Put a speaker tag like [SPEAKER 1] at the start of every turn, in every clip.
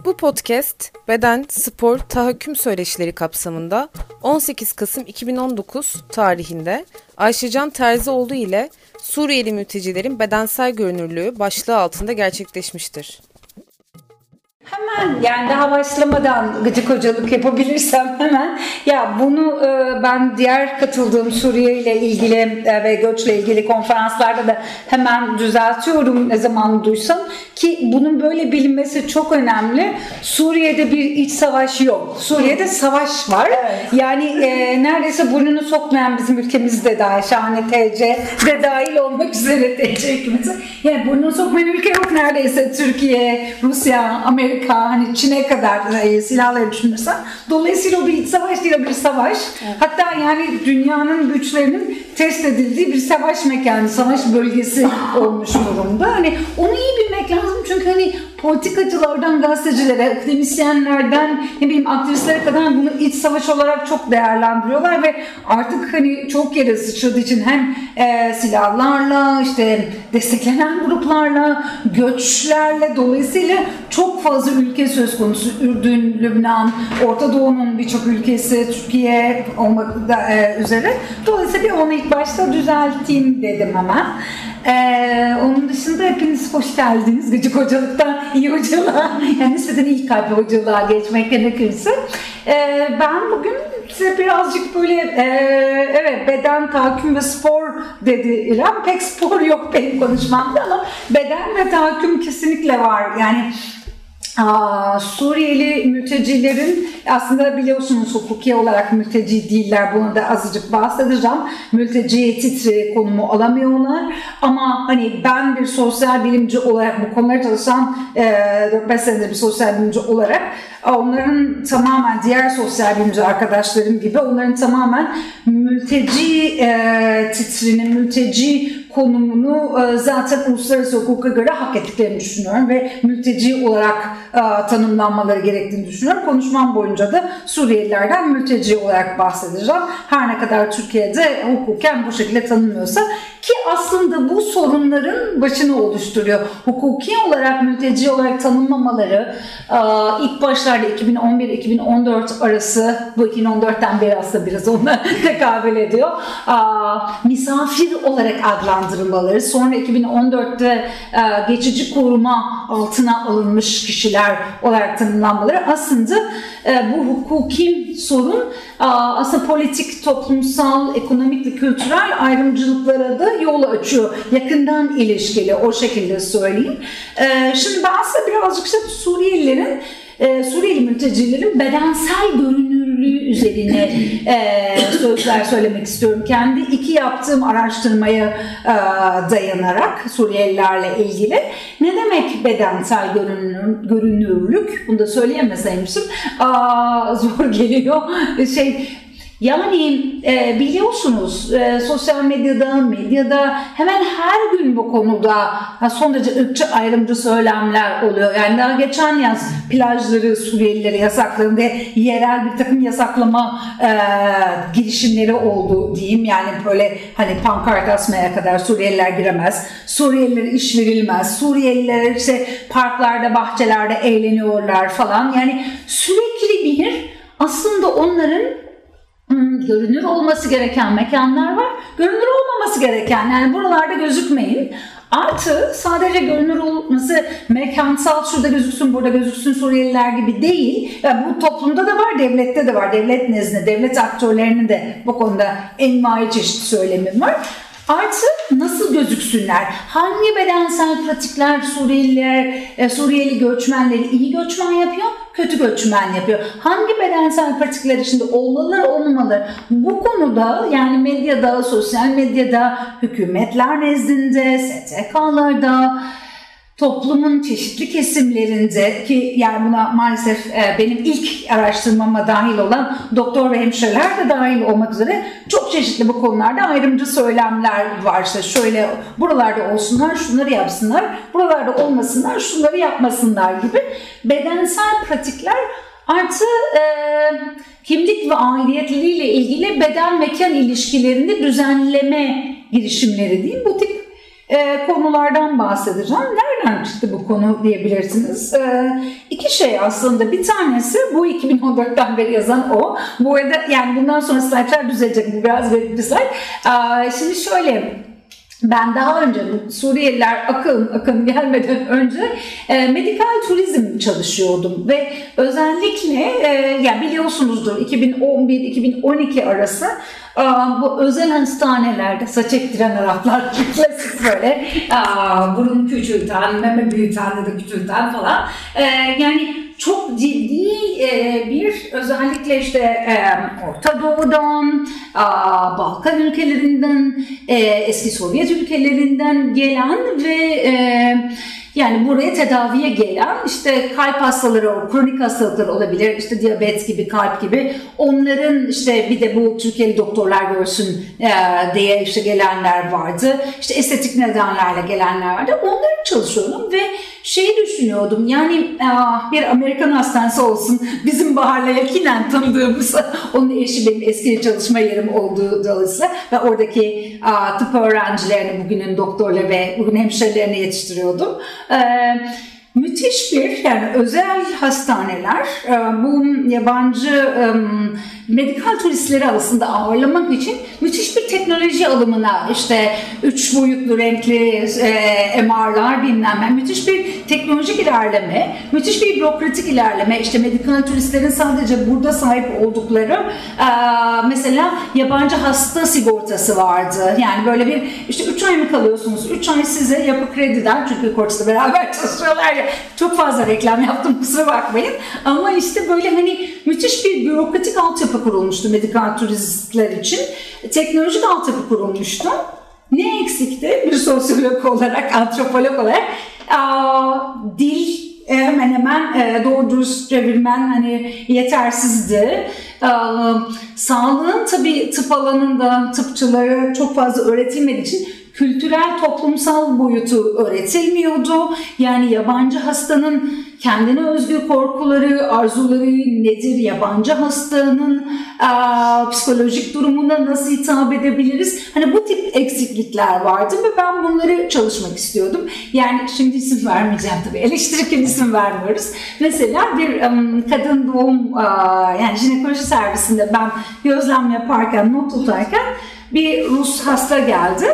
[SPEAKER 1] Bu podcast beden, spor, tahakküm söyleşileri kapsamında 18 Kasım 2019 tarihinde Ayşecan Terzioğlu ile Suriyeli mültecilerin bedensel görünürlüğü başlığı altında gerçekleşmiştir.
[SPEAKER 2] Hemen yani daha başlamadan gıcık hocalık yapabilirsem hemen bunu ben diğer katıldığım Suriye ile ilgili ve göçle ilgili konferanslarda da hemen düzeltiyorum ne zaman duysam ki bunun böyle bilinmesi çok önemli. Suriye'de bir iç savaş yok. Suriye'de savaş var. Evet. Yani neredeyse burnunu sokmayan bizim ülkemizde dahi şahane TC de dahil olmak üzere TC hükümeti. Yani burnunu sokmayan ülke yok neredeyse. Türkiye, Rusya, Amerika, hani Çin'e kadar silahları düşünürsen. Dolayısıyla o bir iç savaş değil, o bir savaş. Evet. Hatta yani dünyanın güçlerinin test edildiği bir savaş mekanı, savaş bölgesi olmuş durumda. Hani onu iyi bilmek lazım çünkü hani politikacılardan gazetecilere, akademisyenlerden aktivistlere kadar bunu iç savaş olarak çok değerlendiriyorlar ve artık hani çok yere sıçradığı için hem silahlarla, işte desteklenen gruplarla, göçlerle dolayısıyla çok fazla ülke söz konusu. Ürdün, Lübnan, Orta Doğu'nun birçok ülkesi, Türkiye olmak üzere. Dolayısıyla bir onu ilk başta düzelteyim dedim hemen. Onun dışında hepiniz hoş geldiniz. Gıcık hocalıktan iyi hocalığa, yani nispeten ilk kalpli hocalığa geçmek gerekirse. Ben bugün size birazcık böyle evet beden, tahakküm ve spor dedi İrem. Pek spor yok benim konuşmamda ama beden ve tahakküm kesinlikle var. Yani Suriyeli mültecilerin aslında biliyorsunuz hukuki olarak mülteci değiller. Bunu da azıcık bahsedeceğim. Mülteci titri konumu alamıyorlar. Ama hani ben bir sosyal bilimci olarak bu konuları çalışan 4-5 senedir bir sosyal bilimci olarak onların tamamen diğer sosyal bilimci arkadaşlarım gibi onların tamamen mülteci titrinin, mülteci konumunu zaten uluslararası hukuka göre hak ettiklerini düşünüyorum ve mülteci olarak tanımlanmaları gerektiğini düşünüyorum. Konuşmam boyunca da Suriyelilerden mülteci olarak bahsedeceğim. Her ne kadar Türkiye'de hukuken bu şekilde tanınmıyorsa ki aslında bu sorunların başını oluşturuyor. Hukuki olarak mülteci olarak tanınmamaları ilk başlarda 2011-2014 arası, bu 2014'ten beri aslında biraz ona tekabül ediyor. Misafir olarak adlandırılmaları, sonra 2014'te geçici koruma altına alınmış kişiler olarak tanımlanmaları aslında bu hukuki sorun aslında politik, toplumsal, ekonomik ve kültürel ayrımcılıklara da yol açıyor. Yakından ilişkili, o şekilde söyleyeyim. Şimdi ben size birazcık Suriyeli mültecilerin bedensel görünürlüğü üzerine sözler söylemek istiyorum. Kendi iki yaptığım araştırmaya dayanarak Suriyelilerle ilgili. Ne demek bedensel görünürlük? Bunu da söyleyemeseymişim. Zor geliyor. Yani biliyorsunuz sosyal medyada hemen her gün bu konuda son derece ırkçı ayrımcı söylemler oluyor. Yani daha geçen yaz plajları Suriyelilere yasakladı ve yerel bir takım yasaklama girişimleri oldu diyeyim. Yani böyle hani pankart asmaya kadar Suriyeliler giremez, Suriyelilere iş verilmez, Suriyeliler işte parklarda, bahçelerde eğleniyorlar falan. Yani sürekli bir aslında onların görünür olması gereken mekanlar var, görünür olmaması gereken, yani buralarda gözükmeyin. Artı sadece görünür olması mekansal, şurada gözüksün, burada gözüksün Suriyeliler gibi değil. Yani bu toplumda da var, devlette de var. Devlet nezdinde, devlet aktörlerinin de bu konuda envai çeşit söylemi var. Artı nasıl gözüksünler? Hangi bedensel pratikler Suriyeli göçmenleri iyi göçmen yapıyor, kötü göçmen yapıyor? Hangi bedensel pratikler içinde olmalılar, olmamalı? Bu konuda yani medyada, sosyal medyada, hükümetler nezdinde, STK'larda, toplumun çeşitli kesimlerinde ki yani buna maalesef benim ilk araştırmama dahil olan doktor ve hemşireler de dahil olmak üzere çok çeşitli bu konularda ayrımcı söylemler var. İşte şöyle buralarda olsunlar, şunları yapsınlar, buralarda olmasınlar, şunları yapmasınlar gibi bedensel pratikler artı kimlik ve aidiyetleriyle ilgili beden mekan ilişkilerini düzenleme girişimleri diyeyim. Bu tip konulardan bahsedeceğim. Nereden çıktı bu konu diyebilirsiniz. İki şey aslında. Bir tanesi bu 2014'ten beri yazan o. Bu arada yani bundan sonra slaytlar düzelecek. Bu biraz garip bir slayt. Şimdi şöyle... Ben daha önce bu Suriyeliler akın gelmeden önce medikal turizm çalışıyordum ve özellikle yani biliyorsunuzdur 2011-2012 arası bu özel hastanelerde saç ektiren Araplar klasik böyle burun küçülten, meme büyüten ya da küçülten falan yani çok ciddi bir özellikle işte Orta Doğu'dan, Balkan ülkelerinden, eski Sovyet ülkelerinden gelen ve yani buraya tedaviye gelen işte kalp hastaları, kronik hastalıklar olabilir, işte diyabet gibi, kalp gibi. Onların işte bir de bu Türkiye'li doktorlar görsün diye işte gelenler vardı. İşte estetik nedenlerle gelenler vardı. Onları çalışıyordum ve şeyi düşünüyordum. Yani bir Amerikan hastanesi olsun. Bizim Bahar'la yakinen tanıdığımız, onun eşi benim eski çalışma yerim olduğu dolayısıyla ve oradaki tıp öğrencilerini, bugünün doktorları ve bugün hemşirelerini yetiştiriyordum. Müthiş bir yani özel hastaneler bu yabancı medikal turistleri aslında ağırlamak için müthiş bir teknoloji alımına işte 3 boyutlu renkli MR'lar bilmem ne müthiş bir teknolojik ilerleme, müthiş bir bürokratik ilerleme işte medikal turistlerin sadece burada sahip oldukları mesela yabancı hasta sigortası vardı. Yani böyle bir işte 3 ay mı kalıyorsunuz? 3 ay size Yapı Kredi'den çünkü Koç'la beraber çalışıyorlar ya çok fazla reklam yaptım kusura bakmayın ama işte böyle hani müthiş bir bürokratik altyapı kurulmuştu medikal turistler için. Teknolojik altyapı kurulmuştu. Ne eksikti? Bir sosyolog olarak, antropolog olarak dil hemen hemen doğru dürüst çevirmen hani yetersizdi. Sağlığın tabii tıp alanında tıpçılara çok fazla öğretilmediği için kültürel toplumsal boyutu öğretilmiyordu. Yani yabancı hastanın kendine özgü korkuları, arzuları nedir? Yabancı hastanın psikolojik durumuna nasıl hitap edebiliriz? Hani bu tip eksiklikler vardı ve ben bunları çalışmak istiyordum. Yani şimdi isim vermeyeceğim tabii. Eleştirirken isim vermiyoruz. Mesela bir kadın doğum yani jinekoloji servisinde ben gözlem yaparken, not tutarken bir Rus hasta geldi.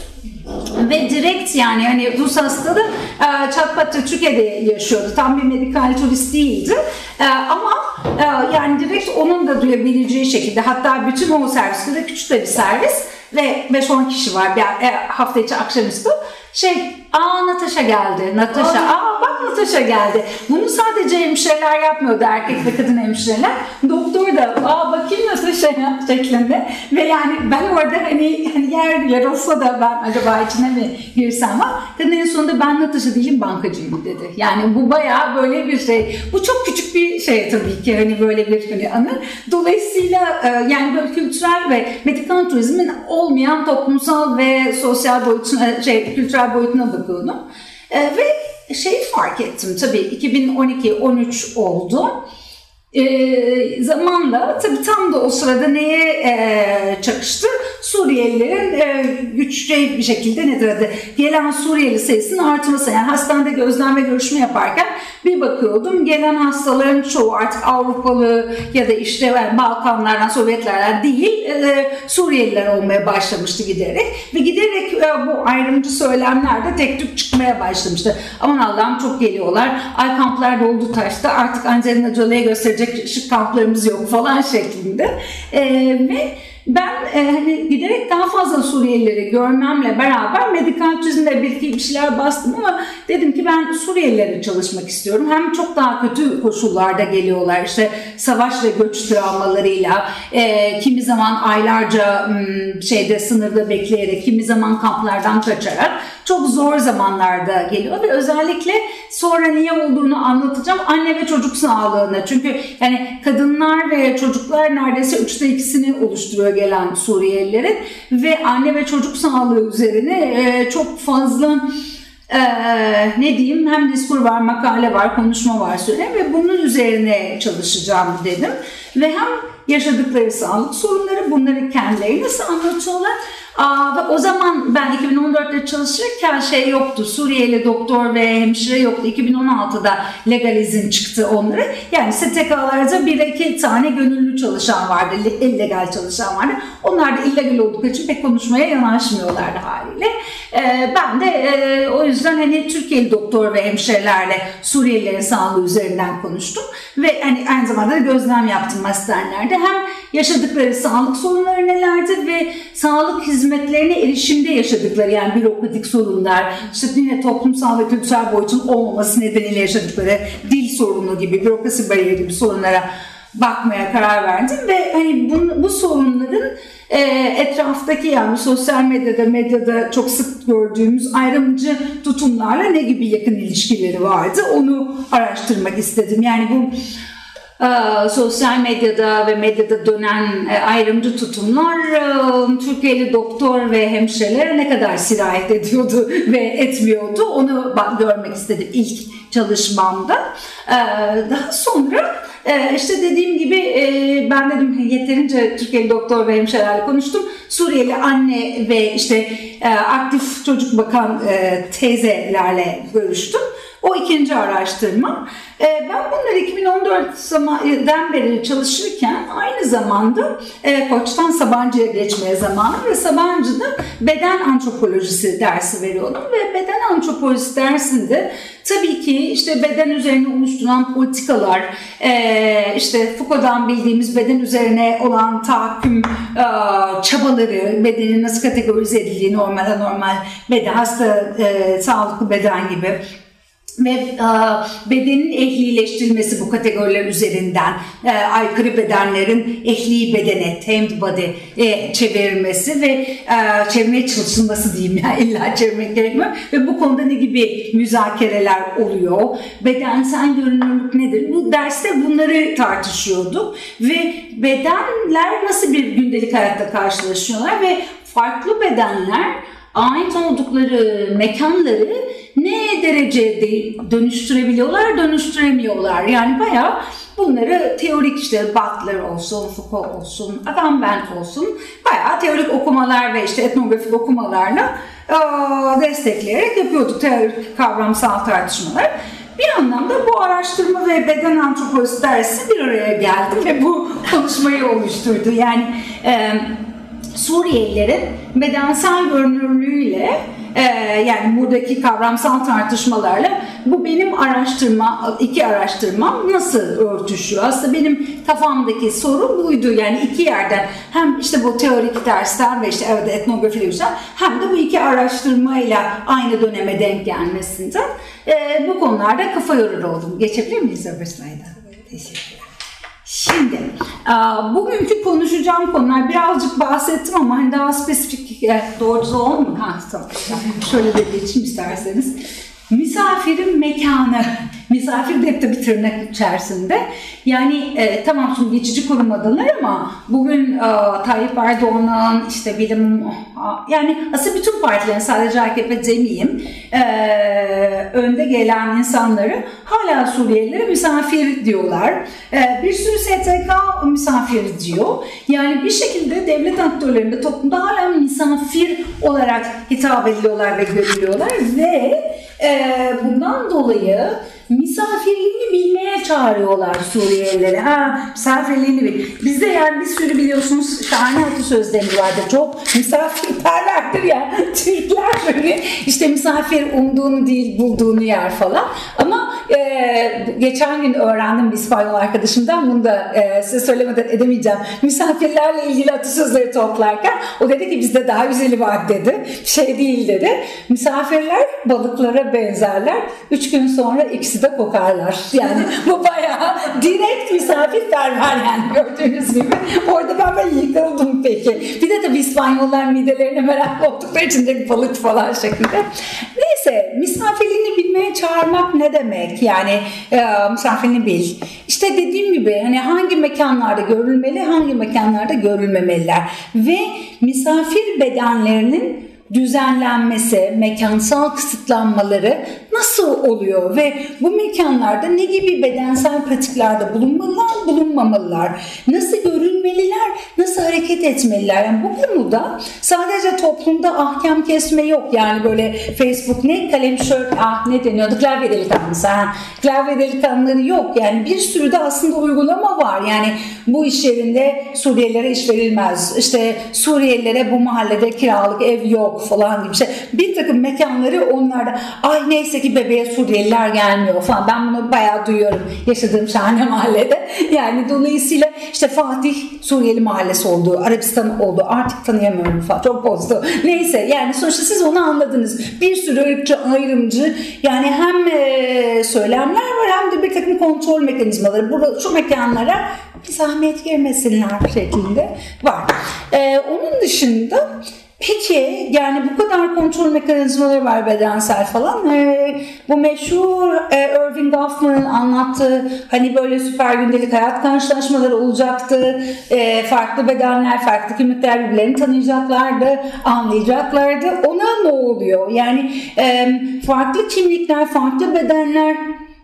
[SPEAKER 2] Ve direkt yani hani Rus hastalığı çatpatta Türkiye'de yaşıyordu. Tam bir medikal turist değildi. Ama yani direkt onun da duyabileceği şekilde hatta bütün o serviste de küçük de bir servis ve 5-10 kişi var hafta içi akşamüstü. Natasha geldi. Bak Natasha geldi. Bunu sadece hemşireler yapmıyordu. Erkek ve kadın hemşireler. Doktor da bakayım Natasha'ya şeklinde. Ve yani ben orada hani yer olsa da ben acaba içine mi girsem var. Kadın en sonunda ben Natasha değilim bankacıyım dedi. Yani bu bayağı böyle bir şey. Bu çok küçük bir şey tabii ki hani böyle bir hani anı. Dolayısıyla yani böyle kültürel ve medikal turizmin olmayan toplumsal ve sosyal boyutuna kültürel boyutuna bakıyordum. Ve fark ettim tabii 2012-13 oldu. Zamanla tabii tam da o sırada neye çakıştı? Suriyelilerin güçlü bir şekilde gelen Suriyeli sayısının artması. Yani hastanede gözlem ve görüşme yaparken bir bakıyordum gelen hastaların çoğu artık Avrupalı ya da işte Balkanlardan, Sovyetlerden değil Suriyeliler olmaya başlamıştı giderek. Ve giderek bu ayrımcı söylemler de tek tük çıkmaya başlamıştı. Aman Allah'ım çok geliyorlar. Ay kamplar doldu taştı. Artık Angelina Jolie'ye gösterecek şık kamplarımız yok falan şeklinde. Ve ben hani giderek daha fazla Suriyelileri görmemle beraber medikal turizmde bir şeyler bastım ama dedim ki ben Suriyelilere çalışmak istiyorum. Hem çok daha kötü koşullarda geliyorlar işte savaş ve göç travmalarıyla kimi zaman aylarca sınırda bekleyerek kimi zaman kamplardan kaçarak çok zor zamanlarda geliyor ve özellikle sonra niye olduğunu anlatacağım anne ve çocuk sağlığına. Çünkü yani kadınlar ve çocuklar neredeyse 3'te 2'sini oluşturuyor gelen Suriyelilerin ve anne ve çocuk sağlığı üzerine çok fazla hem diskur var, makale var, konuşma var ve bunun üzerine çalışacağım dedim. Ve hem yaşadıkları sağlık sorunları bunları kendileri nasıl anlatıyorlar Ve o zaman ben 2014'te çalışırken şey yoktu. Suriyeli doktor ve hemşire yoktu. 2016'da legal izin çıktı onlara. Yani STK'larda bir iki tane gönüllü çalışan vardı. İllegal çalışan vardı. Onlar da illegal oldukları için pek konuşmaya yanaşmıyorlardı haliyle. Ben de o yüzden hani Türkiye'li doktor ve hemşirelerle Suriyelilerin sağlığı üzerinden konuştum. Ve hani aynı zamanda da gözlem yaptım hastanelerde. Hem yaşadıkları sağlık sorunları nelerdi ve sağlık hizmetlerine erişimde yaşadıkları yani bürokratik sorunlar, işte yine toplumsal ve kültürel boyutun olmaması nedeniyle yaşadıkları dil sorunu gibi, bürokrasi bariyeri gibi sorunlara bakmaya karar verdim ve hani bu sorunların etraftaki yani sosyal medyada çok sık gördüğümüz ayrımcı tutumlarla ne gibi yakın ilişkileri vardı onu araştırmak istedim. Yani bu sosyal medyada ve medyada dönen ayrımcı tutumlar Türkiye'li doktor ve hemşirelere ne kadar sirayet ediyordu ve etmiyordu onu görmek istedim ilk çalışmamda. Daha sonra işte dediğim gibi ben dedim yeterince Türkiye'li doktor ve hemşirelerle konuştum. Suriyeli anne ve işte aktif çocuk bakan teyzelerle görüştüm. O ikinci araştırma. Ben bunları 2014'den beri çalışırken aynı zamanda Koç'tan Sabancı'ya geçmeye zamanı ve Sabancı'da beden antropolojisi dersi veriyordum ve beden antropolojisi dersinde tabii ki işte beden üzerine oluşturulan politikalar, işte Foucault'dan bildiğimiz beden üzerine olan tahakküm çabaları, bedenin nasıl kategorize edildiği normal, anormal beden, hasta, sağlıklı beden gibi ve bedenin ehlileştirilmesi bu kategoriler üzerinden aykırı bedenlerin ehli bedene, tamed body çevirilmesi ve çevirmeye çalışılması diyeyim yani illa çevirmek gerekmiyor ve bu konuda ne gibi müzakereler oluyor, bedensel görünürlük nedir? Bu derste bunları tartışıyorduk ve bedenler nasıl bir gündelik hayatta karşılaşıyorlar ve farklı bedenler ait oldukları mekanları ne derecede dönüştürebiliyorlar, dönüştüremiyorlar. Yani bayağı bunları teorik işte Butler olsun, Foucault olsun, Adam Bent olsun bayağı teorik okumalar ve işte etnografik okumalarla destekleyerek yapıyorduk teorik kavramsal tartışmalar. Bir anlamda bu araştırma ve beden antropolojisi dersi bir araya geldi ve bu konuşmayı oluşturdu. Yani Suriyelilerin bedensel görünürlüğüyle yani buradaki kavramsal tartışmalarla bu benim iki araştırmam nasıl örtüşüyor? Aslında benim kafamdaki soru buydu. Yani iki yerden hem işte bu teorik dersler ve işte etnografiyle hem de bu iki araştırmayla aynı döneme denk gelmesinden bu konularda kafa yorur oldum. Geçebilir miyiz öbür slayda? Teşekkürler. Şimdi bugünkü konuşacağım konular birazcık bahsettim ama hani daha spesifik doğrusu olmuyor. Tamam. Şöyle de geçeyim isterseniz. Misafirin mekanı. Misafir de hep de bir tırnak içerisinde. Yani tamam şimdi geçici kurum adınlar ama bugün Tayyip Erdoğan'ın işte yani aslında bütün partilerin sadece AKP demeyeyim önde gelen insanları hala Suriyelilere misafir diyorlar. Bir sürü STK misafir diyor. Yani bir şekilde devlet aktörlerinde toplumda hala misafir olarak hitap ediliyorlar ve görülüyorlar ve bundan dolayı misafirliğini bilmeye çağırıyorlar Suriyelileri. Misafirliğini bil. Bizde yani bir sürü biliyorsunuz şahane atasözlerimiz vardır. Çok misafirperverdir ya. Türkler böyle işte misafir umduğunu değil bulduğunu yer falan. Ama geçen gün öğrendim bir İspanyol arkadaşımdan bunu da size söylemeden edemeyeceğim. Misafirlerle ilgili atasözleri toplarken o dedi ki bizde daha güzeli var dedi. Bir şey değil dedi. Misafirler balıklara benzerler. 3 gün sonra ikisi de kokarlar. Yani bu bayağı direkt misafirperver yani gördüğünüz gibi. Orada ben yıkıldım peki. Bir de tabii İspanyollar midelerine meraklı oldukları için de balık falan şeklinde. Neyse misafirliğini bilmeye çağırmak ne demek? Yani misafirliğini bil. İşte dediğim gibi hani hangi mekanlarda görülmeli, hangi mekanlarda görülmemeliler. Ve misafir bedenlerinin düzenlenmesi, mekansal kısıtlanmaları nasıl nasıl oluyor ve bu mekanlarda ne gibi bedensel pratiklerde bulunmalılar, bulunmamalılar, nasıl görünmeliler, nasıl hareket etmeliler? Yani bu konuda sadece toplumda ahkam kesme yok. Yani böyle Facebook ne kalemşör ne deniyordu, klavye delikanlısı. Klavye delikanlıları yok. Yani bir sürü de aslında uygulama var. Yani bu iş yerinde Suriyelilere iş verilmez. İşte Suriyelilere bu mahallede kiralık ev yok falan gibi şey. Bir takım mekanları onlarda neyse ki bebeğe Suriyeliler gelmiyor falan. Ben bunu bayağı duyuyorum yaşadığım şahane mahallede. Yani dolayısıyla işte Fatih Suriyeli mahallesi oldu, Arabistan oldu. Artık tanıyamıyorum falan. Çok bozdu. Neyse yani sonuçta siz onu anladınız. Bir sürü ırkçı, ayrımcı yani hem söylemler var hem de bir takım kontrol mekanizmaları. Şu mekanlara bir zahmet girmesinler şeklinde var. Onun dışında peki yani bu kadar kontrol mekanizmaları var bedensel falan. Bu meşhur Irving Goffman'ın anlattığı hani böyle süper gündelik hayat karşılaşmaları olacaktı. Farklı bedenler, farklı kimlikler birbirlerini tanıyacaklardı, anlayacaklardı. Ona ne oluyor? Yani farklı kimlikler, farklı bedenler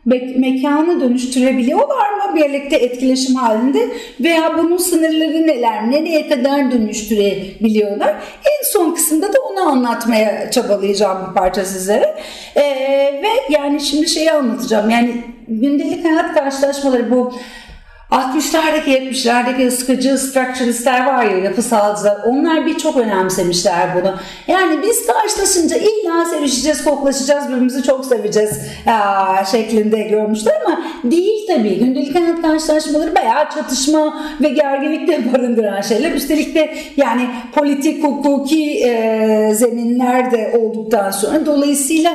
[SPEAKER 2] mekanı dönüştürebiliyorlar mı birlikte etkileşim halinde veya bunun sınırları neler, nereye kadar dönüştürebiliyorlar? En son kısımda da onu anlatmaya çabalayacağım bir parça sizlere. Ve yani şimdi şeyi anlatacağım. Yani gündelik hayat karşılaşmaları bu 60'lardaki 70'lerdeki sıkıcı structuralistler var ya, yapısalcılar, onlar çok önemsemişler bunu. Yani biz karşılaşınca illa sevişeceğiz, koklaşacağız, birbirimizi çok seveceğiz şeklinde görmüşler ama değil tabii. Gündelik hayat karşılaşmaları bayağı çatışma ve gerginlik de barındıran şeyler. Üstelik de yani politik, hukuki zeminler de olduktan sonra dolayısıyla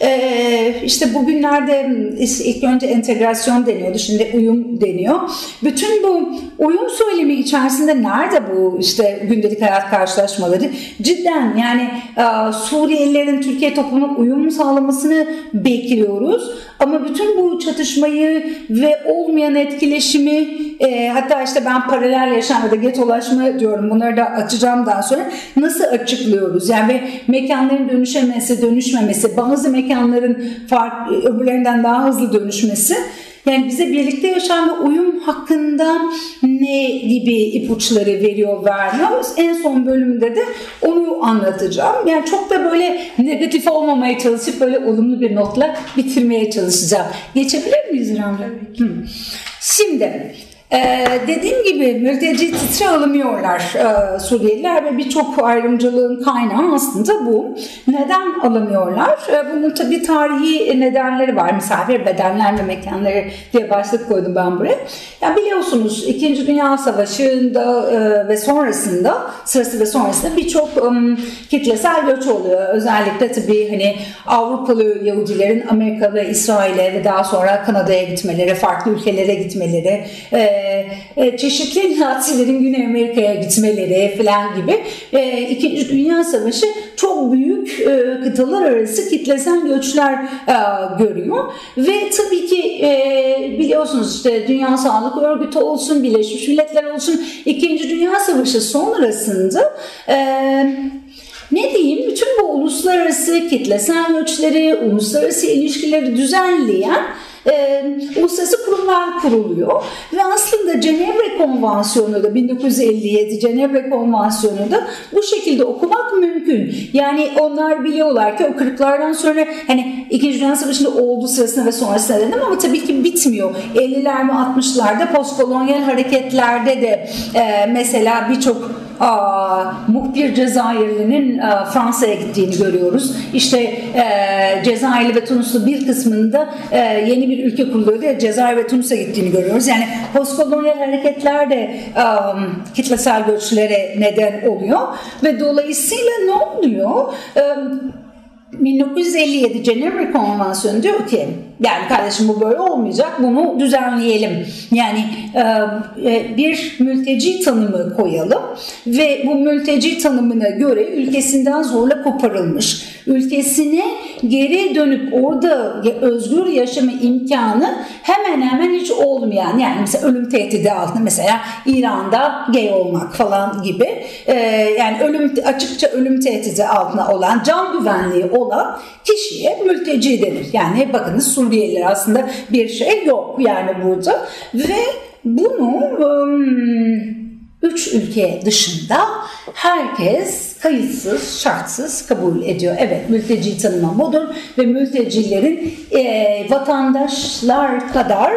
[SPEAKER 2] işte bugünlerde ilk önce entegrasyon deniyordu, şimdi uyum deniyor. Bütün bu uyum söylemi içerisinde nerede bu işte gündelik hayat karşılaşmaları? Cidden yani Suriyelilerin Türkiye toplumuna uyum sağlamasını bekliyoruz. Ama bütün bu çatışmayı ve olmayan etkileşimi hatta işte ben paralel yaşam ya da getolaşma diyorum. Bunları da açacağım daha sonra. Nasıl açıklıyoruz? Yani mekanların dönüşmemesi, bazı mekanların öbürlerinden daha hızlı dönüşmesi. Yani bize birlikte yaşam ve uyum hakkında ne gibi ipuçları veriyor, vermiyor. En son bölümde de onu anlatacağım. Yani çok da böyle negatif olmamaya çalışıp böyle olumlu bir notla bitirmeye çalışacağım. Geçebilir miyiz İrem'le? Şimdi dediğim gibi mülteci titre alamıyorlar Suriyeliler ve birçok ayrımcılığın kaynağı aslında bu. Neden alamıyorlar? Bunun tabii tarihi nedenleri var. Misafir bedenler ve mekanları diye başlık koydum ben buraya. Ya biliyorsunuz 2. Dünya Savaşı'nda ve sonrasında birçok kitlesel göç oluyor. Özellikle tabii hani Avrupalı Yahudilerin Amerika ve İsrail'e ve daha sonra Kanada'ya gitmeleri, farklı ülkelere gitmeleri, çeşitli Nazilerin Güney Amerika'ya gitmeleri falan gibi 2. Dünya Savaşı çok büyük kıtalar arası kitlesel göçler görüyor ve tabii ki biliyorsunuz işte Dünya Sağlık Örgütü olsun, Birleşmiş Milletler olsun 2. Dünya Savaşı sonrasında ne diyeyim, bütün bu uluslararası kitlesel göçleri, uluslararası ilişkileri düzenleyen uluslararası kurumlar kuruluyor ve aslında Cenevre Konvansiyonu da 1957 Cenevre Konvansiyonu da bu şekilde okumak mümkün. Yani onlar biliyorlar ki o 40'lardan sonra hani 2. Dünya Savaşı'nda olduğu sırasında ve sonrasında dedim ama tabii ki bitmiyor. 50'ler ve 60'larda postkolonyal hareketlerde de mesela birçok muhbir Cezayirli'nin Fransa'ya gittiğini görüyoruz. İşte Cezayirli ve Tunuslu bir kısmında yeni bir ülke kuruluyor diye Cezayir ve Tunus'a gittiğini görüyoruz. Yani postkolonyal hareketler de kitlesel göçlere neden oluyor ve dolayısıyla ne oluyor? 1957 Cenevre Konvansiyonu diyor ki Yani kardeşim bu böyle olmayacak, bunu düzenleyelim. Yani bir mülteci tanımı koyalım ve bu mülteci tanımına göre ülkesinden zorla koparılmış, ülkesine geri dönüp orada özgür yaşama imkanı hemen hemen hiç olmayan, yani mesela ölüm tehdidi altında, mesela İran'da gay olmak falan gibi, yani açıkça ölüm tehdidi altında olan, can güvenliği olan kişiye mülteci denir. Yani bakınız, Suriyeliler aslında bir şey yok yani burada ve bunu 3 ülke dışında herkes kayıtsız, şartsız kabul ediyor. Evet, mülteci tanımı budur ve mültecilerin vatandaşlar kadar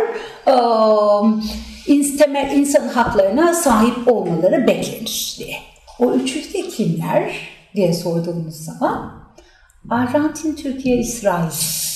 [SPEAKER 2] temel insan haklarına sahip olmaları beklenir diye. O 3 ülke kimler diye sorduğumuz zaman Arjantin, Türkiye, İsrail.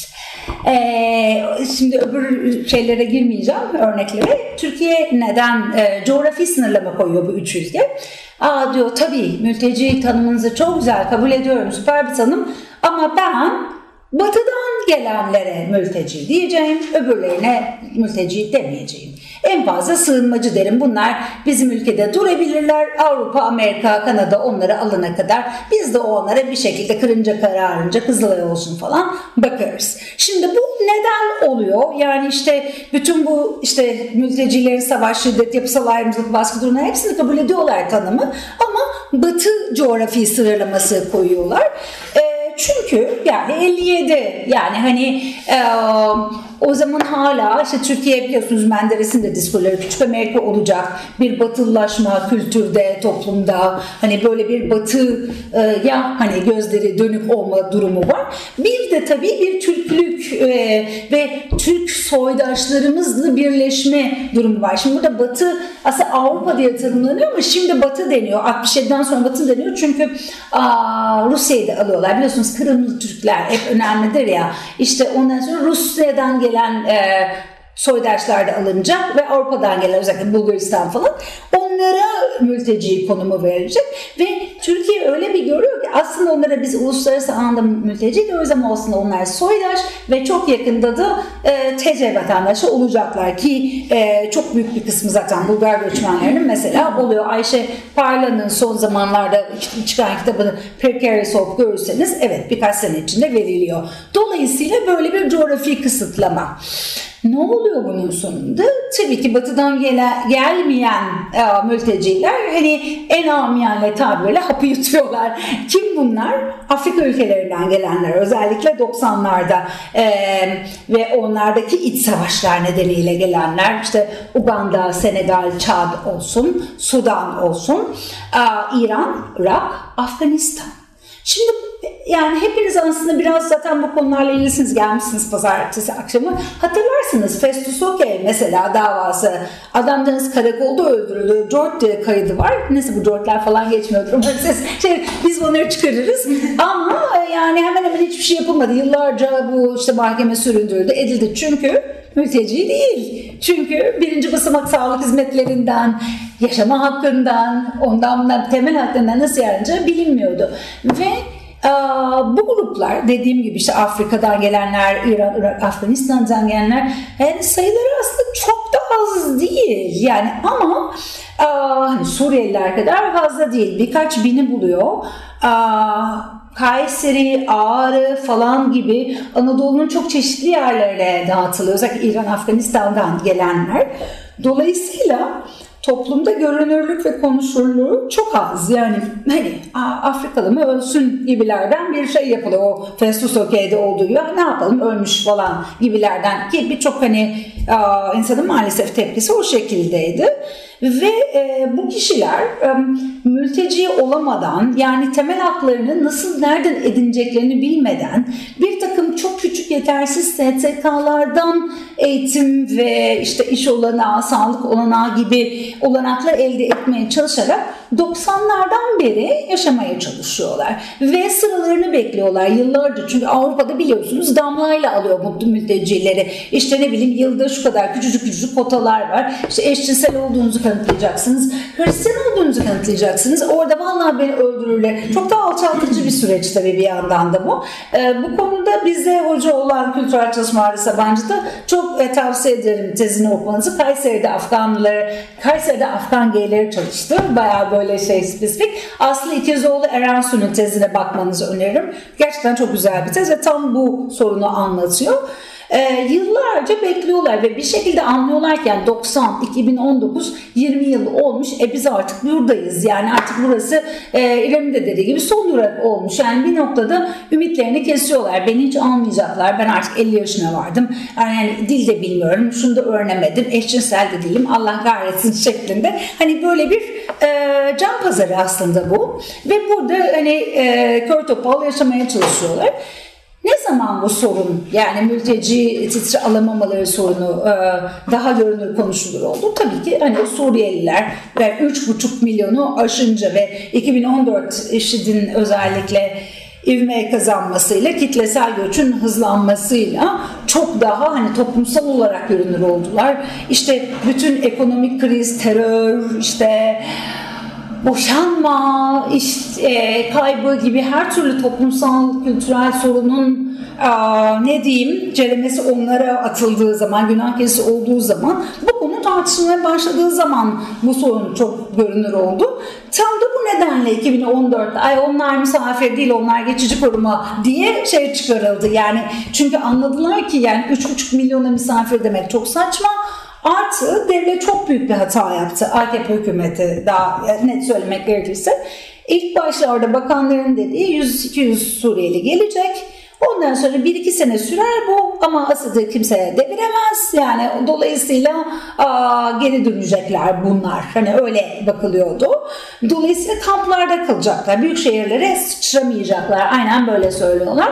[SPEAKER 2] Şimdi öbür şeylere girmeyeceğim, örneklere. Türkiye neden coğrafi sınırlama koyuyor bu 3 ülke? Diyor tabii mülteci tanımınızı çok güzel kabul ediyorum, süper bir tanım, ama ben batıdan gelenlere mülteci diyeceğim, öbürlerine mülteci demeyeceğim. En fazla sığınmacı derim. Bunlar bizim ülkede durabilirler. Avrupa, Amerika, Kanada onları alana kadar biz de onlara bir şekilde kırınca kararınca Kızılay olsun falan bakarız. Şimdi bu neden oluyor? Yani işte bütün bu işte mültecilerin savaş, şiddet, yapısal ayrımcılık, baskı durumları hepsini kabul ediyorlar tanımı, ama Batı coğrafi sınırlaması koyuyorlar. Çünkü yani 57, yani hani o zaman hala işte Türkiye, biliyorsunuz Menderes'in de diskurları, küçük Amerika olacak, bir batılılaşma kültürde, toplumda, hani böyle bir batı hani gözleri dönük olma durumu var. Bir de tabii bir Türklük ve Türk soydaşlarımızla birleşme durumu var. Şimdi burada batı aslında Avrupa diye tanımlanıyor ama şimdi batı deniyor. 67'den sonra batı deniyor çünkü Rusya'yı da alıyorlar. Biliyorsunuz Kırımlı Türkler hep önemlidir ya. İşte ondan sonra Rusya'dan gelen soydaşlar da alınacak ve Avrupa'dan gelen, özellikle Bulgaristan falan, onlara mülteci konumu verilecek ve Türkiye öyle bir görüyor ki aslında onlara biz uluslararası alanda mülteci diyoruz ama aslında onlar soydaş ve çok yakında da TC vatandaşı olacaklar ki çok büyük bir kısmı zaten Bulgar göçmenlerinin mesela oluyor. Ayşe Parla'nın son zamanlarda çıkan kitabını Precarious Hope görürseniz, evet, birkaç sene içinde veriliyor. Dolayısıyla böyle bir coğrafi kısıtlama. Ne oluyor bunun sonunda? Tabii ki batıdan gelmeyen mülteciler hani en amiyalle tabirle hapı yutuyorlar. Kim bunlar? Afrika ülkelerinden gelenler, özellikle 90'larda ve onlardaki iç savaşlar nedeniyle gelenler, işte Uganda, Senegal, Çad olsun, Sudan olsun, İran, Irak, Afganistan. Şimdi yani hepiniz aslında biraz zaten bu konularla ilgilisiniz, gelmişsiniz pazartesi akşamı. Hatırlarsınız Festus Okey mesela davası. Adamcağız karakolda öldürüldü. George diye kaydı var. Neyse bu George'ler falan geçmiyordur. Biz onları çıkarırız. Ama yani hemen hemen hiçbir şey yapılmadı. Yıllarca bu işte mahkeme süründürüldü, edildi. Çünkü mülteci değil. Çünkü birinci basamak sağlık hizmetlerinden, yaşama hakkından, ondan bundan temel haklarından nasıl yararlanacağı bilinmiyordu. Ve bu gruplar, dediğim gibi işte Afrika'dan gelenler, İran, Irak, Afganistan'dan gelenler, yani sayıları aslında çok da az değil. Yani ama hani Suriyeliler kadar fazla değil. Birkaç bini buluyor. Kayseri, Ağrı falan gibi Anadolu'nun çok çeşitli yerlerine dağıtılıyor. Özellikle İran, Afganistan'dan gelenler. Dolayısıyla toplumda görünürlük ve konuşurluğu çok az. Yani hani Afrikalı mı ölsün gibilerden bir şey yapılıyor. O Festus Okey'de olduğu gibi ne yapalım ölmüş falan gibilerden ki birçok hani insanın maalesef tepkisi o şekildeydi. Ve bu kişiler mülteci olamadan, yani temel haklarını nasıl nereden edineceklerini bilmeden bir takım çok küçük yetersiz STK'lardan eğitim ve işte iş olanağı, sağlık olanağı gibi olanaklar elde etmeye çalışarak 90'lardan beri yaşamaya çalışıyorlar ve sıralarını bekliyorlar yıllardır. Çünkü Avrupa'da biliyorsunuz damlayla alıyor bu mültecileri. İşte ne bileyim yılda şu kadar küçücük kotalar var. İşte eşcinsel olduğunuzu kanıtlayacaksınız. Hristiyan olduğunuzu kanıtlayacaksınız. Orada vallahi beni öldürürler. Çok da alçaltıcı bir süreç tabii bir yandan da bu. Bu konuda bize hoca olan Kültürel Çalışmalar Sabancı'da çok tavsiye ederim tezini okumanızı. Kayseri'de Afgan gayleri çalıştı. Bayağı böyle spesifik. Aslı İkizoğlu Erensu'nun tezine bakmanızı öneririm. Gerçekten çok güzel bir tez ve tam bu sorunu anlatıyor. Yıllarca bekliyorlar ve bir şekilde anlıyorlar ki yani 90, 2019, 20 yıl olmuş. Biz artık buradayız. Yani artık burası İrem'in de dediği gibi son durak olmuş. Yani bir noktada ümitlerini kesiyorlar. Beni hiç almayacaklar. Ben artık 50 yaşına vardım. Yani dil de bilmiyorum. Şunu da öğrenemedim. Eşcinsel de değilim. Allah kahretsin şeklinde. Hani böyle bir can pazarı aslında bu. Ve burada hani kör topal yaşamaya çalışıyorlar. Ne zaman bu sorun yani mülteci titre alamamaları sorunu daha görünür konuşulur oldu? Tabii ki hani Suriyeliler ve 3,5 milyonu aşınca ve 2014 IŞİD'in özellikle ivme kazanmasıyla, kitlesel göçün hızlanmasıyla çok daha hani toplumsal olarak görünür oldular. İşte bütün ekonomik kriz, terör, işte boşanma, kaybı gibi her türlü toplumsal, kültürel sorunun ceremesi onlara atıldığı zaman, günah keçisi olduğu zaman, bu konu tartışmaya başladığı zaman bu sorun çok görünür oldu. Tam da bu nedenle 2014'te onlar misafir değil, onlar geçici koruma diye çıkarıldı. Yani çünkü anladılar ki yani 3,5 milyona misafir demek çok saçma. Artı devlet çok büyük bir hata yaptı. AKP hükümeti daha net söylemek gerekirse. İlk başlarda bakanların dediği 100-200 Suriyeli gelecek. Ondan sonra 1-2 sene sürer bu ama Asad'ı kimseye deviremez. Yani dolayısıyla geri dönecekler bunlar. Hani öyle bakılıyordu. Dolayısıyla kamplarda kalacaklar. Büyük şehirlere sıçramayacaklar. Aynen böyle söylüyorlar.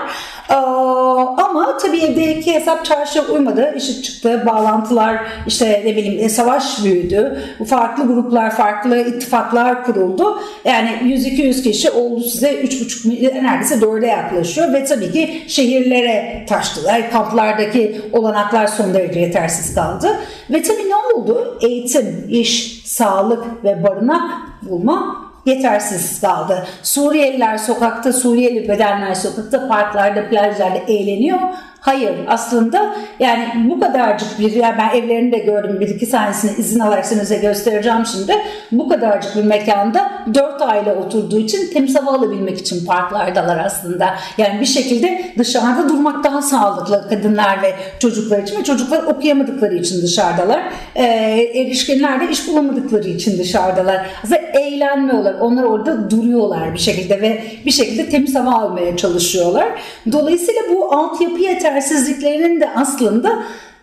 [SPEAKER 2] Ama tabii evdeki hesap çarşıya uymadı. IŞİD çıktı, bağlantılar, işte ne bileyim savaş büyüdü. Farklı gruplar, farklı ittifaklar kuruldu. Yani 100-200 kişi oldu size 3,5 milyon, neredeyse 4'e yaklaşıyor ve tabii ki şehirlere taştılar. Kamplardaki olanaklar son derece yetersiz kaldı. Ve tabii ne oldu? Eğitim, iş, sağlık ve barınak bulma yetersiz kaldı. Suriyeliler sokakta, Suriyeli bedenler sokakta, parklarda, plajlarda eğleniyor. Hayır, aslında yani bu kadarcık bir, yani ben evlerini de gördüm, 1-2 tanesini izin alarak size göstereceğim şimdi. Bu kadarcık bir mekanda 4 aile oturduğu için temiz hava alabilmek için parklardalar aslında. Yani bir şekilde dışarıda durmak daha sağlıklı kadınlar ve çocuklar için ve çocuklar okuyamadıkları için dışarıdalar. Erişkinler de iş bulamadıkları için dışarıdalar. Aslında eğlenmiyorlar. Onlar orada duruyorlar bir şekilde ve bir şekilde temiz hava almaya çalışıyorlar. Dolayısıyla bu altyapı yetersizliklerinin de aslında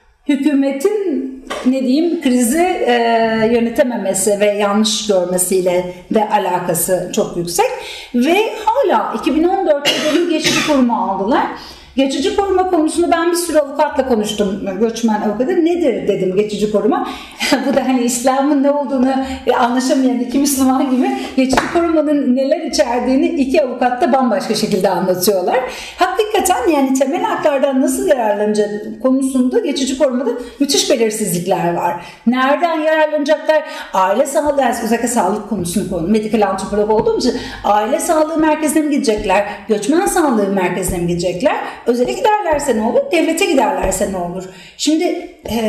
[SPEAKER 2] hükümetin krizi yönetememesi ve yanlış görmesiyle de alakası çok yüksek. Ve hala 2014'te geçici koruma aldılar. Geçici koruma konusunu ben bir sürü avukatla konuştum, göçmen avukatı. Nedir dedim geçici koruma. Bu da hani İslam'ın ne olduğunu anlaşamayan iki Müslüman gibi geçici korumanın neler içerdiğini iki avukat da bambaşka şekilde anlatıyorlar. Hakikaten yani temel haklardan nasıl yararlanacak konusunda geçici korumada müthiş belirsizlikler var. Nereden yararlanacaklar? Aile sağlığı, özellikle sağlık konusunu konu. Medikal antropolog olduğum için aile sağlığı merkezine mi gidecekler? Göçmen sağlığı merkezine mi gidecekler? Özele giderlerse ne olur? Devlete giderlerse ne olur? Şimdi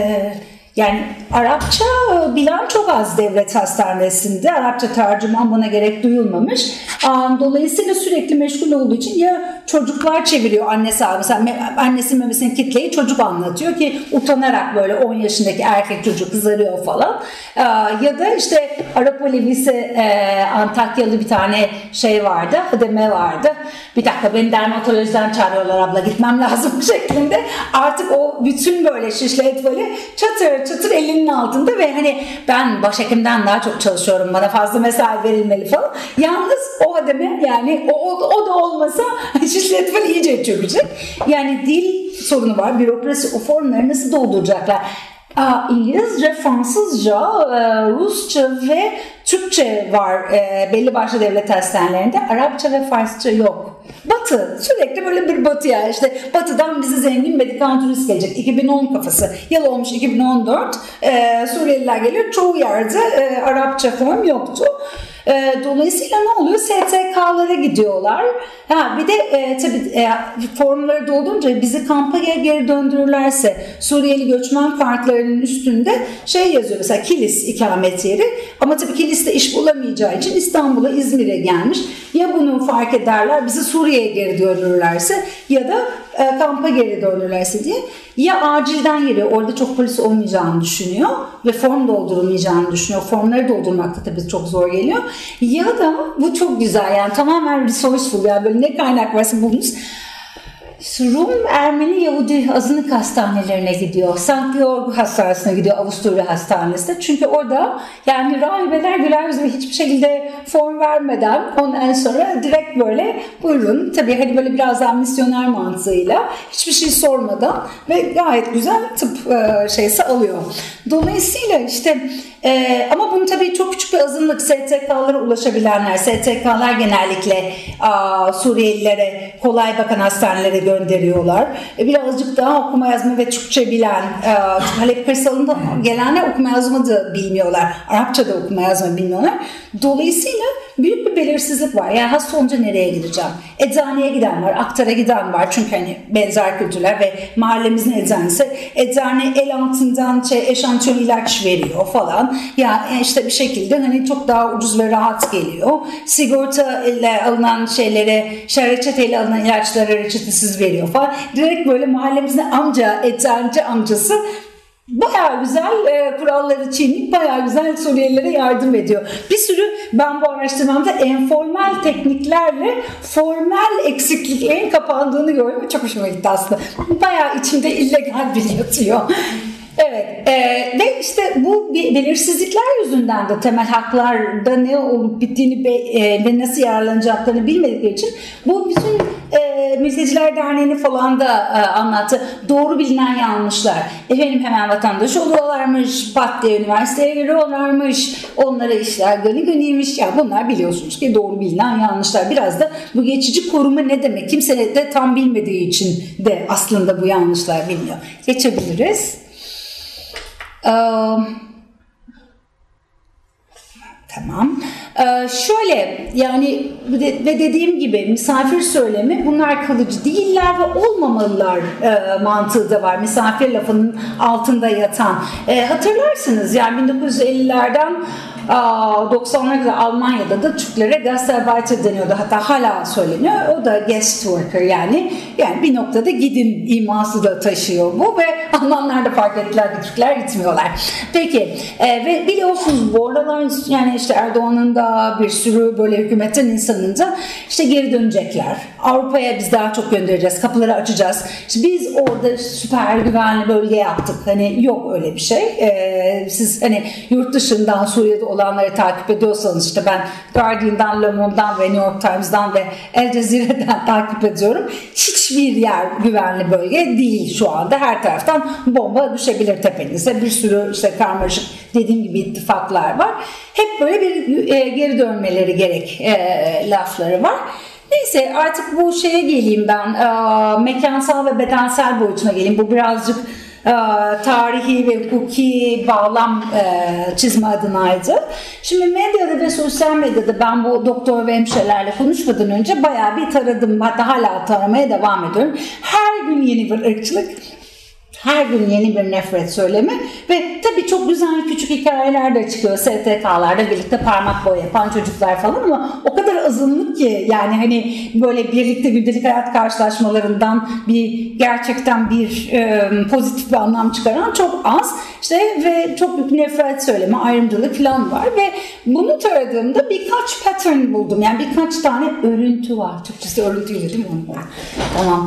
[SPEAKER 2] yani Arapça bilen çok az devlet hastanesinde. Arapça tercüman buna gerek duyulmamış. Dolayısıyla sürekli meşgul olduğu için ya çocuklar çeviriyor annesi abi. Mesela annesi memesini kitleyi çocuk anlatıyor ki utanarak böyle 10 yaşındaki erkek çocuk kızarıyor falan. Ya da işte Arap Alevisi Antakyalı bir tane vardı. Hademe vardı. Bir dakika beni dermatolojiden çağırıyorlar abla gitmem lazım şeklinde. Artık o bütün böyle şişlet böyle çatır elinin altında ve hani ben başhekimden daha çok çalışıyorum, bana fazla mesai verilmeli falan. Yalnız o adamı yani o da olmasa şişlet falan iyice çökecek. Yani dil sorunu var, bürokrasi, o formları nasıl dolduracaklar? İngilizce, Fransızca, Rusça ve Türkçe var belli başlı devlet hastanelerinde. Arapça ve Farsça yok. Batı, sürekli böyle bir batı ya. İşte batıdan bizi zengin medikal turist gelecek. 2010 kafası. Yıl olmuş 2014. Suriyeliler geliyor. Çoğu yerde Arapça form yoktu. Dolayısıyla ne oluyor? STK'lara gidiyorlar. Bir de tabii formları doldurunca bizi kampa geri döndürürlerse Suriyeli göçmen kartlarının üstünde yazıyor mesela Kilis ikamet yeri. Ama tabii Kilis'te iş bulamayacağı için İstanbul'a, İzmir'e gelmiş. Ya bunu fark ederler, bizi Suriye'ye geri döndürürlerse ya da kampa geri döndürürlerse diye. Ya acilden geliyor, orada çok polis olmayacağını düşünüyor ve form doldurulmayacağını düşünüyor. Formları doldurmak da tabii çok zor geliyor. Ya da bu çok güzel, yani tamamen resourceful, yani böyle ne kaynak varsa bulmuş. Rum, Ermeni, Yahudi azınlık hastanelerine gidiyor. St. Georg Hastanesi'ne gidiyor, Avusturya Hastanesi'ne. Çünkü orada yani rahibeler güler yüzle hiçbir şekilde form vermeden ondan sonra direkt böyle buyurun. Tabii hani böyle biraz daha misyoner mantığıyla hiçbir şey sormadan ve gayet güzel tıp şeysi alıyor. Dolayısıyla işte ama bunu tabii çok küçük bir azınlık STK'lara ulaşabilenler. STK'lar genellikle Suriyelilere kolay bakan hastanelere gönderiyorlar. Birazcık daha okuma yazma ve Türkçe bilen, Halep kırsalında gelenler okuma yazma da bilmiyorlar. Arapça da okuma yazma bilmiyorlar. Dolayısıyla büyük bir belirsizlik var. Yani hasta olunca nereye gideceğim? Eczaneye giden var, aktara giden var. Çünkü hani benzer kültürler ve mahallemizin eczanesi. Eczane el altından eşantiyon ilaç veriyor falan. Ya işte bir şekilde hani çok daha ucuz ve rahat geliyor. Sigorta ile alınan şeylere, reçeteyle alınan ilaçlara reçetesiz veriyor falan. Direkt böyle mahallemizin eczaneci amcası bayağı güzel kuralları çiğneyip bayağı güzel Suriyelilere yardım ediyor. Bir sürü ben bu araştırmamda informal tekniklerle formal eksikliklerin kapandığını gördüm. Çok hoşuma gitti aslında. Bayağı içinde illegal biri yatıyor. Evet ve işte bu belirsizlikler yüzünden de temel haklarda ne olup bittiğini ve nasıl yararlanacaklarını bilmedikleri için bu bütün Mülteciler Derneği'ni falan da anlattı. Doğru bilinen yanlışlar. Efendim hemen vatandaş oluyorlarmış, pat diye üniversiteye giriyorlarmış, onlara işler göniymiş. Ya bunlar biliyorsunuz ki doğru bilinen yanlışlar. Biraz da bu geçici koruma ne demek? Kimse de tam bilmediği için de aslında bu yanlışlar bilmiyor. Geçebiliriz. Tamam. Şöyle yani ve dediğim gibi misafir söylemi bunlar kalıcı değiller ve olmamalılar mantığı da var. Misafir lafının altında yatan. Hatırlarsınız yani 1950'lerden 90'lara kadar Almanya'da da Türklere Gastarbeiter deniyordu. Hatta hala söyleniyor. O da guest worker yani bir noktada gidin iması da taşıyor bu ve Almanlar da fark ettiler ki Türkler gitmiyorlar. Peki ve biliyorsunuz bu aralar yani işte Erdoğan'ın da bir sürü böyle hükümetten insanın da işte geri dönecekler. Avrupa'ya biz daha çok göndereceğiz. Kapıları açacağız. İşte biz orada süper güvenli bölge yaptık. Hani yok öyle bir şey. Siz hani yurt dışından Suriye'de olanları takip ediyorsanız işte ben Guardian'dan, Le Monde'dan ve New York Times'dan ve El Cezire'den takip ediyorum. Hiçbir yer güvenli bölge değil şu anda. Her taraftan bomba düşebilir tepenize. Bir sürü işte karmaşık dediğim gibi ittifaklar var. Hep böyle bir geri dönmeleri gerek lafları var. Neyse artık bu şeye geleyim ben. Mekansal ve bedensel boyutuna geleyim. Bu birazcık tarihi ve hukuki bağlam çizme adınaydı. Şimdi medyada ve sosyal medyada ben bu doktor ve hemşirelerle konuşmadan önce bayağı bir taradım. Hatta hala taramaya devam ediyorum. Her gün yeni bir ırkçılık, her gün yeni bir nefret söylemi ve tabii çok güzel küçük hikayeler de çıkıyor STK'larda birlikte parmak boy yapan çocuklar falan ama o kadar azınlık ki yani hani böyle birlikte gündelik hayat karşılaşmalarından gerçekten bir pozitif bir anlam çıkaran çok az işte ve çok büyük nefret söylemi, ayrımcılık falan var ve bunu taradığımda birkaç pattern buldum yani birkaç tane örüntü var. Türkçesi örüntüydü değil mi? Tamam.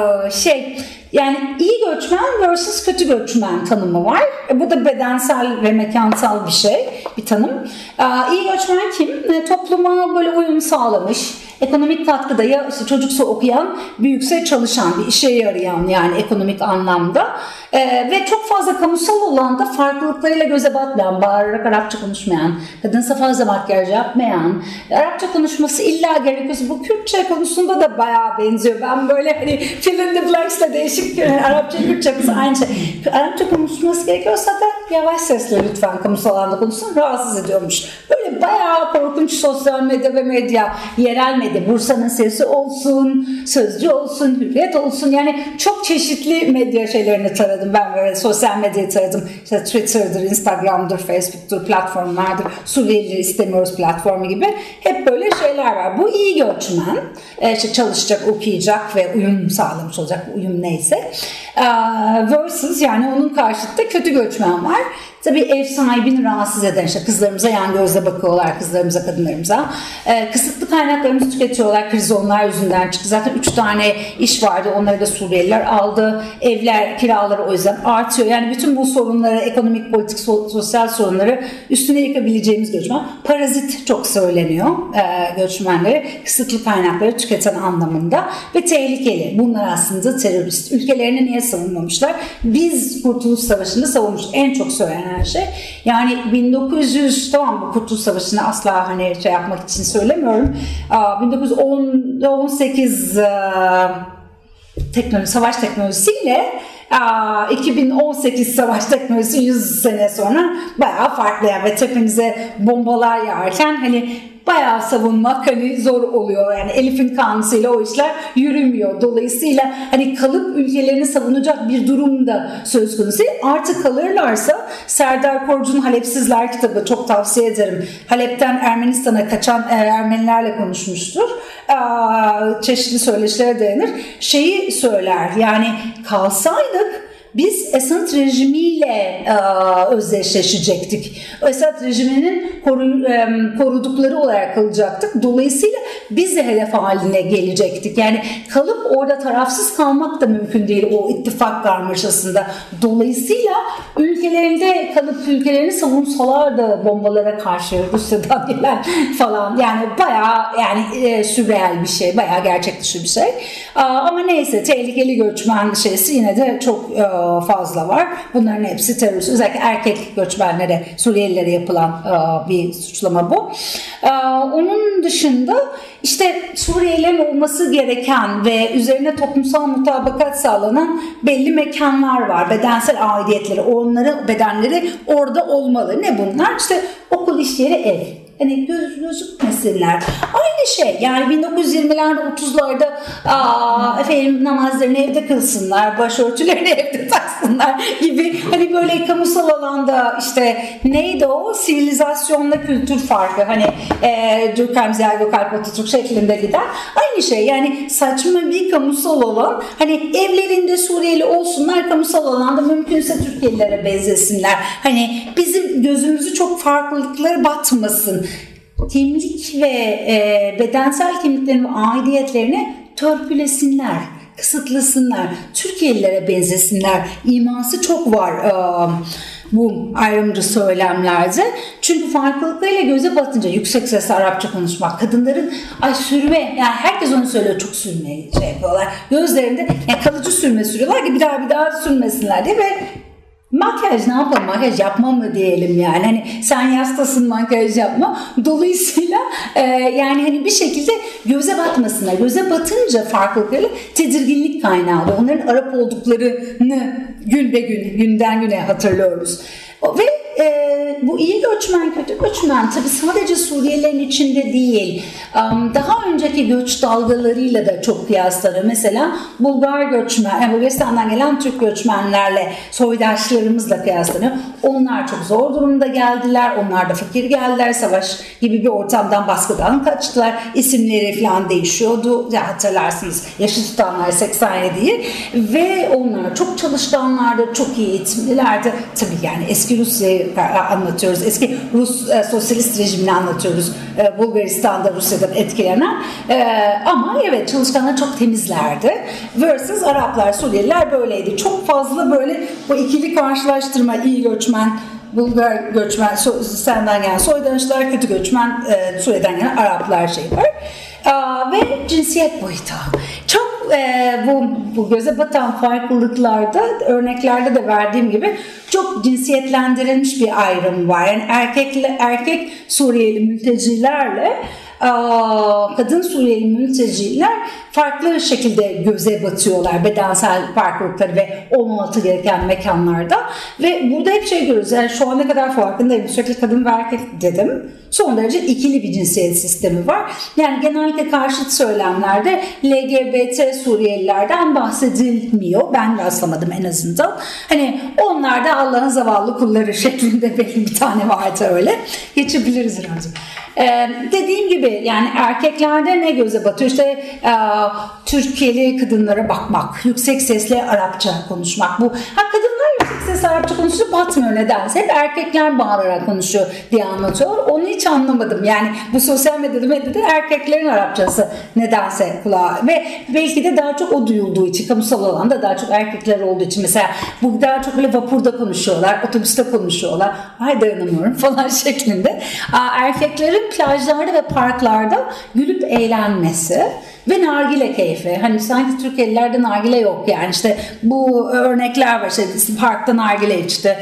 [SPEAKER 2] Yani iyi göçmen versus kötü göçmen tanımı var. Bu da bedensel ve mekansal bir tanım. İyi göçmen kim? Topluma böyle uyum sağlamış, Ekonomik katkıda ya işte çocuksa okuyan, büyükse çalışan, bir işe yarayan yani ekonomik anlamda. Ve çok fazla kamusal alanda farklılıklarıyla göze batmayan, bağırarak Arapça konuşmayan, kadınsa fazla makyaj yapmayan, Arapça konuşması illa gerekiyorsa, bu Kürtçe konusunda da bayağı benziyor. Ben böyle hani fill in the blanks'la değişik Arapça, Kürtçe aynı şey. Arapça konuşması gerekiyorsa da yavaş sesle lütfen kamusal alanda konuşsun, rahatsız ediyormuş. Böyle bayağı korkunç sosyal medya ve medya, yerel medya, Bursa'nın Sesi olsun, Sözcü olsun, Hürriyet olsun, yani çok çeşitli medya şeylerini taradım. Ben böyle sosyal medyayı taradım. İşte Twitter'dır, Instagram'dır, Facebook'tur, platformlardır, Suriyelileri istemiyoruz platformu gibi. Hep böyle şeyler var. Bu iyi göçmen. İşte çalışacak, okuyacak ve uyum sağlamış olacak. Uyum neyse. Versus yani onun karşıtında kötü göçmen var. Tabii ev sahibini rahatsız eden, işte kızlarımıza yan gözle bakıyorlar, kızlarımıza, kadınlarımıza. Kısıtlı kaynaklarımızı tüketiyorlar, kriz onlar yüzünden çıktı. Zaten 3 tane iş vardı, onları da Suriyeliler aldı. Evler, kiraları o yüzden artıyor. Yani bütün bu sorunları, ekonomik, politik, sosyal sorunları üstüne yıkabileceğimiz göçmen. Parazit çok söyleniyor göçmenleri, kısıtlı kaynakları tüketen anlamında ve tehlikeli. Bunlar aslında terörist. Ülkelerini niye savunmamışlar? Biz Kurtuluş Savaşı'nda savunmuş. En çok söylenen her şey. Yani 1900, tamam bu Kurtuluş Savaşı'nı asla hani şey yapmak için söylemiyorum. 1918 savaş teknolojisiyle 2018 savaş teknolojisi 100 sene sonra bayağı farklı yani ve tepenize bombalar yağarken hani bayağı savunmak hani zor oluyor. Yani Elif'in kanısıyla o işler yürümüyor. Dolayısıyla hani kalıp ülkelerini savunacak bir durum da söz konusu. Artık kalırlarsa Serdar Korcu'nun Halepsizler kitabı çok tavsiye ederim. Halep'ten Ermenistan'a kaçan Ermenilerle konuşmuştur. Çeşitli söyleşilere dayanır. Şeyi söyler yani kalsaydık biz Esad rejimiyle özdeşleşecektik. Esad rejiminin korudukları olarak kalacaktık. Dolayısıyla biz de hedef haline gelecektik. Yani kalıp orada tarafsız kalmak da mümkün değil o ittifak karmaşasında. Dolayısıyla ülkelerinde kalıp ülkelerini savunsalar da bombalara karşı Rusya'dan gelen falan yani bayağı yani sürreal bir şey, bayağı gerçek dışı bir şey. Ama neyse tehlikeli göçmen şeysi yine de çok fazla var. Bunların hepsi terörist. Özellikle erkek göçmenlere, Suriyelilere yapılan bir suçlama bu. Onun dışında işte Suriyelilerin olması gereken ve üzerine toplumsal mutabakat sağlanan belli mekanlar var. Bedensel aidiyetleri, onların bedenleri orada olmalı. Ne bunlar? İşte okul, iş yeri, ev. Hani gözükmesinler. Aynı şey yani 1920'lerde 30'larda efendim namazlarını evde kılsınlar, başörtülerini evde taksınlar gibi hani böyle kamusal alanda işte neydi o sivilizasyonla kültür farkı hani Durkheim, Ziya Gökalp Atatürk şeklinde gider. Aynı şey yani saçma bir kamusal alan hani evlerinde Suriyeli olsunlar, kamusal alanda mümkünse Türkiye'lilere benzesinler. Hani bizim gözümüzü çok farklılıkları batmasın. Kimlik ve bedensel kimliklerin ve aidiyetlerini törpülesinler, kısıtlasınlar, Türkiye'lilere benzesinler. İması çok var bu ayrımcı söylemlerde. Çünkü farklılıklarıyla göze batınca yüksek sesle Arapça konuşmak, kadınların sürme, yani herkes onu söylüyor, çok sürmeyi şey yapıyorlar. Gözlerinde yani kalıcı sürme sürüyorlar ki bir daha sürmesinler diye ve makyaj ne yapalım? Makyaj yapma mı diyelim yani. Hani sen yastasın makyaj yapma. Dolayısıyla yani hani bir şekilde göze batmasınlar. Göze batınca farklılıklarıyla tedirginlik kaynağı oluyor. Onların Arap olduklarını gün be gün, günden güne hatırlıyoruz. Ve bu iyi göçmen, kötü göçmen tabii sadece Suriyelilerin içinde değil. Daha önceki göç dalgalarıyla da çok kıyaslanıyor. Mesela Bulgar göçmen, yani Bulgaristan'dan gelen Türk göçmenlerle, soydaşlarımızla kıyaslanıyor. Onlar çok zor durumda geldiler. Onlar da fakir geldiler. Savaş gibi bir ortamdan, baskıdan kaçtılar. İsimleri falan değişiyordu. Ya hatırlarsınız yaşı tutanlar 87'yi ve onlar çok çalışkanlardı, çok iyi eğitimlilerdi. Tabii yani eski Rusya'yı anlatıyoruz. Eski Rus sosyalist rejimini anlatıyoruz. Bulgaristan'da Rusya'dan etkilenen. Ama evet çalışkanlar çok temizlerdi. Versus Araplar, Suriyeliler böyleydi. Çok fazla böyle bu ikili karşılaştırma, iyi göçmen, Bulgar göçmen, senden gelen soydaşlar, kötü göçmen, Suriye'den gelen Araplar şey var. Ve cinsiyet boyutu. Çok bu göze batan farklılıklarda, örneklerde de verdiğim gibi çok cinsiyetlendirilmiş bir ayrım var. Yani erkek Suriyeli mültecilerle kadın Suriyeli mülteciler farklı şekilde göze batıyorlar bedensel farklılıkları ve olmaması gereken mekanlarda ve burada hep görüyoruz. Yani şu ana kadar farkındayım. Sürekli kadın ve erkek dedim. Son derece ikili bir cinsiyet sistemi var. Yani genellikle karşıt söylemlerde LGBT Suriyelilerden bahsedilmiyor. Ben rastlamadım en azından. Hani onlar da Allah'ın zavallı kulları şeklinde belki bir tane vardı öyle. Geçebiliriz herhalde. Dediğim gibi yani erkeklerde ne göze batıyor? İşte Türkiye'li kadınlara bakmak, yüksek sesle Arapça konuşmak. Kadınlar yüksek sesle Arapça konuşuyor, batmıyor nedense. Hep erkekler bağırarak konuşuyor diye anlatıyor. Onu hiç anlamadım. Yani bu sosyal medyada erkeklerin Arapçası nedense kulağa ve belki de daha çok o duyulduğu için, kamusal alanda daha çok erkekler olduğu için mesela bu daha çok böyle vapurda konuşuyorlar, otobüste konuşuyorlar. Ay dayanamıyorum falan şeklinde. Erkeklerin plajlarda ve parklarda gülüp eğlenmesi ve nargile keyfi. Hani sanki Türkiye'lilerde nargile yok yani işte bu örnekler var işte parkta nargile içti.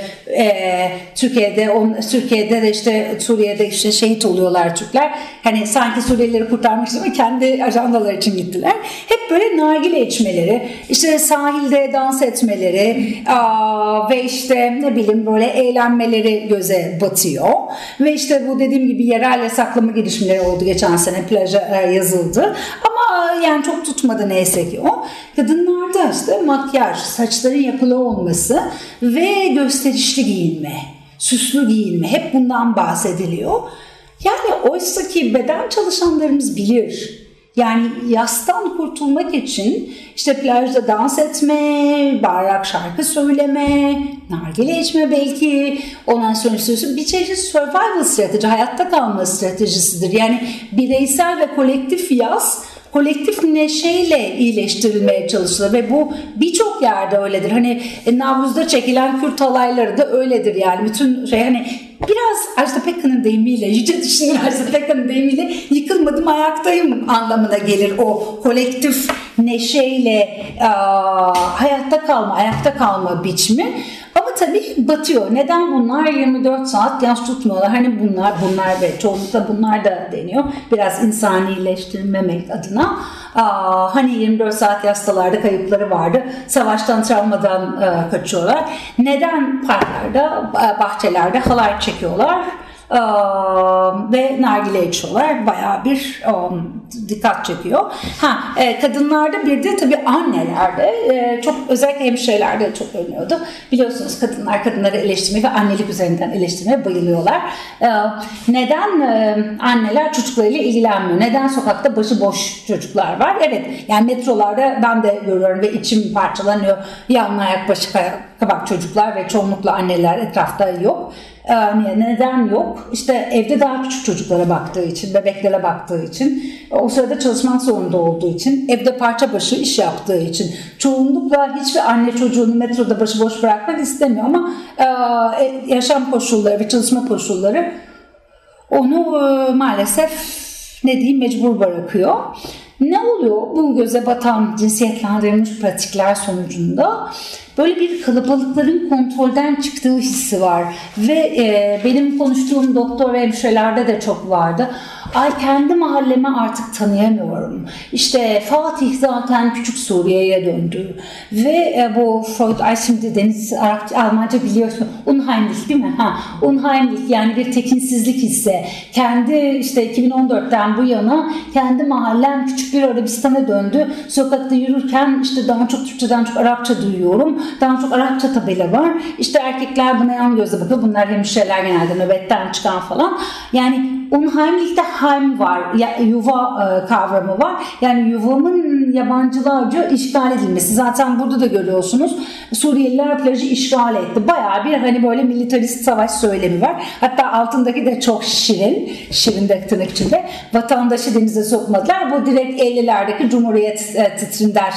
[SPEAKER 2] Türkiye'de de işte Suriye'de işte şehit oluyorlar Türkler. Hani sanki Suriyelileri kurtarmak için ama kendi ajandalar için gittiler. Hep böyle nargile içmeleri, işte sahilde dans etmeleri ve işte ne bileyim böyle eğlenmeleri göze batıyor. Ve işte bu dediğim gibi yerel yasaklama girişimleri oldu geçen sene plaja yazıldı. Ama yani çok tutmadı neyse ki o. Kadınlarda işte makyaj, saçların yapılı olması ve gösterişli giyinme, süslü giyinme hep bundan bahsediliyor. Yani oysa ki beden çalışanlarımız bilir. Yani yastan kurtulmak için işte plajda dans etme, bağırarak şarkı söyleme, nargile içme belki, ondan sonra bir çeşit survival strateji, hayatta kalma stratejisidir. Yani bireysel ve kolektif yas, kolektif neşeyle iyileştirilmeye çalışılır ve bu birçok yerde öyledir. Hani Navruz'da çekilen Kürt halayları da öyledir yani bütün hani biraz Ajda Pekkan'ın deyimiyle, Yüce Düşünür Ajda Pekkan'ın deyimiyle yıkılmadım ayaktayım anlamına gelir o kolektif neşeyle ayakta kalma biçimi. Ama tabii batıyor. Neden bunlar 24 saat yas tutmuyorlar? Hani bunlar ve çoğunlukla bunlar da deniyor. Biraz insanileştirmemek adına. Hani 24 saat yastalarda kayıpları vardı. Savaştan, travmadan kaçıyorlar. Neden parklarda, bahçelerde halay çekiyorlar? Ve nargile içiyorlar. Bayağı bir dikkat çekiyor. Kadınlarda bir de tabii annelerde çok özellikle hemşirelerde çok görünüyordu. Biliyorsunuz kadınları eleştirmeye ve annelik üzerinden eleştirmeye bayılıyorlar. Neden anneler çocuklarıyla ilgilenmiyor? Neden sokakta başıboş çocuklar var? Evet yani metrolarda ben de görüyorum ve içim parçalanıyor. Yalın ayak başı kabak çocuklar ve çoğunlukla anneler etrafta yok. Neden yok? İşte evde daha küçük çocuklara baktığı için, bebeklere baktığı için, o sırada çalışmak zorunda olduğu için, evde parça başı iş yaptığı için, çoğunlukla hiçbir anne çocuğunu metroda başıboş bırakmak istemiyor ama yaşam koşulları ve çalışma koşulları onu maalesef mecbur bırakıyor. Ne oluyor bu göze batan cinsiyetlendirilmiş pratikler sonucunda? Böyle bir kalabalıkların kontrolden çıktığı hissi var ve benim konuştuğum doktor ve hemşirelerde de çok vardı. Ay kendi mahallemi artık tanıyamıyorum. İşte Fatih zaten küçük Suriye'ye döndü. Ve bu Freud, ay şimdi Deniz Almanca biliyorsun. Unheimlich değil mi? Unheimlich yani bir tekinsizlik hissi. Kendi işte 2014'ten bu yana kendi mahallem küçük bir Arabistan'a döndü. Sokakta yürürken işte daha çok Türkçeden çok Arapça duyuyorum. Daha çok Arapça tabela var. İşte erkekler buna yan gözle bakıyor. Bunlar hemşireler genelde nöbetten çıkan falan. Yani Unheimlich'te heim var. Yuva kavramı var. Yani yuvamın yabancılarca işgal edilmesi. Zaten burada da görüyorsunuz. Suriyeliler plajı işgal etti. Bayağı bir hani böyle militarist savaş söylemi var. Hatta altındaki de çok şirin. Şirin de tırnak içinde. Vatandaşı denize sokmadılar. Bu direkt 50'lerdeki Cumhuriyet titrinden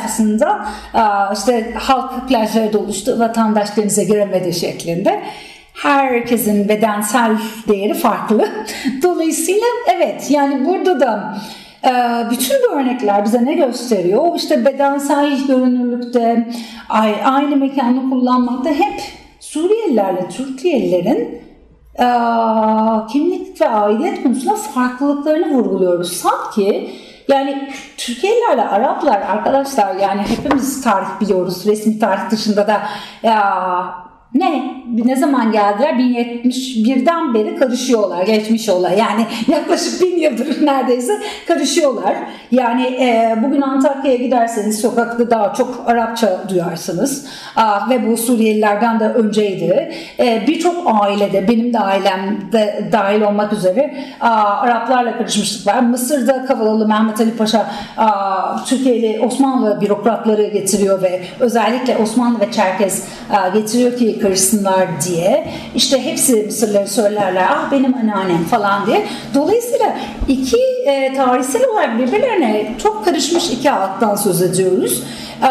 [SPEAKER 2] sayfasında işte halk plajları doluştu. Vatandaş denize giremedi şeklinde. Herkesin bedensel değeri farklı. Dolayısıyla evet, yani burada da bütün bu örnekler bize ne gösteriyor? İşte bedensel görünürlükte, aynı mekanı kullanmakta hep Suriyelilerle Türkiye'lilerin kimlik ve aidiyet konusunda farklılıklarını vurguluyoruz. Sanki yani Türkiye'lilerle Araplar, arkadaşlar, yani hepimiz tarih biliyoruz, resmi tarih dışında da ne zaman geldiler? 1071'den beri karışıyorlar, geçmiş olay. Yani yaklaşık 1000 yıldır neredeyse karışıyorlar. Yani bugün Antakya'ya giderseniz sokakta daha çok Arapça duyarsınız. Ve bu Suriyelilerden de önceydi. Birçok ailede, benim de ailemde dahil olmak üzere Araplarla karışmışlık var. Mısır'da Kavalalı Mehmet Ali Paşa Türkiye'li Osmanlı bürokratları getiriyor ve özellikle Osmanlı ve Çerkez getiriyor ki karışsınlar diye. İşte hepsi Mısırları söylerler. Benim anneannem falan diye. Dolayısıyla iki tarihsel olarak birbirlerine çok karışmış iki halktan söz ediyoruz.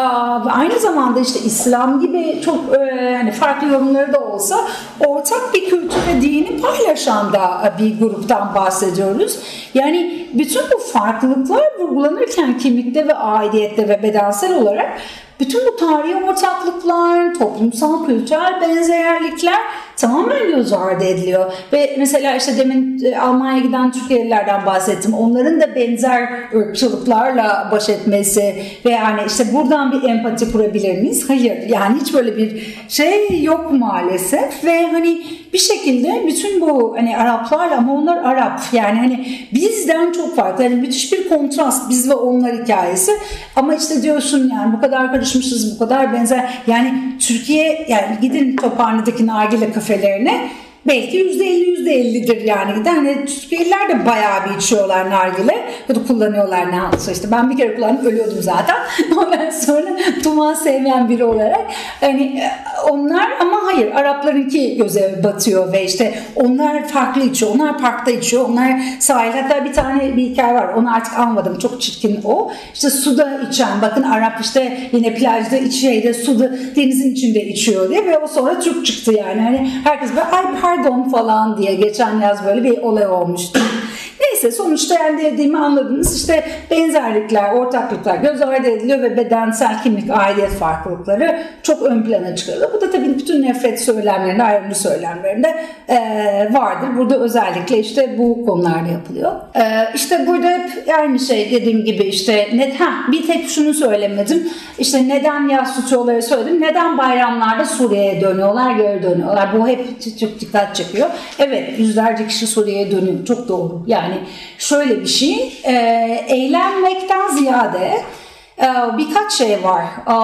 [SPEAKER 2] Aynı zamanda işte İslam gibi çok hani farklı yorumları da olsa ortak bir kültür ve dini paylaşan da bir gruptan bahsediyoruz. Yani bütün bu farklılıklar vurgulanırken kimlikte ve aidiyette ve bedensel olarak bütün bu tarihi ortaklıklar, toplumsal kültürel benzerlikler tamamen göz ardı ediliyor. Ve mesela işte demin Almanya'ya giden Türkiye'lilerden bahsettim. Onların da benzer ırkçılıklarla baş etmesi ve yani işte buradan bir empati kurabilir miyiz? Hayır. Yani hiç böyle bir şey yok maalesef. Ve hani bir şekilde bütün bu hani Araplarla, ama onlar Arap. Yani hani bizden çok farklı. Yani müthiş bir kontrast biz ve onlar hikayesi. Ama işte diyorsun yani bu kadar karışmışız, bu kadar benzer. Yani Türkiye, yani gidin Tophane'deki nargile kafelerine, belki %50'dir yani. Hani Türkiye'liler de bayağı bir içiyorlar nargile ya da kullanıyorlar, ne olsa işte. Ben bir kere kullanıp ölüyordum zaten. Ondan sonra duman sevmeyen biri olarak. Hani onlar, ama hayır, Araplarınki göze batıyor ve işte onlar farklı içiyor. Onlar parkta içiyor. Onlar sahil. Hatta bir tane bir hikaye var. Onu artık almadım. Çok çirkin o. İşte suda içen. Bakın Arap işte yine plajda içiyor, suda denizin içinde içiyor diye ve o sonra Türk çıktı yani. Hani herkes böyle pardon falan diye geçen yaz böyle bir olay olmuştu. Neyse, sonuçta yani dediğimi anladınız. İşte benzerlikler, ortaklıklar göz ardı ediliyor ve bedensel kimlik, aidiyet farklılıkları çok ön plana çıkarılıyor. Bu da tabii bütün nefret söylemlerinde, ayrımcı söylemlerinde vardır. Burada özellikle işte bu konularda yapılıyor. İşte burada hep aynı şey dediğim gibi işte bir tek şunu söylemedim. İşte neden yas tutuyorları söyledim. Neden bayramlarda Suriye'ye dönüyorlar, geri dönüyorlar. Bu hep çok dikkat çekiyor. Evet, yüzlerce kişi Suriye'ye dönüyor. Çok doğru. Yani şöyle bir şey, eğlenmekten ziyade birkaç şey var.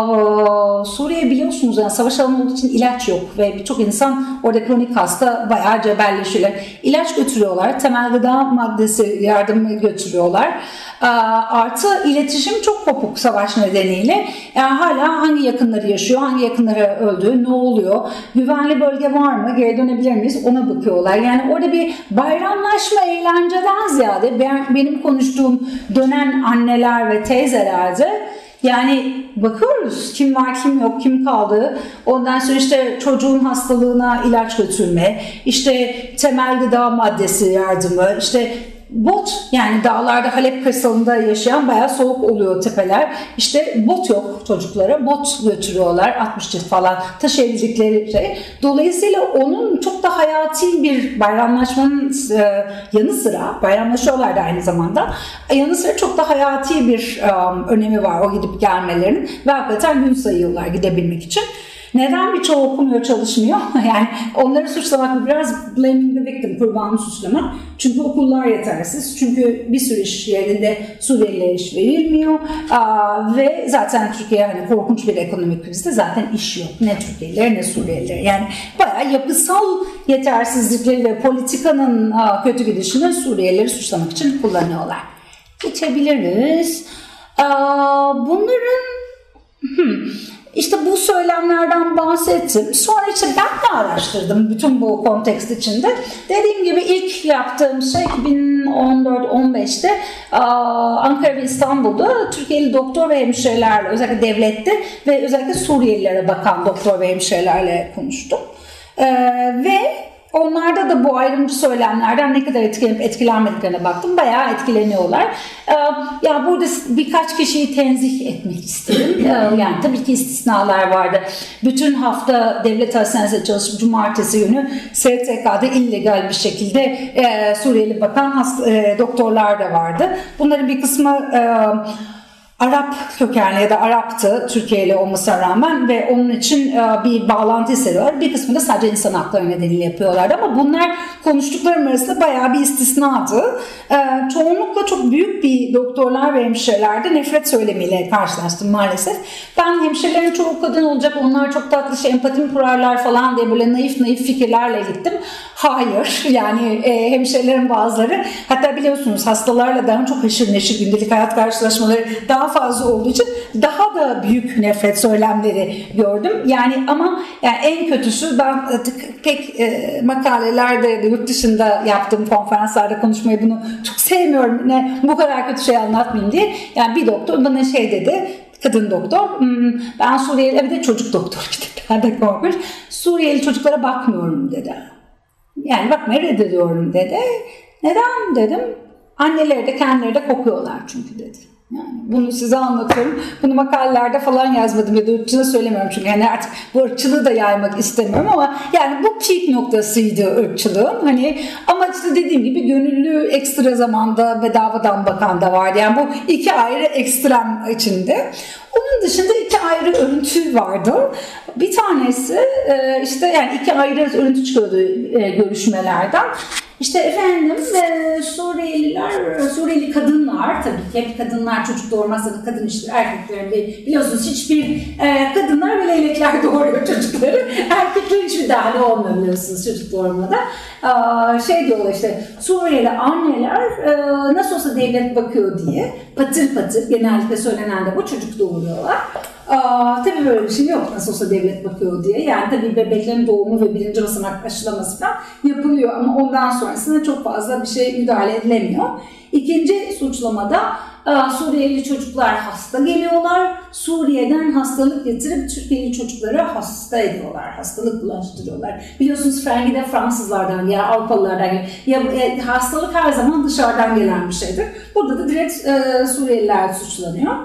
[SPEAKER 2] Suriye biliyorsunuz yani savaş alanı olduğu için ilaç yok ve birçok insan orada kronik hasta, bayağı cebelleşiyorlar. İlaç götürüyorlar, temel gıda maddesi yardımı götürüyorlar. Artı iletişim çok kopuk savaş nedeniyle. Yani hala hangi yakınları yaşıyor, hangi yakınları öldü, ne oluyor, güvenli bölge var mı, geri dönebilir miyiz, ona bakıyorlar. Yani orada bir bayramlaşma, eğlenceden ziyade benim konuştuğum dönen anneler ve teyzelerde yani bakıyoruz kim var kim yok, kim kaldı. Ondan sonra işte çocuğun hastalığına ilaç götürme, işte temel gıda maddesi yardımı, işte bot, yani dağlarda Halep kırsalında yaşayan bayağı soğuk oluyor tepeler. İşte bot yok çocuklara. Bot götürüyorlar. 60 cilt falan taşıyabildikleri şey. Dolayısıyla onun çok da hayati bir bayramlaşmanın yanı sıra, bayramlaşıyorlar da aynı zamanda, yanı sıra çok da hayati bir önemi var o gidip gelmelerinin ve hakikaten gün sayıyorlar gidebilmek için. Neden birçoğu okumuyor, çalışmıyor? Yani onları suçlamak biraz blaming the victim, kurbanı suçlamak. Çünkü okullar yetersiz. Çünkü bir sürü iş yerinde Suriyelilere iş verilmiyor. Ve zaten Türkiye hani korkunç bir ekonomik krizde, zaten iş yok. Ne Türkiye'liler ne Suriyeliler. Yani bayağı yapısal yetersizlikleri ve politikanın kötü gidişini Suriyelileri suçlamak için kullanıyorlar. Geçebiliriz. Bunların... İşte bu söylemlerden bahsettim. Sonra işte ben de araştırdım bütün bu kontekst içinde. Dediğim gibi ilk yaptığım şey 2014-15'te Ankara ve İstanbul'da Türkiye'li doktor ve hemşirelerle, özellikle devlette ve özellikle Suriyelilere bakan doktor ve hemşirelerle konuştum. Ve onlarda da bu ayrımcı söylemlerden ne kadar etkilenip etkilenmediklerine baktım. Bayağı etkileniyorlar. Ya burada birkaç kişiyi tenzih etmek istedim. Yani tabii ki istisnalar vardı. Bütün hafta devlet hastanesinde çalışıp cumartesi günü STK'da illegal bir şekilde Suriyeli bakan doktorlar da vardı. Bunların bir kısmı Arap kökenli ya da Arap'tı Türkiye'li olmasına rağmen ve onun için bir bağlantı hissediyorlar. Bir kısmı da sadece insan hakları nedeniyle yapıyorlardı ama bunlar konuştuklarım arasında bayağı bir istisnadı. Çoğunlukla çok büyük bir doktorlar ve hemşirelerde nefret söylemiyle karşılaştım maalesef. Ben hemşirelerin çoğu kadın olacak, onlar çok tatlı empatimi kurarlar falan diye böyle naif fikirlerle gittim. Hayır, yani hemşirelerin bazıları, hatta biliyorsunuz hastalarla daha çok haşır neşir gündelik hayat karşılaşmaları daha fazla olduğu için daha da büyük nefret söylemleri gördüm. Yani ama yani en kötüsü, ben pek makalelerde, yurt dışında yaptığım konferanslarda konuşmayı bunu çok sevmiyorum. Bu kadar kötü şey anlatmayayım diye. Yani bir doktor bana şey dedi, kadın doktor, ben Suriyeli, bir de çocuk doktor gidip daha da korkunç, Suriyeli çocuklara bakmıyorum dedi. Yani bakmayı reddediyorum dedi. Neden dedim. Anneleri de kendileri de kokuyorlar çünkü dedi. Yani bunu size anlatıyorum. Bunu makalelerde falan yazmadım ya da ırkçılığı söylemiyorum çünkü yani artık bu ırkçılığı da yaymak istemiyorum ama yani bu peak noktasıydı ırkçılığın. Hani ama işte dediğim gibi gönüllü ekstra zamanda bedavadan bakan da vardı. Yani bu iki ayrı ekstrem içinde. Onun dışında iki ayrı örüntü vardı. Bir tanesi işte yani iki ayrı örüntü çıkıyordu görüşmelerden. İşte efendim Suriyeli kadınlar, tabii ki hep kadınlar çocuk doğurmazsa da kadın işte erkeklerin biliyorsunuz hiçbir kadınlar ve leylekler doğuruyor çocukları. Erkeklerin hiçbir dahili olmuyor biliyorsunuz çocuk doğurmada. Şey diyorlar işte Suriyeli anneler nasıl olsa devlet bakıyor diye patır patır genellikle söylenen de bu çocuk doğuruyorlar. Tabii böyle bir şey yok nasıl olsa devlet bakıyor diye. Yani tabii bebeklerin doğumu ve birinci basamak aşılaması falan yapılıyor ama ondan sonrasında çok fazla bir şey müdahale edilemiyor. İkinci suçlamada Suriyeli çocuklar hasta geliyorlar. Suriye'den hastalık getirip Türkiye'li çocuklara hasta ediyorlar. Hastalık bulaştırıyorlar. Biliyorsunuz Frengi'de Fransızlardan ya Avrupalılardan gelen hastalık her zaman dışarıdan gelen bir şeydir. Burada da direkt Suriyeliler suçlanıyor.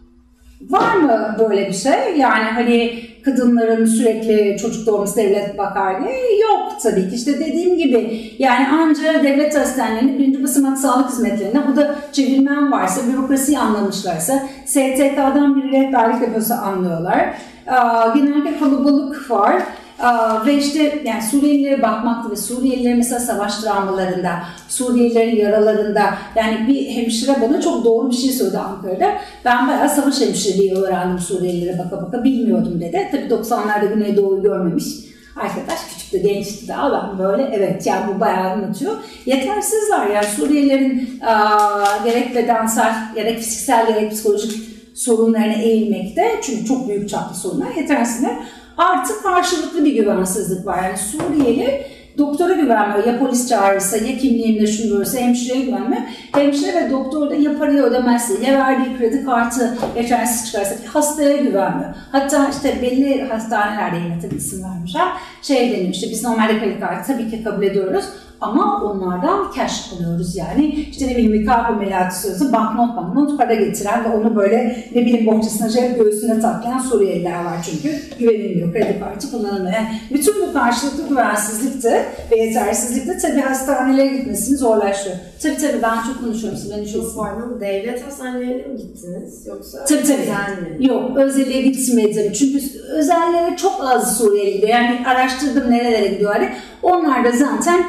[SPEAKER 2] Var mı böyle bir şey? Yani hani kadınların sürekli çocuk doğurması devlet bakar diye? Yok tabii ki. İşte dediğim gibi yani ancak devlet hastanelerinin birinci basamak sağlık hizmetlerinde bu da çevirmen varsa, bürokrasiyi anlamışlarsa, STK'dan bir rehberlik yapıyorsa anlıyorlar. Genelde kalabalık var. Ve işte yani Suriyelilere bakmakta ve Suriyelilerin mesela savaş travmalarında, Suriyelilerin yaralarında yani bir hemşire bana çok doğru bir şey söyledi Ankara'da. Ben bayağı savaş hemşireliği öğrendim Suriyelilere baka baka bilmiyordum dedi. Tabii 90'larda Güneydoğu'yu görmemiş arkadaş, küçük de gençti daha ben böyle evet yani bu bayağı anlatıyor. Yetersizler yani Suriyelilerin gerek bedensel, gerek fiziksel, gerek psikolojik sorunlarına eğilmekte çünkü çok büyük çaplı sorunlar yetersizler. Artık karşılıklı bir güvensizlik var. Yani Suriyeli doktora güvenmiyor. Ya polis çağırırsa, ya kimliğimle şunu görürse hemşireye güvenmiyor. Hemşire ve doktor da ya parayı ödemezse, ya verdiği kredi kartı geçersiz çıkarsa hastaya güvenmiyor. Hatta işte belli hastanelerde yine tabii isim vermişler. Şey deniyor işte biz normalde kredi kartı tabii ki kabul ediyoruz. Ama onlardan cash alıyoruz yani. İşte ne bileyim bir kalp ameliyatı sırası banknot para getiren ve onu böyle ne bileyim bohçasına göğsüne taklayan Suriyeliler var çünkü. Güvenilmiyor, kredi kartı kullanılmıyor. Yani bütün bu karşılıklı güvensizlikte ve yetersizlikte tabii hastanelere gitmesini zorlaştırıyor. Tabii ben çok konuşuyorum. Ben çok
[SPEAKER 3] pardon, devlet hastanelerine mi gittiniz yoksa
[SPEAKER 2] tabii.
[SPEAKER 3] Özel mi?
[SPEAKER 2] Yok, özele gitmedim. Çünkü özellere çok az Suriyeli gidiyor. Yani araştırdım nerelere gidiyorlar. Onlar da zaten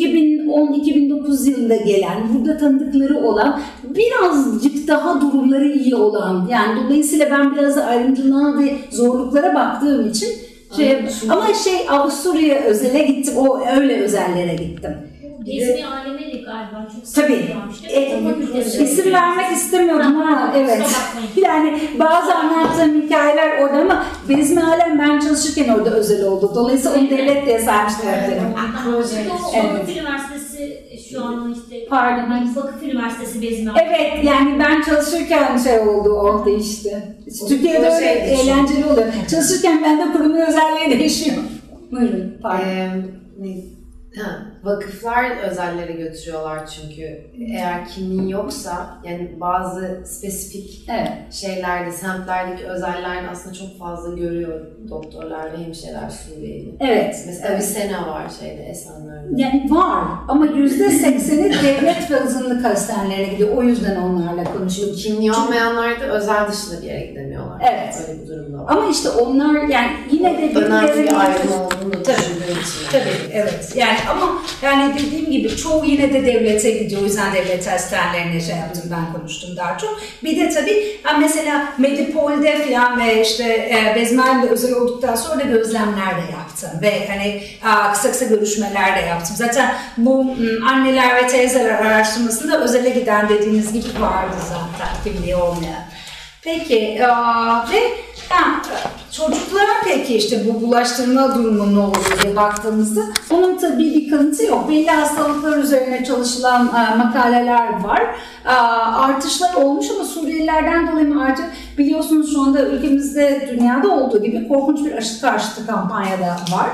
[SPEAKER 2] 2010-2009 yılında gelen, burada tanıdıkları olan, birazcık daha durumları iyi olan, yani dolayısıyla ben biraz da ayrımcılığa ve zorluklara baktığım için ama Avusturya özele gittim, o öyle özellere gittim.
[SPEAKER 4] Resmi alemeli galiba çok
[SPEAKER 2] tabii. İsim vermek istemiyordum ama evet. Yani bazı anlattığım hikayeler orada ama Bezmi Alem ben çalışırken orada özel oldu. Dolayısıyla onu devlet diye saymışlar.
[SPEAKER 4] Vakıf Üniversitesi şu an işte.
[SPEAKER 2] Pardon.
[SPEAKER 4] Vakıf Üniversitesi Bezmi Alem.
[SPEAKER 2] Evet yani ben çalışırken oldu orada işte. Türkiye'de öyle eğlenceli oluyor. Çalışırken bende kurumun özelliği değişiyor. Buyurun.
[SPEAKER 3] Vakıflar özellere götürüyorlar çünkü. Eğer kimliğin yoksa, yani bazı spesifik şeylerde, semtlerdeki özeller aslında çok fazla görüyor doktorlar ve hemşireler Suriyeli.
[SPEAKER 2] Evet.
[SPEAKER 3] Mesela bir sena var Esenler'de.
[SPEAKER 2] Yani var ama %80'i devlet ve azınlık hastanelerine gidiyor. O yüzden onlarla konuşuyor.
[SPEAKER 3] Kimliği olmayanlar da özel dışında bir yere gidemiyorlar.
[SPEAKER 2] Evet.
[SPEAKER 3] Öyle bir durumda var.
[SPEAKER 2] Ama işte onlar yani yine de
[SPEAKER 3] önemli bir ayrım olduğunu da düşündüğüm için.
[SPEAKER 2] Tabii, evet. Yani ama yani dediğim gibi çoğu yine de devlete gidiyor. O yüzden devlet hastanelerine yaptım, ben konuştum daha çok. Bir de tabii mesela Medipol'de falan ve Bezmi'de özel olduktan sonra da gözlemler de yaptım. Ve hani kısa kısa görüşmeler de yaptım. Zaten bu anneler ve teyzeler araştırmasında özele giden dediğiniz gibi vardı zaten kimliği olmayan. Peki ve çocuklara peki bu bulaştırma durumu ne oluyor diye baktığımızda onun tabii bir kanıtı yok. Belli hastalıklar üzerine çalışılan makaleler var. Artışlar olmuş ama Suriyelilerden dolayı mı artık biliyorsunuz şu anda ülkemizde dünyada olduğu gibi korkunç bir aşı karşıtı kampanya da var.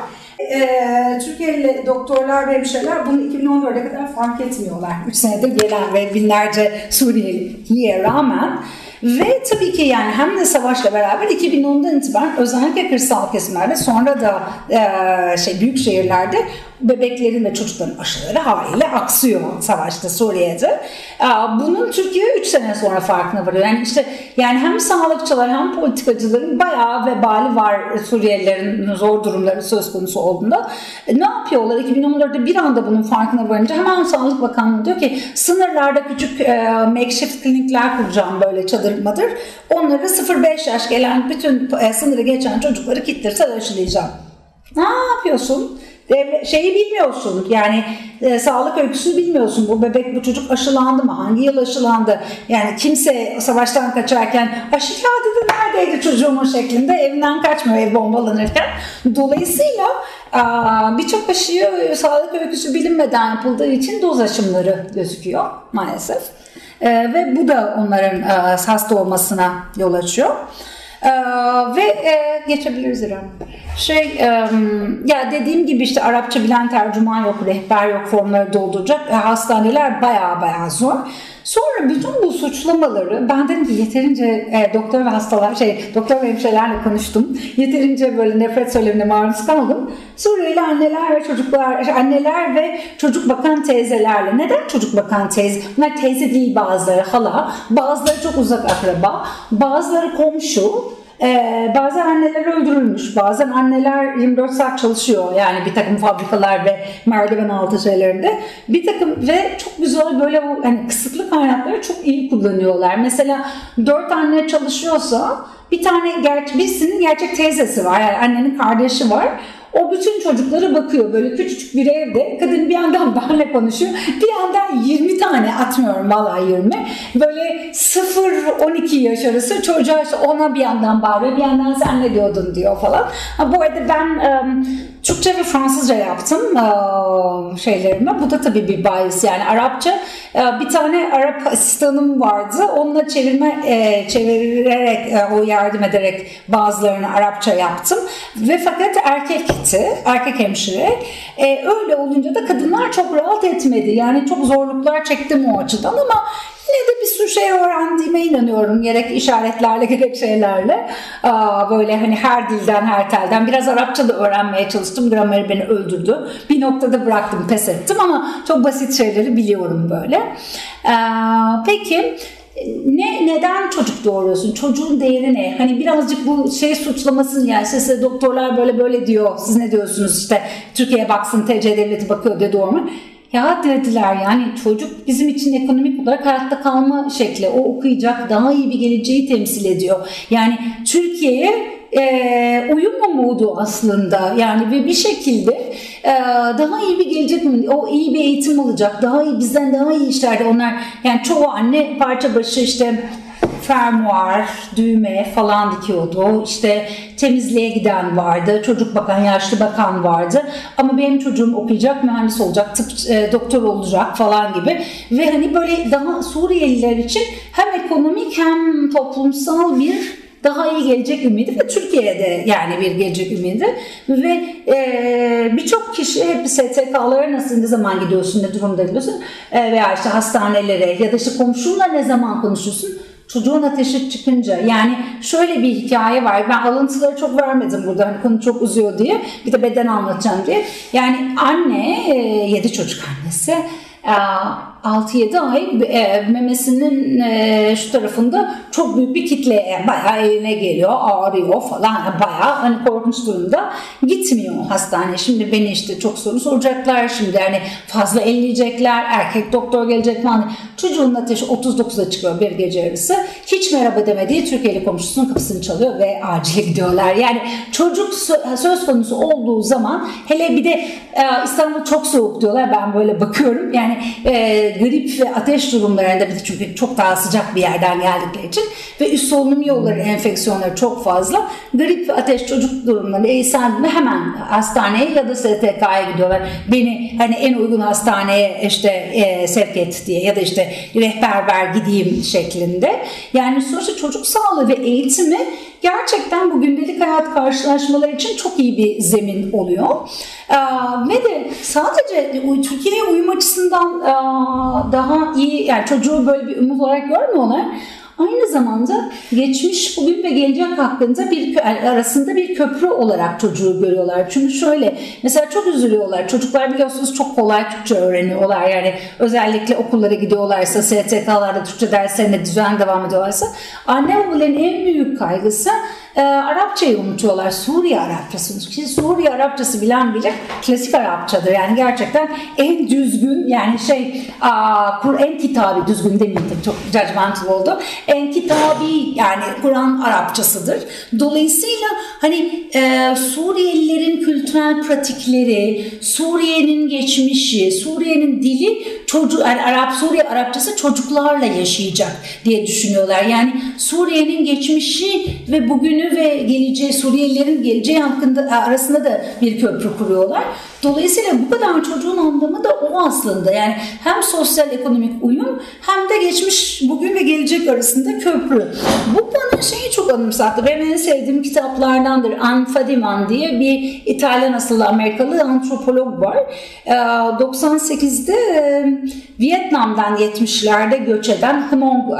[SPEAKER 2] Türkiye'li doktorlar ve hemşireler bunu 2014'e kadar fark etmiyorlar. 3 senedir gelen ve binlerce Suriyeliye rağmen. Ve tabii ki yani hem de savaşla beraber 2010'dan itibaren özellikle kırsal kesimlerde sonra da büyük şehirlerde bebeklerin ve çocukların aşıları haliyle aksıyor savaşta Suriye'de. Bunun Türkiye 3 sene sonra farkına varıyor. Yani hem sağlıkçılar hem politikacıların bayağı vebali var Suriyelilerin zor durumları söz konusu olduğunda. Ne yapıyorlar? 2014'te bir anda bunun farkına varınca hemen Sağlık Bakanlığı diyor ki sınırlarda küçük makeshift klinikler kuracağım böyle çadır madır. Onları 0-5 yaş gelen bütün sınırı geçen çocukları kitlersel aşılayacağım. Ne yapıyorsun? Şeyi bilmiyorsun yani sağlık öyküsünü bilmiyorsun. Bu bebek, bu çocuk aşılandı mı? Hangi yıl aşılandı? Yani kimse savaştan kaçarken aşı kağıdı da neredeydi çocuğumun şeklinde evinden kaçmıyor ev bombalanırken. Dolayısıyla birçok aşıyı sağlık öyküsü bilinmeden yapıldığı için doz aşımları gözüküyor maalesef. Ve bu da onların hasta olmasına yol açıyor. Geçebiliriz İrem. Ya dediğim gibi Arapça bilen tercüman yok, rehber yok, formları dolduracak. Hastaneler bayağı zor. Sonra bütün bu suçlamaları ben dedim ki yeterince doktor ve hemşirelerle konuştum. Yeterince böyle nefret söylemine maruz kaldım. Suriyeli anneler ve çocuk bakan teyzelerle. Neden çocuk bakan teyze? Bunlar teyze değil, bazıları hala, bazıları çok uzak akraba, bazıları komşu. Bazen anneler öldürülmüş, bazen anneler 24 saat çalışıyor yani bir takım fabrikalar ve merdiven altı şeylerinde. Bir takım ve çok güzel böyle kısıtlı kaynakları çok iyi kullanıyorlar. Mesela 4 anne çalışıyorsa birisinin gerçek teyzesi var, yani annenin kardeşi var. O bütün çocuklara bakıyor böyle küçücük bir evde. Kadın bir yandan benimle konuşuyor. Bir yandan 20 tane atmıyorum vallahi 20. Böyle 0-12 yaş arası çocuğa ona bir yandan bağırıyor. Bir yandan sen ne diyordun diyor falan. Bu arada ben Türkçe ve Fransızca yaptım şeylerime. Bu da tabii bir bias yani Arapça. Bir tane Arap asistanım vardı. Onunla çevirerek o yardım ederek bazılarını Arapça yaptım. Ve fakat erkek hemşire. Öyle olunca da kadınlar çok rahat etmedi. Yani çok zorluklar çektim o açıdan ama yine de bir sürü şey öğrendiğime inanıyorum. Gerek işaretlerle gerek şeylerle. Böyle her dilden her telden. Biraz Arapça da öğrenmeye çalıştım. Grameri beni öldürdü. Bir noktada bıraktım, pes ettim ama çok basit şeyleri biliyorum böyle. Peki neden çocuk doğuruyorsun? Çocuğun değeri ne? Birazcık bu suçlamasın yani size doktorlar böyle diyor. Siz ne diyorsunuz Türkiye'ye baksın TC devleti bakıyor diye doğurma. Ya dediler yani çocuk bizim için ekonomik olarak hayatta kalma şekli. O okuyacak, daha iyi bir geleceği temsil ediyor. Yani Türkiye'ye uyum umudu aslında yani ve bir şekilde daha iyi bir gelecek mi? O iyi bir eğitim alacak, bizden daha iyi işlerde onlar yani çoğu anne parça başı fermuar, düğme falan dikiyordu. Temizliğe giden vardı, çocuk bakan, yaşlı bakan vardı. Ama benim çocuğum okuyacak, mühendis olacak, doktor olacak falan gibi. Ve böyle daha Suriyeliler için hem ekonomik hem toplumsal bir daha iyi gelecek ümidi ve Türkiye'de yani bir gelecek ümidi ve birçok kişi hep STK'lara nasıl, ne zaman gidiyorsun, ne durumda gidiyorsun veya işte hastanelere ya da işte komşunla ne zaman konuşuyorsun? Çocuğun ateşi çıkınca, yani şöyle bir hikaye var. Ben alıntıları çok vermedim burada, hani konu çok uzuyor diye. Bir de beden anlatacağım diye. Yani anne, 7 çocuk annesi, 6-7 ay memesinin şu tarafında çok büyük bir kitle, bayağı eline geliyor, ağrıyor falan, bayağı hani korkunç durumda, gitmiyor hastaneye. Şimdi beni işte çok soru soracaklar, şimdi yani fazla elleyecekler, erkek doktor gelecek falan. Çocuğun ateşi 39'a çıkıyor bir gece yarısı. Hiç merhaba demediği Türkiye'li komşusunun kapısını çalıyor ve acile gidiyorlar. Yani çocuk söz konusu olduğu zaman, hele bir de İstanbul çok soğuk diyorlar, ben böyle bakıyorum yani grip ve ateş durumlarında, çünkü çok daha sıcak bir yerden geldikleri için ve üst solunum yolları enfeksiyonları çok fazla. Grip ve ateş çocuk durumlarında hemen hastaneye ya da STK'ya gidiyorlar. Beni hani en uygun hastaneye işte sevk et diye ya da işte rehber ver gideyim şeklinde. Yani sonuçta çocuk sağlığı ve eğitimi gerçekten bu gündelik hayat karşılaşmaları için çok iyi bir zemin oluyor. Ve de sadece Türkiye'ye uyum açısından daha iyi, yani çocuğu böyle bir umut olarak görmüyorlar. Aynı zamanda geçmiş, bugün ve gelecek hakkında arasında bir köprü olarak çocuğu görüyorlar. Çünkü şöyle, mesela çok üzülüyorlar. Çocuklar biliyorsunuz çok kolay Türkçe öğreniyorlar. Yani özellikle okullara gidiyorlarsa, STK'larda Türkçe derslerine düzenli devam ediyorlarsa, anne babaların en büyük kaygısı Arapçayı unutuyorlar. Suriye Arapçası. Şimdi Suriye Arapçası bilen bile klasik Arapçadır. Yani gerçekten en düzgün, yani en kitabı, düzgün demeyeyim çok judgmental oldu. En kitabı, yani Kur'an Arapçasıdır. Dolayısıyla hani Suriyelilerin kültürel pratikleri, Suriye'nin geçmişi, Suriye'nin dili yani Suriye Arapçası çocuklarla yaşayacak diye düşünüyorlar. Yani Suriye'nin geçmişi ve bugünü ve geleceği, Suriyelilerin geleceği hakkında arasında da bir köprü kuruyorlar. Dolayısıyla bu kadar çocuğun anlamı da o aslında. Yani hem sosyal ekonomik uyum hem de geçmiş, bugün ve gelecek arasında köprü. Bu bana şeyi çok anımsattı. Benim en sevdiğim kitaplardandır. Anne Fadiman diye bir İtalyan asıllı Amerikalı antropolog var. 98'de Vietnam'dan 70'lerde göç eden Hmong,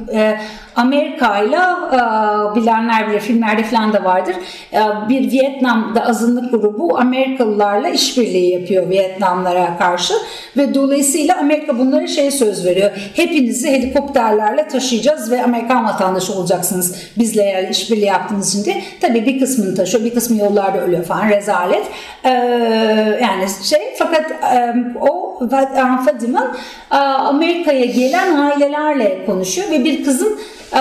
[SPEAKER 2] Amerika'yla bilenler bilir, filmlerde falan da vardır. Bir Vietnam'da azınlık grubu Amerikalılarla işbirliği yapıyor Vietnamlara karşı ve dolayısıyla Amerika bunlara söz veriyor. Hepinizi helikopterlerle taşıyacağız ve Amerikan vatandaşı olacaksınız bizle işbirliği yaptığınız için diye. Tabii bir kısmını taşıyor, bir kısmı yollarda ölüyor falan, rezalet. Yani fakat o Fadiman Amerika'ya gelen ailelerle konuşuyor ve bir kızın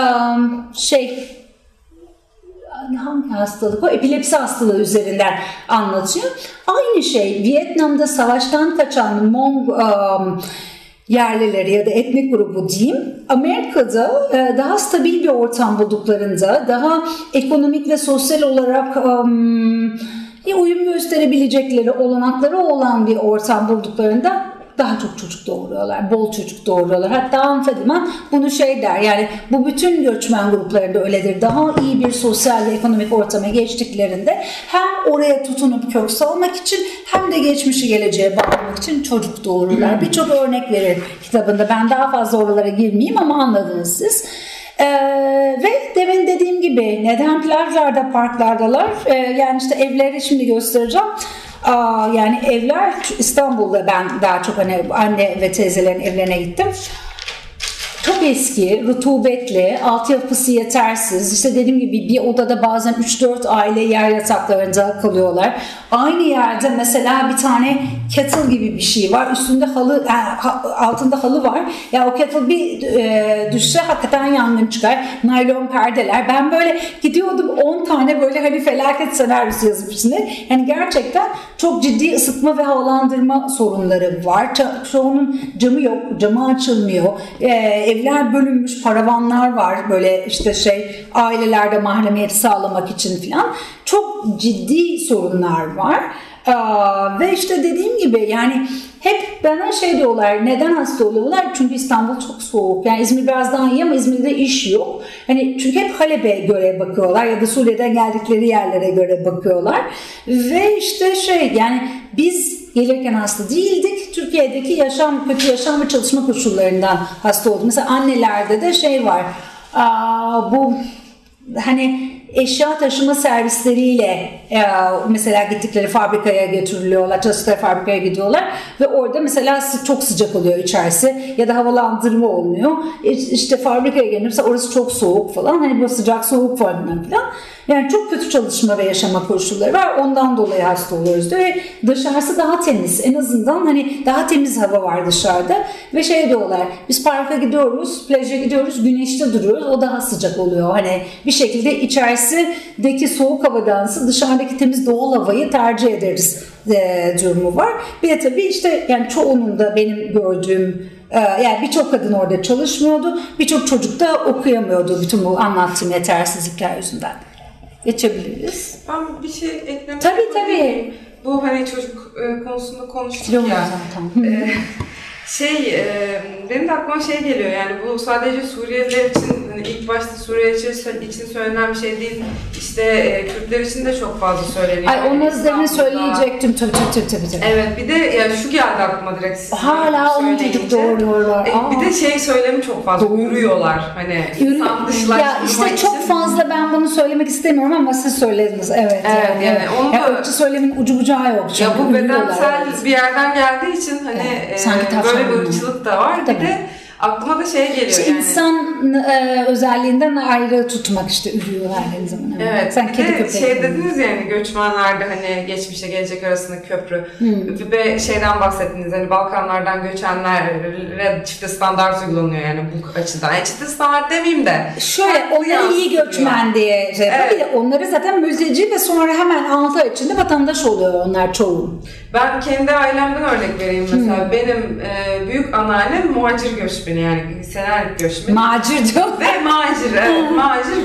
[SPEAKER 2] hangi hastalık o? Epilepsi hastalığı üzerinden anlatıyor. Aynı şey Vietnam'da savaştan kaçan Hmong yerlileri ya da etnik grubu diyeyim, Amerika'da daha stabil bir ortam bulduklarında, daha ekonomik ve sosyal olarak uyum gösterebilecekleri olanakları olan bir ortam bulduklarında daha çok çocuk doğuruyorlar, bol çocuk doğuruyorlar. Hatta Anfadiman bunu der, yani bu bütün göçmen gruplarında öyledir. Daha iyi bir sosyal ve ekonomik ortama geçtiklerinde hem oraya tutunup kök salmak için hem de geçmişi geleceğe bağlamak için çocuk doğururlar. Birçok örnek verir kitabında. Ben daha fazla oralara girmeyeyim ama anladınız siz. Ve demin dediğim gibi neden plajlarda, parklardalar? Yani evleri şimdi göstereceğim. Yani evler İstanbul'da, ben daha çok hani anne ve teyzelerin evlerine gittim. Çok eski, rutubetli, altyapısı yetersiz. Dediğim gibi bir odada bazen 3-4 aile yer yataklarında kalıyorlar. Aynı yerde mesela bir tane kettle gibi bir şey var. Üstünde halı, altında halı var. Ya o kettle bir düşse hakikaten yangın çıkar. Naylon perdeler. Ben böyle gidiyordum 10 tane böyle hani felaket senaryosu yazıp içinde. Yani gerçekten çok ciddi ısıtma ve havalandırma sorunları var. Çoğunun camı yok, camı açılmıyor. Evler bölünmüş, paravanlar var böyle ailelerde mahremiyeti sağlamak için falan. Çok ciddi sorunlar var. Ve dediğim gibi yani hep bana şey diyorlar, neden hasta oluyorlar? Çünkü İstanbul çok soğuk. Yani İzmir biraz daha iyi ama İzmir'de iş yok. Hani çünkü hep Halep'e göre bakıyorlar ya da Suriye'den geldikleri yerlere göre bakıyorlar. Ve işte yani biz gelirken hasta değildik. Türkiye'deki kötü yaşam ve çalışma koşullarından hasta olduk. Mesela annelerde de var. Bu hani eşya taşıma servisleriyle mesela gittikleri fabrikaya götürülüyorlar, çalıştıkları fabrikaya gidiyorlar ve orada mesela çok sıcak oluyor içerisi ya da havalandırma olmuyor. İşte fabrikaya gelince mesela orası çok soğuk falan, hani böyle sıcak soğuk falan. Yani çok kötü çalışma ve yaşama koşulları var. Ondan dolayı hasta oluyoruz diyor. Ve dışarısı daha temiz. En azından hani daha temiz hava var dışarıda. Ve diyorlar, biz parka gidiyoruz, plaja gidiyoruz, güneşte duruyoruz. O daha sıcak oluyor. Hani bir şekilde içerisideki soğuk havadansa dışarıdaki temiz doğal havayı tercih ederiz durumu var. Bir de tabii işte yani çoğunun da benim gördüğüm, yani birçok kadın orada çalışmıyordu. Birçok çocuk da okuyamıyordu bütün bu anlattığım yetersizlikler yüzünden. Geçebiliriz.
[SPEAKER 1] Ben bir şey eklemek
[SPEAKER 2] Tabii.
[SPEAKER 1] Bu hani çocuk konusunda konuştuk ya. Benim de aklıma geliyor, yani bu sadece Suriyeliler için, hani ilk başta Suriye için söylenen bir şey değil, işte Kürtler için de çok fazla söyleniyor.
[SPEAKER 2] Ay onun üzerine söyleyecektim tabii.
[SPEAKER 1] Evet, bir de yani şu geldi aklıma direkt.
[SPEAKER 2] Hala onun çocuk doğuruyorlar.
[SPEAKER 1] Bir de söylemi çok fazla yürüyorlar, hani insan dışlaştırmak
[SPEAKER 2] ya işte çok
[SPEAKER 1] için.
[SPEAKER 2] fazla ben bunu söylemek istemiyorum ama siz söylediniz. Evet.
[SPEAKER 1] Yani onu da,
[SPEAKER 2] ırkçı söylemin ucu bucağı yok.
[SPEAKER 1] Ya bu bedensel bir yerden geldiği için hani böyle bir ırkçılık da var. Tabii. Bir de aklıma da geliyor
[SPEAKER 2] işte
[SPEAKER 1] yani.
[SPEAKER 2] İnsan özelliğinden ayrı tutmak işte ürüyorlar her zaman.
[SPEAKER 1] Evet.
[SPEAKER 2] Sen kedi köpek.
[SPEAKER 1] Dediniz yani göçmenlerde hani geçmişe gelecek arasında köprü. Ve bahsettiniz, hani Balkanlardan göçenlere çifte standart uygulanıyor yani bu açıdan. Yani çifte standart demeyeyim de.
[SPEAKER 2] Onları iyi göçmen diye evet. Onları zaten mülteci ve sonra hemen 6 ay içinde vatandaş oluyor onlar çoğu.
[SPEAKER 1] Ben kendi ailemden örnek vereyim mesela. Benim büyük anneannem muhacir göçmeni, yani Selanik göçmeni.
[SPEAKER 2] Macir diyor.
[SPEAKER 1] Ve macir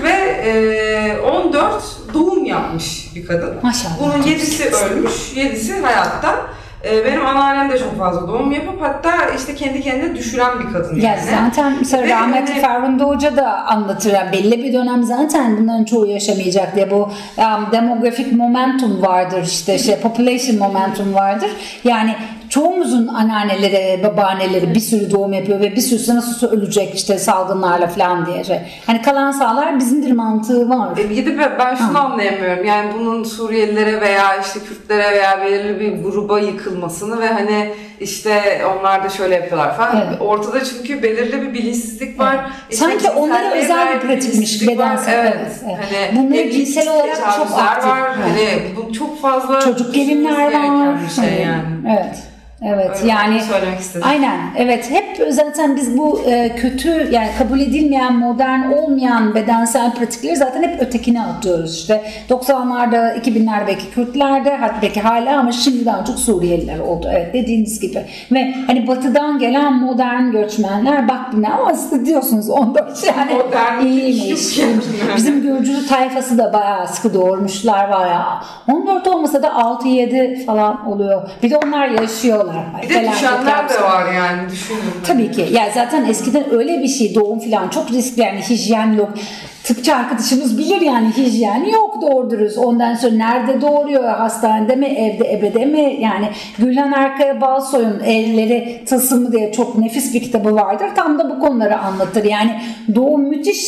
[SPEAKER 1] ve 14 doğum yapmış bir kadın.
[SPEAKER 2] Maşallah.
[SPEAKER 1] Bunun 7'si ölmüş, 7'si hayatta. Benim anneannem de çok fazla doğum yapıp hatta işte kendi kendine düşüren bir kadın yani.
[SPEAKER 2] Ya zaten mesela rahmetli Ferhunde Hoca da anlatır. Yani belli bir dönem zaten bunların çoğu yaşamayacak diye, bu demografik momentum vardır, işte population momentum vardır. Yani çoğumuzun anneanneleri, babaanneleri bir sürü doğum yapıyor ve bir sürüsü nasıl ölecek işte salgınlarla falan diye. Hani kalan sağlar bizimdir mantığı var.
[SPEAKER 1] Ben şunu anlayamıyorum. Yani bunun Suriyelilere veya işte Kürtlere veya belirli bir gruba yıkılmasını ve hani işte onlar da şöyle yapıyorlar falan. Evet. Ortada çünkü belirli bir bilinçsizlik var.
[SPEAKER 2] Evet. İşte sanki onlara özel bir pratikmiş bedensel.
[SPEAKER 1] Evet. Hani
[SPEAKER 2] bunları cinsel olarak çok aktif.
[SPEAKER 1] Var. Hani bu çok fazla
[SPEAKER 2] çocuk gelinler var.
[SPEAKER 1] Bir şey yani.
[SPEAKER 2] Evet. Evet
[SPEAKER 1] öyle
[SPEAKER 2] yani
[SPEAKER 1] söylemek istedim.
[SPEAKER 2] Aynen evet, hep zaten biz bu kötü, yani kabul edilmeyen, modern olmayan bedensel pratikleri zaten hep ötekine atıyoruz. İşte 90'larda 2000'lerde belki Kürtlerde, hatta belki hala, ama şimdi daha çok Suriyeliler oldu, evet dediğiniz gibi. Ve hani batıdan gelen modern göçmenler, bak ne ama siz diyorsunuz 14 yani
[SPEAKER 1] modern
[SPEAKER 2] iyiymiş. Bizim Gürcü tayfası da bayağı sıkı doğurmuşlar var ya, 14 olmasa da 6-7 falan oluyor. Bir de onlar yaşıyorlar.
[SPEAKER 1] Bir de düşenler de var yani, düşünün.
[SPEAKER 2] Tabii ki. Ya zaten eskiden öyle bir şey, doğum falan çok riskli, yani hijyen yok. Tıpçı arkadaşımız bilir yani, hijyen yok doğru dürüst. Ondan sonra nerede doğuruyor? Hastanede mi? Evde, ebede mi? Yani Gülhan Erkaya Balsoy'un Elleri Tılsımı diye çok nefis bir kitabı vardır. Tam da bu konuları anlatır. Yani doğum müthiş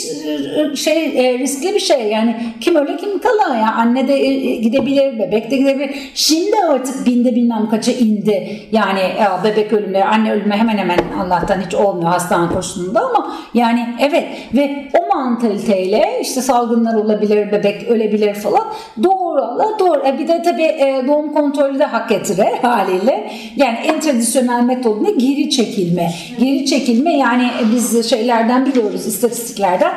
[SPEAKER 2] riskli bir şey. Yani kim öyle kim kala. Yani anne de gidebilir, bebek de gidebilir. Şimdi artık binde bilmem kaça indi. Yani bebek ölümleri, anne ölümü hemen hemen Allah'tan hiç olmuyor hastane koşulunda, ama yani evet, ve o mantaliteyle işte salgınlar olabilir, bebek ölebilir falan. Doğru. Bir de tabii doğum kontrolü de hak getire haliyle. Yani en tradisyonel metod ne? Geri çekilme. Geri çekilme, yani biz şeylerden biliyoruz, istatistiklerden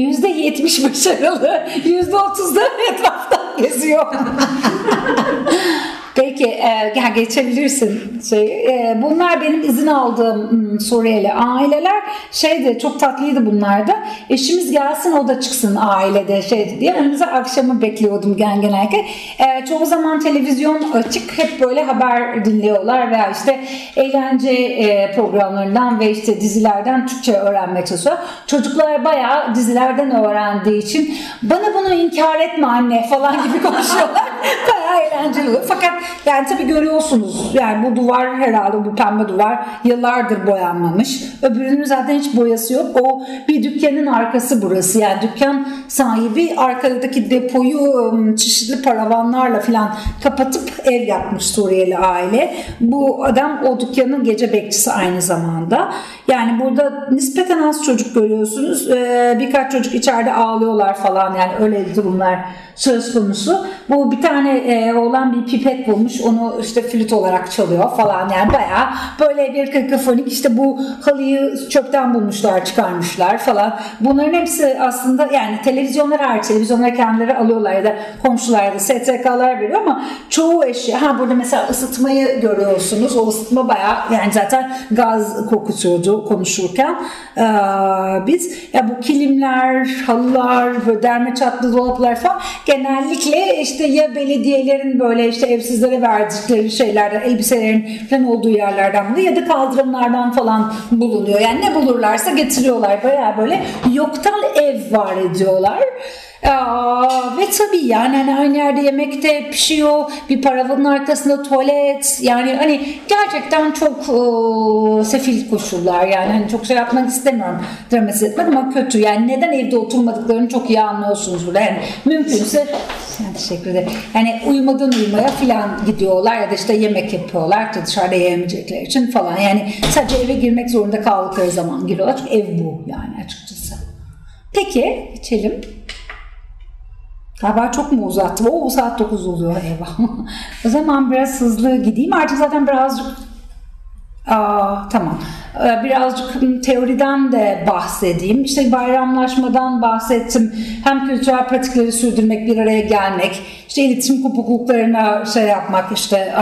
[SPEAKER 2] %70 başarılı, %30 da etraftan geziyor. Peki Peki geçebilirsin. Bunlar benim izin aldığım Suriyeli aileler. Çok tatlıydı bunlar da. Eşimiz gelsin o da çıksın ailede diye. Onu akşamı bekliyordum genellikle. Çoğu zaman televizyon açık. Hep böyle haber dinliyorlar veya işte eğlence programlarından ve işte dizilerden Türkçe öğrenmeye çalışıyor. Çocuklar bayağı dizilerden öğrendiği için bana bunu inkar etme anne falan gibi konuşuyorlar. Bayağı eğlenceli oluyor. Fakat yani tabii görüyorsunuz yani bu duvar herhalde bu pembe duvar yıllardır boyanmamış. Öbürünün zaten hiç boyası yok. O bir dükkanın arkası burası. Yani dükkan sahibi arkadaki depoyu çeşitli paravanlarla falan kapatıp ev yapmış Suriyeli aile. Bu adam o dükkanın gece bekçisi aynı zamanda. Yani burada nispeten az çocuk görüyorsunuz. Birkaç çocuk içeride ağlıyorlar falan yani öyle durumlar söz konusu. Bu bir tane oğlan bir pipet bulmuş. Onu işte flüt olarak çalıyor falan. Yani bayağı böyle bir kakafonik işte bu halıyı çöpten bulmuşlar, çıkarmışlar falan. Bunların hepsi aslında yani televizyonlar kendileri alıyorlar ya da komşular da STK'lar veriyor ama çoğu eşya burada mesela ısıtmayı görüyorsunuz. O ısıtma bayağı yani zaten gaz kokutuyordu konuşurken. Biz ya bu kilimler, halılar, böyle derme çatlı dolaplar falan genellikle işte ya belediyelerin böyle işte evsizlere verdikleri şeylerden, elbiselerin falan olduğu yerlerden bulunuyor ya da kaldırımlardan falan bulunuyor. Yani ne bulurlarsa getiriyorlar. Bayağı böyle yoktan ev var ediyorlar. Ve tabii yani hani aynı yerde yemek de pişiyor, bir paravanın arkasında tuvalet, yani hani gerçekten çok sefil koşullar, yani hani çok şey yapmak istemiyorum, dramatize etmek ama kötü. Yani neden evde oturmadıklarını çok iyi anlıyorsunuz burada. Yani mümkünse teşekkür ederim. Yani uyumadan uyumaya falan gidiyorlar ya da işte yemek yapıyorlar da dışarıda yiyemeyecekleri için falan. Yani sadece eve girmek zorunda kaldıkları zaman giriyorlar. Çünkü ev bu yani açıkçası. Peki geçelim. Galiba çok mu uzattım? O saat 9 oluyor eyvah. O zaman biraz hızlı gideyim. Artık zaten birazcık tamam. Birazcık teoriden de bahsedeyim. İşte bayramlaşmadan bahsettim. Hem kültürel pratikleri sürdürmek, bir araya gelmek, işte iletişim kopukluklarına yapmak, işte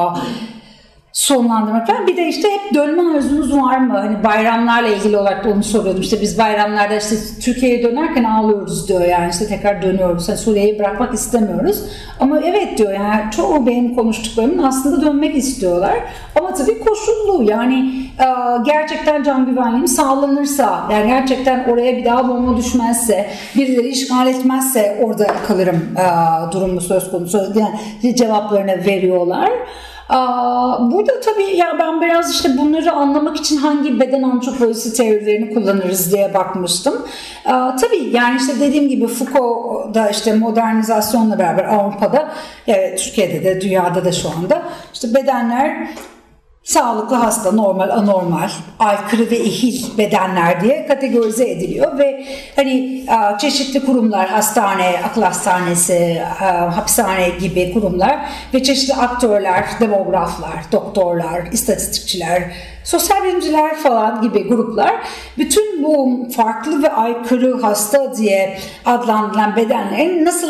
[SPEAKER 2] sonlandırmak falan. Bir de işte hep dönme arzunuz var mı? Hani bayramlarla ilgili olarak da onu soruyordum. İşte biz bayramlarda işte Türkiye'ye dönerken ağlıyoruz diyor, yani işte tekrar dönüyoruz. Yani Suriye'yi bırakmak istemiyoruz. Ama evet diyor, yani çoğu benim konuştuklarımın aslında dönmek istiyorlar. Ama tabii koşullu, yani gerçekten can güvenliğim sağlanırsa, yani gerçekten oraya bir daha bomba düşmezse, birileri işgal etmezse orada kalırım durumu söz konusu. Yani cevaplarını veriyorlar. Burada tabii ya ben biraz işte bunları anlamak için hangi beden antropolojisi teorilerini kullanırız diye bakmıştım. Tabii yani işte dediğim gibi Foucault'da işte modernizasyonla beraber Avrupa'da, evet Türkiye'de de dünyada da şu anda işte bedenler sağlıklı, hasta, normal, anormal, aykırı ve ehil bedenler diye kategorize ediliyor ve hani çeşitli kurumlar, hastane, akıl hastanesi, hapishane gibi kurumlar ve çeşitli aktörler, demograflar, doktorlar, istatistikçiler, sosyal bilimciler falan gibi gruplar bütün bu farklı ve aykırı, hasta diye adlandırılan bedenlerin nasıl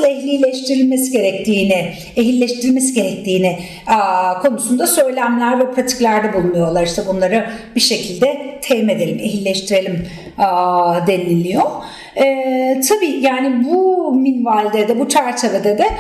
[SPEAKER 2] ehilleştirilmesi gerektiğini konusunda söylemler ve pratiklerde bulunuyorlar. İşte bunları bir şekilde temin edelim, ehilleştirelim deniliyor. Tabii yani bu minvalde de, bu çerçevede de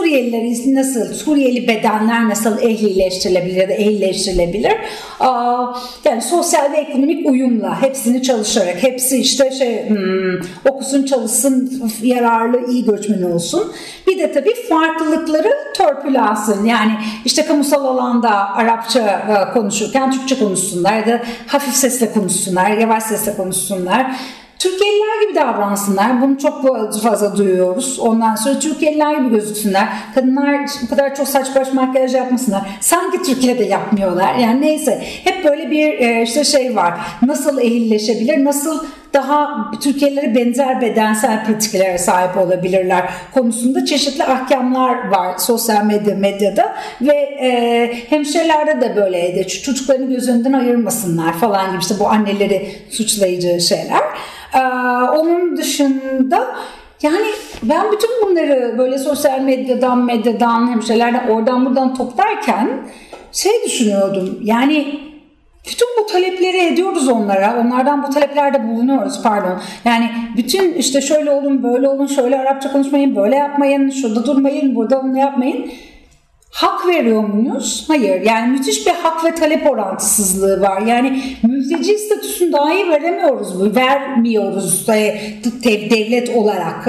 [SPEAKER 2] Suriyeli bedenler nasıl ehlileştirilebilir ya da ehilleştirilebilir? Yani sosyal ve ekonomik uyumla, hepsini çalışarak, hepsi işte okusun, çalışsın, yararlı, iyi göçmen olsun. Bir de tabii farklılıkları törpülansın. Yani işte kamusal alanda Arapça konuşurken Türkçe konuşsunlar ya da hafif sesle konuşsunlar, yavaş sesle konuşsunlar. Türkiye'liler gibi davransınlar. Bunu çok fazla duyuyoruz. Ondan sonra Türkiye'liler gibi gözüksünler. Kadınlar bu kadar çok saç baş makyaj yapmasınlar. Sanki Türkiye'de yapmıyorlar. Yani neyse. Hep böyle bir işte şey var. Nasıl ehilleşebilir? Nasıl daha Türkiye'lilere benzer bedensel pratiklere sahip olabilirler konusunda çeşitli ahkamlar var sosyal medyada ve hemşirelerde de böyleydi. Çocuklarını göz önünden ayırmasınlar falan gibi, işte bu anneleri suçlayıcı şeyler. Onun dışında Yani ben bütün bunları böyle sosyal medyadan, hemşirelerden, oradan buradan toplarken düşünüyordum. Yani bütün bu talepleri ediyoruz onlara. Onlardan bu taleplerde bulunuyoruz, pardon. Yani bütün işte şöyle olun, böyle olun, şöyle Arapça konuşmayın, böyle yapmayın, şurada durmayın, burada onu yapmayın. Hak veriyor muyuz? Hayır. Yani müthiş bir hak ve talep orantısızlığı var. Yani mülteci statüsünü dahi vermiyoruz devlet olarak.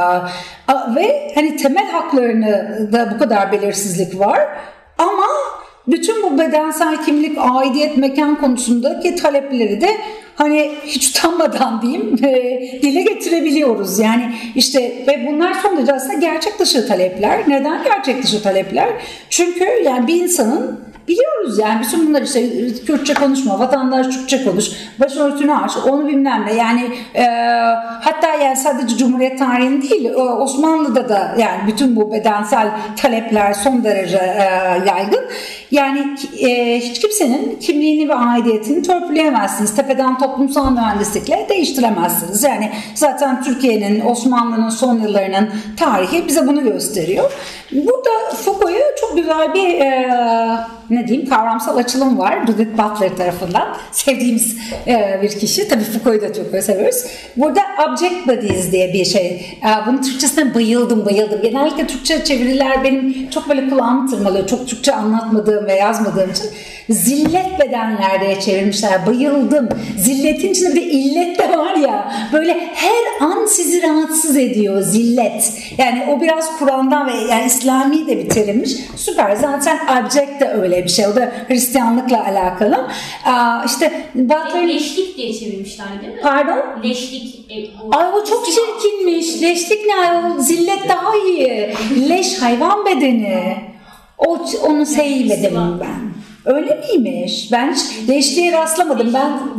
[SPEAKER 2] Ve hani temel haklarını da bu kadar belirsizlik var. Ama bütün bu bedensel kimlik, aidiyet, mekan konusundaki talepleri de hani hiç utanmadan diyeyim dile getirebiliyoruz. Yani işte ve bunlar son derece aslında gerçek dışı talepler. Neden gerçek dışı talepler? Çünkü yani bir insanın biliyoruz yani bütün bunlar işte Kürtçe konuşma, vatandaş Türkçe konuş, başörtünü aç, onu bilmem ne. Yani hatta yani sadece Cumhuriyet tarihinde değil, Osmanlı'da da yani bütün bu bedensel talepler son derece yaygın. Yani hiç kimsenin kimliğini ve aidiyetini törpüleyemezsiniz. Tepeden toplumsal mühendislikle değiştiremezsiniz. Yani zaten Türkiye'nin, Osmanlı'nın son yıllarının tarihi bize bunu gösteriyor. Burada Foucault'a çok güzel bir kavramsal açılım var Judith Butler tarafından. Sevdiğimiz bir kişi. Tabii Foucault'u da çok seviyoruz. Burada object bodies diye bir şey. Bunun Türkçesine bayıldım. Genellikle Türkçe çeviriler benim çok böyle kulağımı tırmalıyor. Çok Türkçe anlatmadığım ve yazmadığım için. Zillet bedenler diye çevirmişler. Bayıldım. Zilletin içinde bir de illet de var ya. Böyle her an sizi rahatsız ediyor zillet. Yani o biraz Kur'an'dan ve yani İslami de bir terimmiş. Süper. Zaten object de öyle bir şey. O da Hristiyanlıkla alakalı. İşte
[SPEAKER 4] leşlik diye çevirmişler değil mi?
[SPEAKER 2] Pardon?
[SPEAKER 4] Leşlik.
[SPEAKER 2] Ay o çok çirkinmiş. Leşlik ne? Zillet daha iyi. Leş hayvan bedeni. Onu sevmedim ben. Öyle miymiş? Ben hiç leşliğe rastlamadım.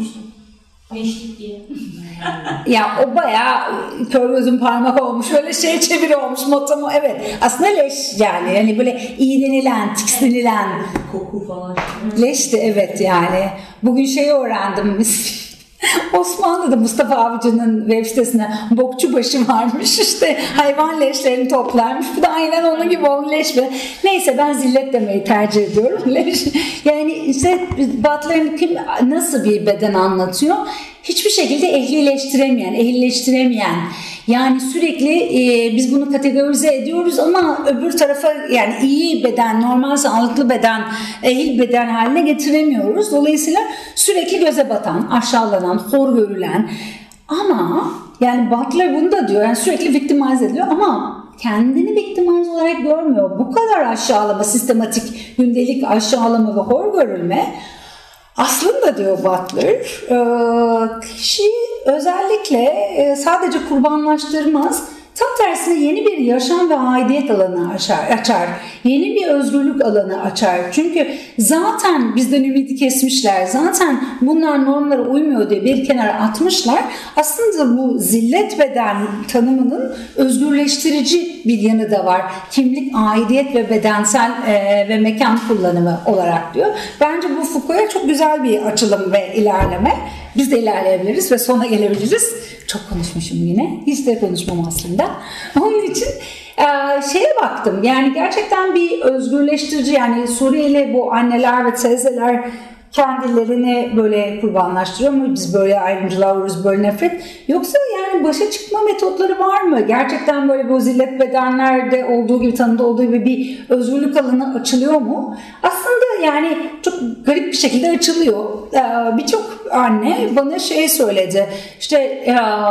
[SPEAKER 4] Leşlik diye.
[SPEAKER 2] Ya o bayağı kör gözün parmak olmuş. Öyle çeviri olmuş motomu. Evet. Aslında leş yani. Yani böyle iğnenilen, tiksinilen.
[SPEAKER 5] Koku falan.
[SPEAKER 2] Leşti evet yani. Bugün öğrendim. Osmanlı'da Mustafa Avcı'nın web sitesine bokçu başı varmış işte hayvan leşlerini toplarmış. Bu da aynen onun gibi leş mi? Neyse ben zillet demeyi tercih ediyorum. Leş. Yani işte Butler'ın nasıl bir beden anlatıyor? Hiçbir şekilde ehlileştiremeyen yani sürekli biz bunu kategorize ediyoruz ama öbür tarafa yani iyi beden, normal sağlıklı beden, ehil beden haline getiremiyoruz. Dolayısıyla sürekli göze batan, aşağılanan, hor görülen ama yani Butler bunu da diyor yani sürekli victimize ediliyor ama kendini victimize olarak görmüyor. Bu kadar aşağılama, sistematik, gündelik aşağılama ve hor görülme aslında diyor Butler, kişi özellikle sadece kurbanlaştırmaz, tam tersine yeni bir yaşam ve aidiyet alanı açar. Yeni bir özgürlük alanı açar. Çünkü zaten bizden ümidi kesmişler. Zaten bunlar normlara uymuyor diye bir kenara atmışlar. Aslında bu zillet beden tanımının özgürleştirici bir yanı da var. Kimlik, aidiyet ve bedensel ve mekan kullanımı olarak diyor. Bence bu Foucault'a çok güzel bir açılım ve ilerleme. Biz de ilerleyebiliriz ve sona gelebiliriz. Çok konuşmuşum yine. Hiç de konuşmam aslında. Onun için baktım. Yani gerçekten bir özgürleştirici yani Suriyeli bu anneler ve teyzeler kendilerini böyle kurbanlaştırıyor mu? Biz böyle ayrımcılığa uğruyoruz, böyle nefret. Yoksa yani başa çıkma metotları var mı? Gerçekten böyle bu zillet bedenlerde olduğu gibi, tanıda olduğu gibi bir özgürlük alanı açılıyor mu? Aslında yani çok garip bir şekilde açılıyor. Birçok anne bana söyledi. İşte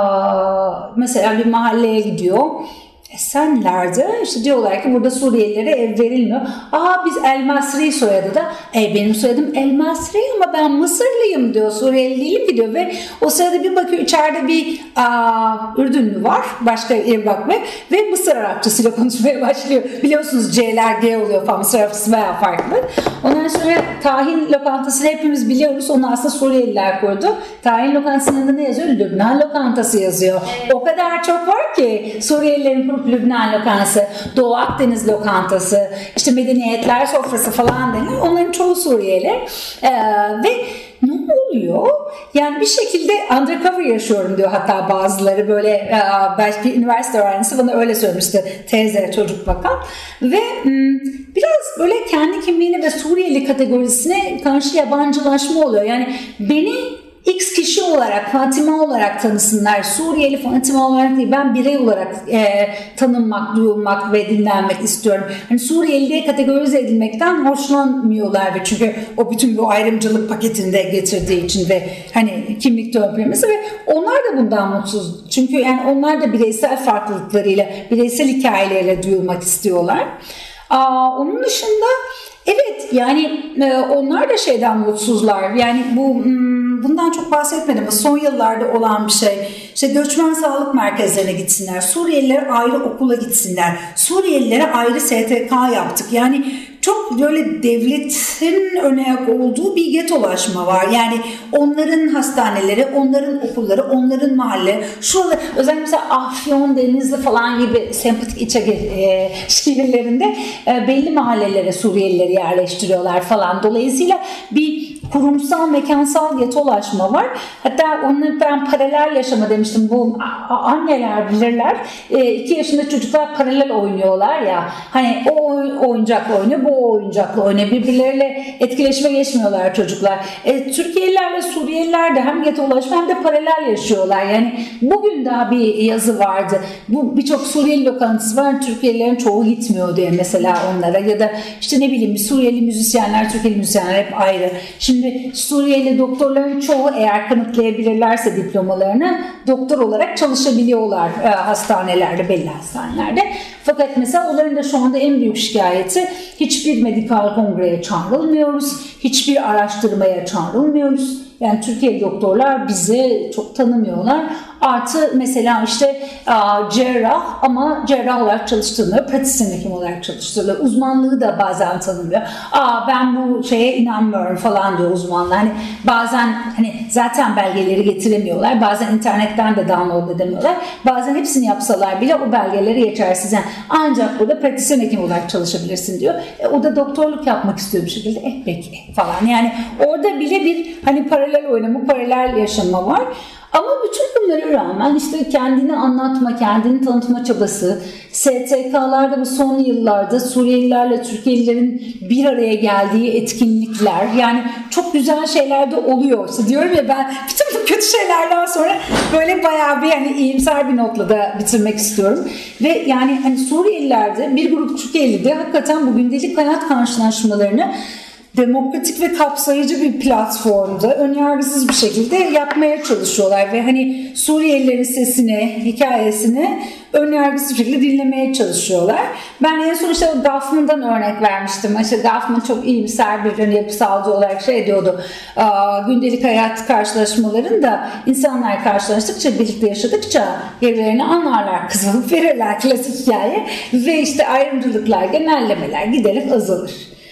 [SPEAKER 2] mesela bir mahalleye gidiyor. Esenler'de işte diyorlar ki burada Suriyelilere ev verilmiyor. Biz El Masri soyadı da benim soyadım El Masri ama ben Mısırlıyım diyor. Suriyeli değilim ki diyor ve o sırada bir bakıyor içeride bir Ürdünlü var. Başka ev bakmıyor ve Mısır Arapçasıyla konuşmaya başlıyor. Biliyorsunuz C'ler G oluyor falan. Mısır Arapçası bayağı farklı. Ondan sonra tahin lokantasını hepimiz biliyoruz. Onu aslında Suriyeliler kurdu. Tahin lokantasının yanında ne yazıyor? Lübnan lokantası yazıyor. Evet. O kadar çok var ki Suriyelilerin kurup Lübnan lokantası, Doğu Akdeniz lokantası, işte medeniyetler sofrası falan denilen, onların çoğu Suriyeli. Ve ne oluyor? Yani bir şekilde undercover yaşıyorum diyor hatta bazıları, böyle belki bir üniversite öğrencisi bana öyle söylemişti, teyze çocuk bakan. Ve biraz böyle kendi kimliğine ve Suriyeli kategorisine karşı yabancılaşma oluyor. Yani beni X kişi olarak, Fatima olarak tanısınlar. Suriyeli Fatima olarak değil, ben birey olarak tanınmak, duyulmak ve dinlenmek istiyorum. Hani Suriyeli diye kategorize edilmekten hoşlanmıyorlar ve çünkü o bütün bu ayrımcılık paketinde getirdiği için ve hani kimlik törpülemesi ve onlar da bundan mutsuz. Çünkü yani onlar da bireysel farklılıklarıyla, bireysel hikayeleriyle duyulmak istiyorlar. Onun dışında evet yani onlar da şeyden mutsuzlar. Yani bundan çok bahsetmedim ama son yıllarda olan bir şey. İşte göçmen sağlık merkezlerine gitsinler. Suriyeliler ayrı okula gitsinler. Suriyelilere ayrı STK yaptık. Yani çok böyle devletin öne ayak olduğu bir getolaşma var. Yani onların hastaneleri, onların okulları, onların mahalle. Şurada özellikle mesela Afyon, Denizli falan gibi sempatik iç şehirlerinde belli mahallelere Suriyelileri yerleştiriyorlar falan. Dolayısıyla bir kurumsal, mekansal getolaşma var. Hatta onu ben paralel yaşama demiştim. Bu anneler bilirler. 2 yaşında çocuklar paralel oynuyorlar ya. Hani o oyuncakla oynuyor, bu oyuncakla oynuyor. Birbirleriyle etkileşime geçmiyorlar çocuklar. Türkiye'lilerle Suriyeliler de hem getolaşma hem de paralel yaşıyorlar. Yani bugün daha bir yazı vardı. Bu birçok Suriyeli lokantası var. Türkiye'lilerin çoğu gitmiyor diye mesela onlara. Ya da işte ne bileyim Suriyeli müzisyenler, Türkiye'li müzisyenler hep ayrı. Şimdi Suriyeli doktorların çoğu eğer kanıtlayabilirlerse diplomalarını doktor olarak çalışabiliyorlar hastanelerde, belli hastanelerde. Fakat mesela onların da şu anda en büyük şikayeti hiçbir medikal kongreye çağrılmıyoruz, hiçbir araştırmaya çağrılmıyoruz. Yani Türkiye'li doktorlar bizi çok tanımıyorlar. Artı mesela işte cerrah ama cerrah olarak çalıştırılıyor, pratisyen hekim olarak çalıştırılıyor. Uzmanlığı da bazen tanımıyor. Ben bu şeye inanmıyorum falan diyor uzmanlar. Hani bazen hani zaten belgeleri getiremiyorlar. Bazen internetten de download edemiyorlar. Bazen hepsini yapsalar bile o belgeleri geçersiz. Yani ancak burada pratisyen hekim olarak çalışabilirsin diyor. O da doktorluk yapmak istiyor bir şekilde. Peki falan. Yani orada bile bir hani paralel oynama, paralel yaşama var. Ama bütün bunlara rağmen işte kendini anlatma, kendini tanıtma çabası, STK'larda bu son yıllarda Suriyelilerle Türkiye'lilerin bir araya geldiği etkinlikler, yani çok güzel şeyler de oluyor. İşte diyorum ya, ben bütün bu kötü şeylerden sonra böyle bayağı bir hani iyimser bir notla da bitirmek istiyorum. Ve yani hani Suriyelilerde bir grup Türkiye'li de hakikaten bu gündelik hayat karşılaşmalarını demokratik ve kapsayıcı bir platformda önyargısız bir şekilde yapmaya çalışıyorlar ve hani Suriyelilerin sesini, hikayesini önyargısız bir şekilde dinlemeye çalışıyorlar. Ben en son işte Gaffman'dan örnek vermiştim. İşte Gaffman çok iyimser bir yapısalcı olarak şey diyordu. Gündelik hayat karşılaşmalarında insanlar karşılaştıkça, birlikte yaşadıkça birbirlerini anlarlar, kızılıp verirler, klasik hikaye. Ve işte ayrımcılıklar, genellemeler giderek azalır.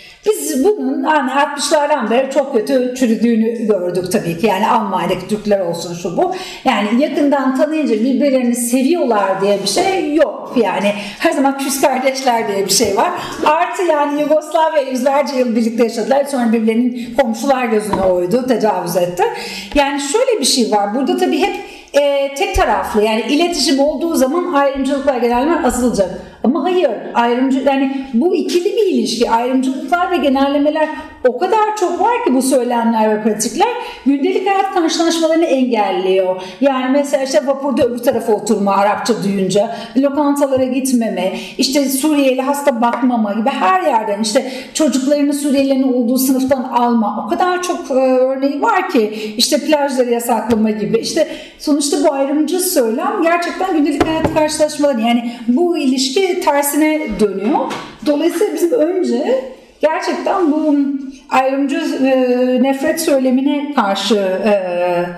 [SPEAKER 2] Biz bunun hani 60'lardan beri çok kötü çürüdüğünü gördük tabii ki. Yani Almanya'daki Türkler olsun şu bu. Yani yakından tanıyınca birbirlerini seviyorlar diye bir şey yok. Yani her zaman küs kardeşler diye bir şey var. Artı yani Yugoslavya yüzlerce yıl birlikte yaşadılar. Sonra birbirlerinin komşular gözüne oydu, tecavüz etti. Yani şöyle bir şey var. Burada tabii hep tek taraflı, yani iletişim olduğu zaman ayrımcılıklar, genellemeler azalacak. Ama hayır, yani bu ikili bir ilişki. Ayrımcılıklar ve genellemeler o kadar çok var ki bu söylemler ve pratikler gündelik hayat karşılaşmalarını engelliyor. Yani mesela işte vapurda öbür tarafa oturma, Arapça duyunca, lokantalara gitmeme, işte Suriyeli hasta bakmama gibi her yerden, işte çocuklarını Suriyelilerin olduğu sınıftan alma, o kadar çok örneği var ki, işte plajları yasaklama gibi. İşte sonuçta bu ayrımcı söylem gerçekten gündelik hayat karşılaşmaları, yani bu ilişki tersine dönüyor. Dolayısıyla bizim önce gerçekten bu ayrımcı nefret söylemine karşı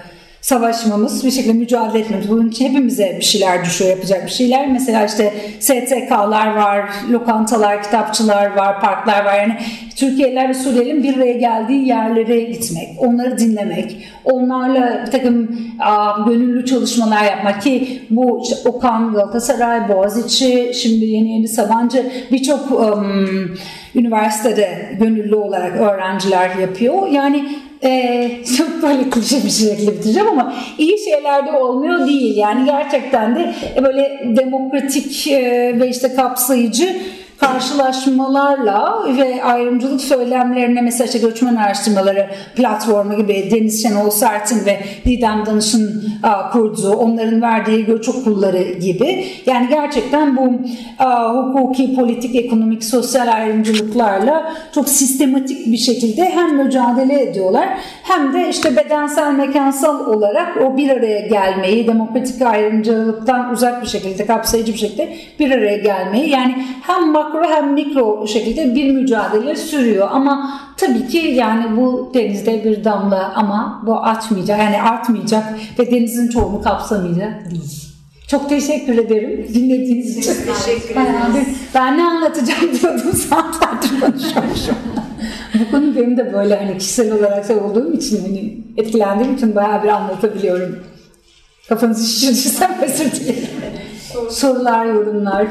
[SPEAKER 2] savaşmamız, bir şekilde mücadele etmemiz. Bunun için hepimize bir şeyler düşüyor, yapacak bir şeyler. Mesela işte STK'lar var, lokantalar, kitapçılar var, parklar var. Yani Türkiye'liler ve Suriyelilerin bir araya geldiği yerlere gitmek, onları dinlemek, onlarla bir takım gönüllü çalışmalar yapmak ki bu işte Okan, Galatasaray, Boğaziçi, şimdi yeni Sabancı birçok üniversitede gönüllü olarak öğrenciler yapıyor. Yani çok böyle klişe bir şekilde bitireceğim ama iyi şeyler de olmuyor değil. Yani gerçekten de böyle demokratik ve işte kapsayıcı karşılaşmalarla ve ayrımcılık söylemlerine mesela işte göçmen araştırmaları platformu gibi Deniz Şenol Sert'in ve Didem Danış'ın kurduğu, onların verdiği göç okulları gibi yani gerçekten bu hukuki, politik, ekonomik, sosyal ayrımcılıklarla çok sistematik bir şekilde hem mücadele ediyorlar hem de işte bedensel, mekansal olarak o bir araya gelmeyi, demokratik ayrımcılıktan uzak bir şekilde, kapsayıcı bir şekilde bir araya gelmeyi yani hem makro hem mikro şekilde bir mücadele sürüyor ama tabii ki yani bu denizde bir damla ama bu artmayacak ve denizin çoğunu kapsamayacak değil. Çok teşekkür ederim dinlediğiniz için.
[SPEAKER 3] Teşekkür ederiz.
[SPEAKER 2] Ben ne anlatacağım diyordum saatlerdir konuşuyorum. Bu konu benim de böyle hani kişisel olarak olduğum için hani etkilendiğim için bayağı bir anlatabiliyorum. Kafanızı şişirdiysem özür dilerim. Sorular, yorumlar.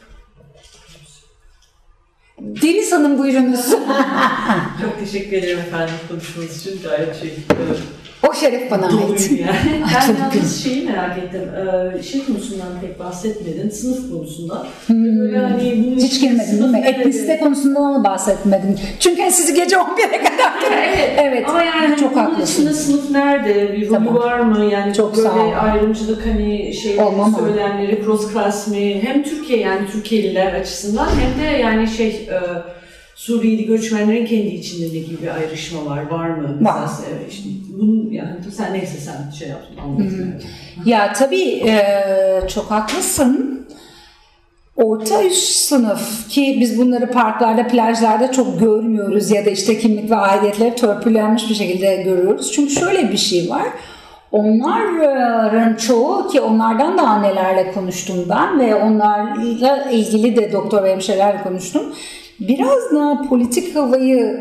[SPEAKER 2] Deniz Hanım buyurunuz.
[SPEAKER 5] Çok teşekkür ederim efendim konuşmanız için. Gayet
[SPEAKER 2] o şeref bana ait.
[SPEAKER 5] Yani. Ben yalnız şeyi merak ettim. Şey konusundan pek bahsetmedin. Sınıf konusundan. Böyle hani bunun
[SPEAKER 2] hiç girmedim değil mi? Etnisite konusundan ama bahsetmedim. Çünkü sizi gece 11'e kadar evet.
[SPEAKER 5] Ama yani
[SPEAKER 2] çok
[SPEAKER 5] bunun
[SPEAKER 2] haklısın.
[SPEAKER 5] içinde sınıf nerede? Bir rolü var mı? Yani
[SPEAKER 2] çok
[SPEAKER 5] böyle ayrımcılık hani söylemleri cross class mi? Hem Türkiye yani Türkiye'liler açısından hem de yani Suriyeli göçmenlerin kendi içinde ne gibi bir ayrışma var mı?
[SPEAKER 2] Var.
[SPEAKER 5] İşte bunun yani sen şey yaptın anladın.
[SPEAKER 2] Ya tabii çok haklısın. Orta üst sınıf ki biz bunları parklarda, plajlarda çok görmüyoruz ya da işte kimlik ve aidiyetleri törpülenmiş bir şekilde görüyoruz. Çünkü şöyle bir şey var. Onların çoğu ki onlardan da annelerle konuştum ben ve onlarla ilgili de doktor ve hemşirelerle konuştum. Biraz daha politik havayı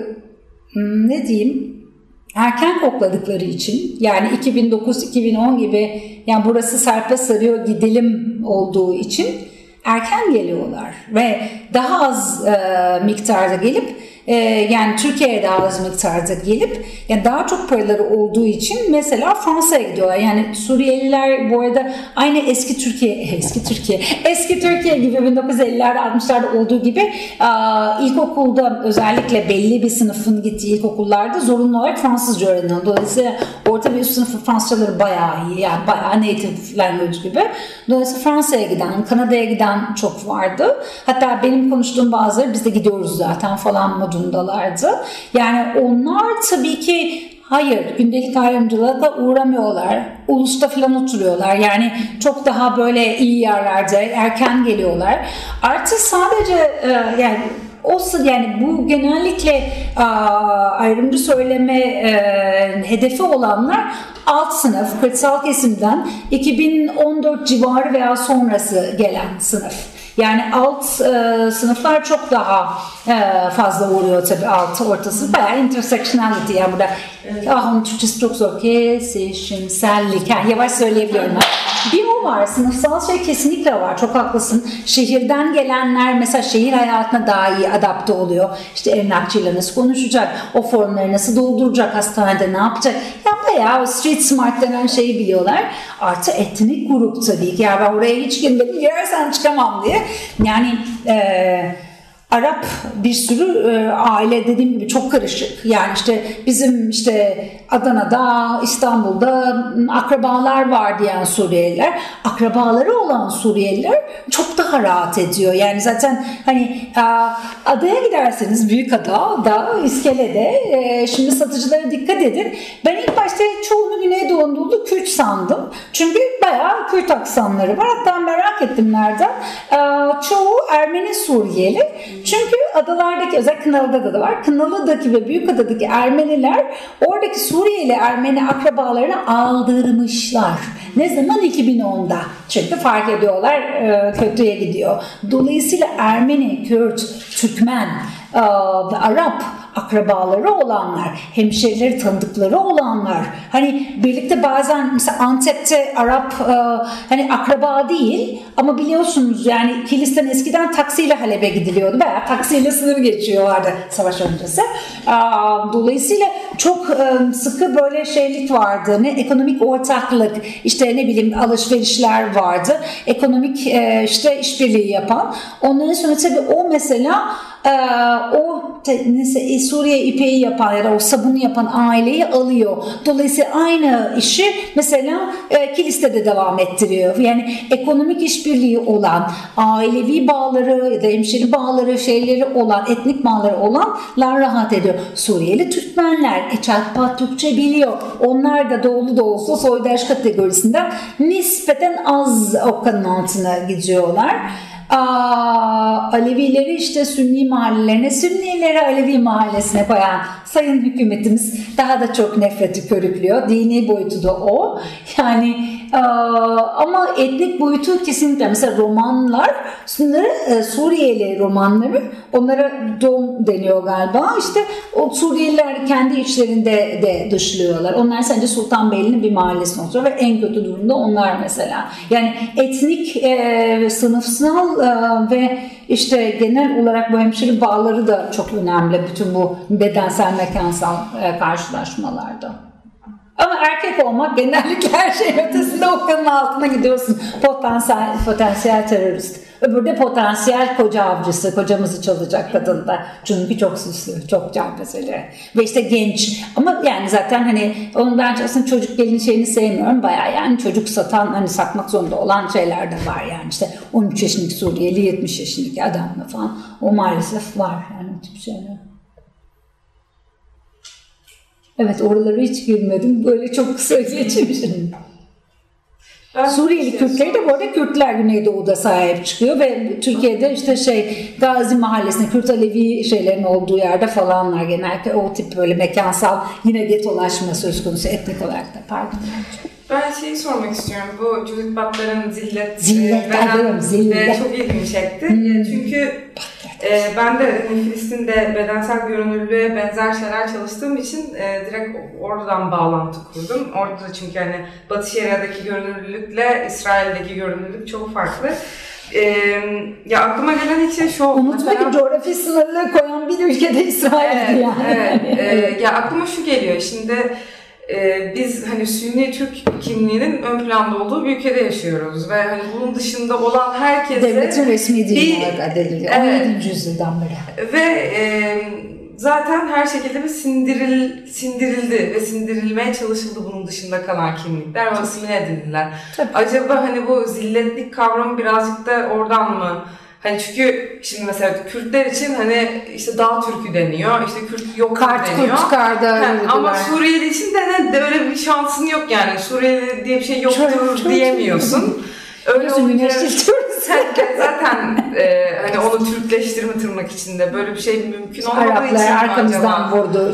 [SPEAKER 2] erken kokladıkları için yani 2009-2010 gibi yani burası serpe sarıyor gidelim olduğu için erken geliyorlar ve daha az miktarda gelip yani Türkiye'ye daha az miktarda gelip yani daha çok paraları olduğu için mesela Fransa'ya gidiyorlar. Yani Suriyeliler bu arada aynı eski Türkiye gibi 1950'lerde 60'larda olduğu gibi ilkokulda özellikle belli bir sınıfın gittiği ilkokullarda zorunlu olarak Fransızca öğreniyor. Dolayısıyla orta ve üst sınıfı Fransızcaları bayağı iyi yani bayağı native language gibi. Dolayısıyla Fransa'ya giden, Kanada'ya giden çok vardı. Hatta benim konuştuğum bazıları biz de gidiyoruz zaten falan modundalardı. Yani onlar tabii ki hayır, gündelik ayrımcılığa da uğramıyorlar. Ulus'ta falan oturuyorlar. Yani çok daha böyle iyi yerlerde erken geliyorlar. Artı sadece yani bu genellikle ayrımcı söyleme hedefi olanlar alt sınıf, kırsal kesimden 2014 civarı veya sonrası gelen sınıf. Yani alt sınıflar çok daha fazla uğruyor tabii alt ortası. Bayağı intersectionality yani burada. Onun Türkçesi çok zor. Kesişimsellik. Yavaş söyleyebiliyorum ben. Bir o var. Sınıfsal şey kesinlikle var. Çok haklısın. Şehirden gelenler mesela şehir hayatına daha iyi adapte oluyor. İşte emlakçıyla nasıl konuşacak? O formları nasıl dolduracak? Hastanede ne yapacak? Ya bayağı street smart denen şeyi biliyorlar. Artı etnik grup tabii ki. Ya ben oraya hiç girmedim. Girersem çıkamam diye. Yani Arap bir sürü aile dediğim gibi çok karışık. Yani işte bizim işte Adana'da, İstanbul'da akrabalar var diyen Suriyeliler. Akrabaları olan Suriyeliler çok daha rahat ediyor. Yani zaten hani adaya giderseniz Büyükada'da, İskele'de şimdi satıcılara dikkat edin. Ben ilk başta çoğunu Güneydoğu Anadolu Kürt sandım. Çünkü bayağı Kürt aksanları var. Hatta merak ettim nereden. Çoğu Ermeni Suriyeli. Çünkü adalardaki, özellikle Kınalı'da da var. Kınalı'daki ve Büyükada'daki Ermeniler oradaki Suriyeli Ermeni akrabalarını aldırmışlar. Ne zaman? 2010'da. Çünkü fark ediyorlar kötüye gidiyor. Dolayısıyla Ermeni, Kürt, Türkmen ve Arap akrabaları olanlar, hemşerileri tanıdıkları olanlar, hani birlikte bazen mesela Antep'te Arap hani akraba değil ama biliyorsunuz yani Kilis'ten eskiden taksiyle Halep'e gidiliyordu veya taksiyle sınır geçiyorlardı savaş öncesi. Dolayısıyla çok sıkı böyle şeylik vardı, ne ekonomik ortaklık, işte ne bileyim alışverişler vardı, ekonomik işte işbirliği yapan. Ondan sonra tabii o mesela o Suriye ipeği yapan ya da o sabunu yapan aileyi alıyor. Dolayısıyla aynı işi mesela Kilis'te de devam ettiriyor. Yani ekonomik işbirliği olan, ailevi bağları ya da hemşeri bağları şeyleri olan, etnik bağları olanlar rahat ediyor. Suriyeli Türkmenler çatpat Türkçe biliyor. Onlar da doğulu da olsa soydaş kategorisinden nispeten az okkanın altına gidiyorlar. Alevileri işte Sünni mahallelerine, Sünnileri Alevi mahallesine koyan sayın hükümetimiz daha da çok nefreti körüklüyor. Dini boyutu da o. Yani ama etnik boyutu kesinlikle mesela Romanlar, Suriyeli Romanları, onlara Dom deniyor galiba. İşte o Suriyeliler kendi içlerinde de dışlıyorlar. Onlar sadece Sultanbeyli'nin bir mahallesine oturuyor ve en kötü durumda onlar mesela. Yani etnik, sınıfsal ve işte genel olarak bu hemşire bağları da çok önemli bütün bu bedensel mekansal karşılaşmalarda. Ama erkek olmak genellikle her şeyin ötesinde okyanın altına gidiyorsun. Potansiyel terörist. Öbürü de potansiyel koca avcısı. Kocamızı çalacak kadın da. Çünkü çok süslü, çok canpeseli. Ve işte genç. Ama yani zaten hani onun bence aslında çocuk gelin şeyini sevmiyorum. Bayağı yani çocuk satan, hani satmak zorunda olan şeyler de var yani. İşte 13 yaşındaki Suriyeli, 70 yaşındaki adamla falan. O maalesef var yani o tip şeyler. Evet, oraları hiç girmedim. Böyle çok kısa geçmişim. Suriyeli Kürtleri de bu arada Kürtler Güneydoğu'da sahip çıkıyor ve Türkiye'de işte Gazi Mahallesi'nde Kürt Alevi şeylerin olduğu yerde falanlar genellikle o tip böyle mekansal yine getolaşma söz konusu etnik olarak da. Pardon.
[SPEAKER 6] Ben şeyi sormak istiyorum. Bu Judith Butler'ın Zillet çok ilgimi çekti. Çünkü ben de Filistin'de bedensel görünürlüğe benzer şeyler çalıştığım için direkt oradan bağlantı kurdum. Orada çünkü hani Batı Şeria'daki görünürlükle İsrail'deki görünürlük çok farklı. Ya aklıma gelen ilk şey şu oldu.
[SPEAKER 2] Unutma ki coğrafi sınırları koyan bir ülkede İsrail'di yani.
[SPEAKER 6] Evet. Ya aklıma şu geliyor. Şimdi biz hani Sünni Türk kimliğinin ön planda olduğu bir ülkede yaşıyoruz ve hani bunun dışında olan herkese
[SPEAKER 2] devletin resmi dini olarak ediliyor. 17. yüzyıldan beri.
[SPEAKER 6] Ve zaten her şekilde bir sindirildi ve sindirilmeye çalışıldı bunun dışında kalan kimlikler ve asimile edildiler. Tabii. Acaba hani bu zilletlik kavramı birazcık da oradan mı? Hani çünkü şimdi mesela Kürtler için hani işte dağ Türkü deniyor, işte Kürt yok deniyor. Ama Suriyeli için de öyle bir şansın yok yani. Suriyeli diye bir şey yoktur diyemiyorsun. Öyle olunca zaten hani onu Türkleştirme tırnak içinde böyle bir şey mümkün olmadığı için
[SPEAKER 2] Araplar arkamızdan vurdu.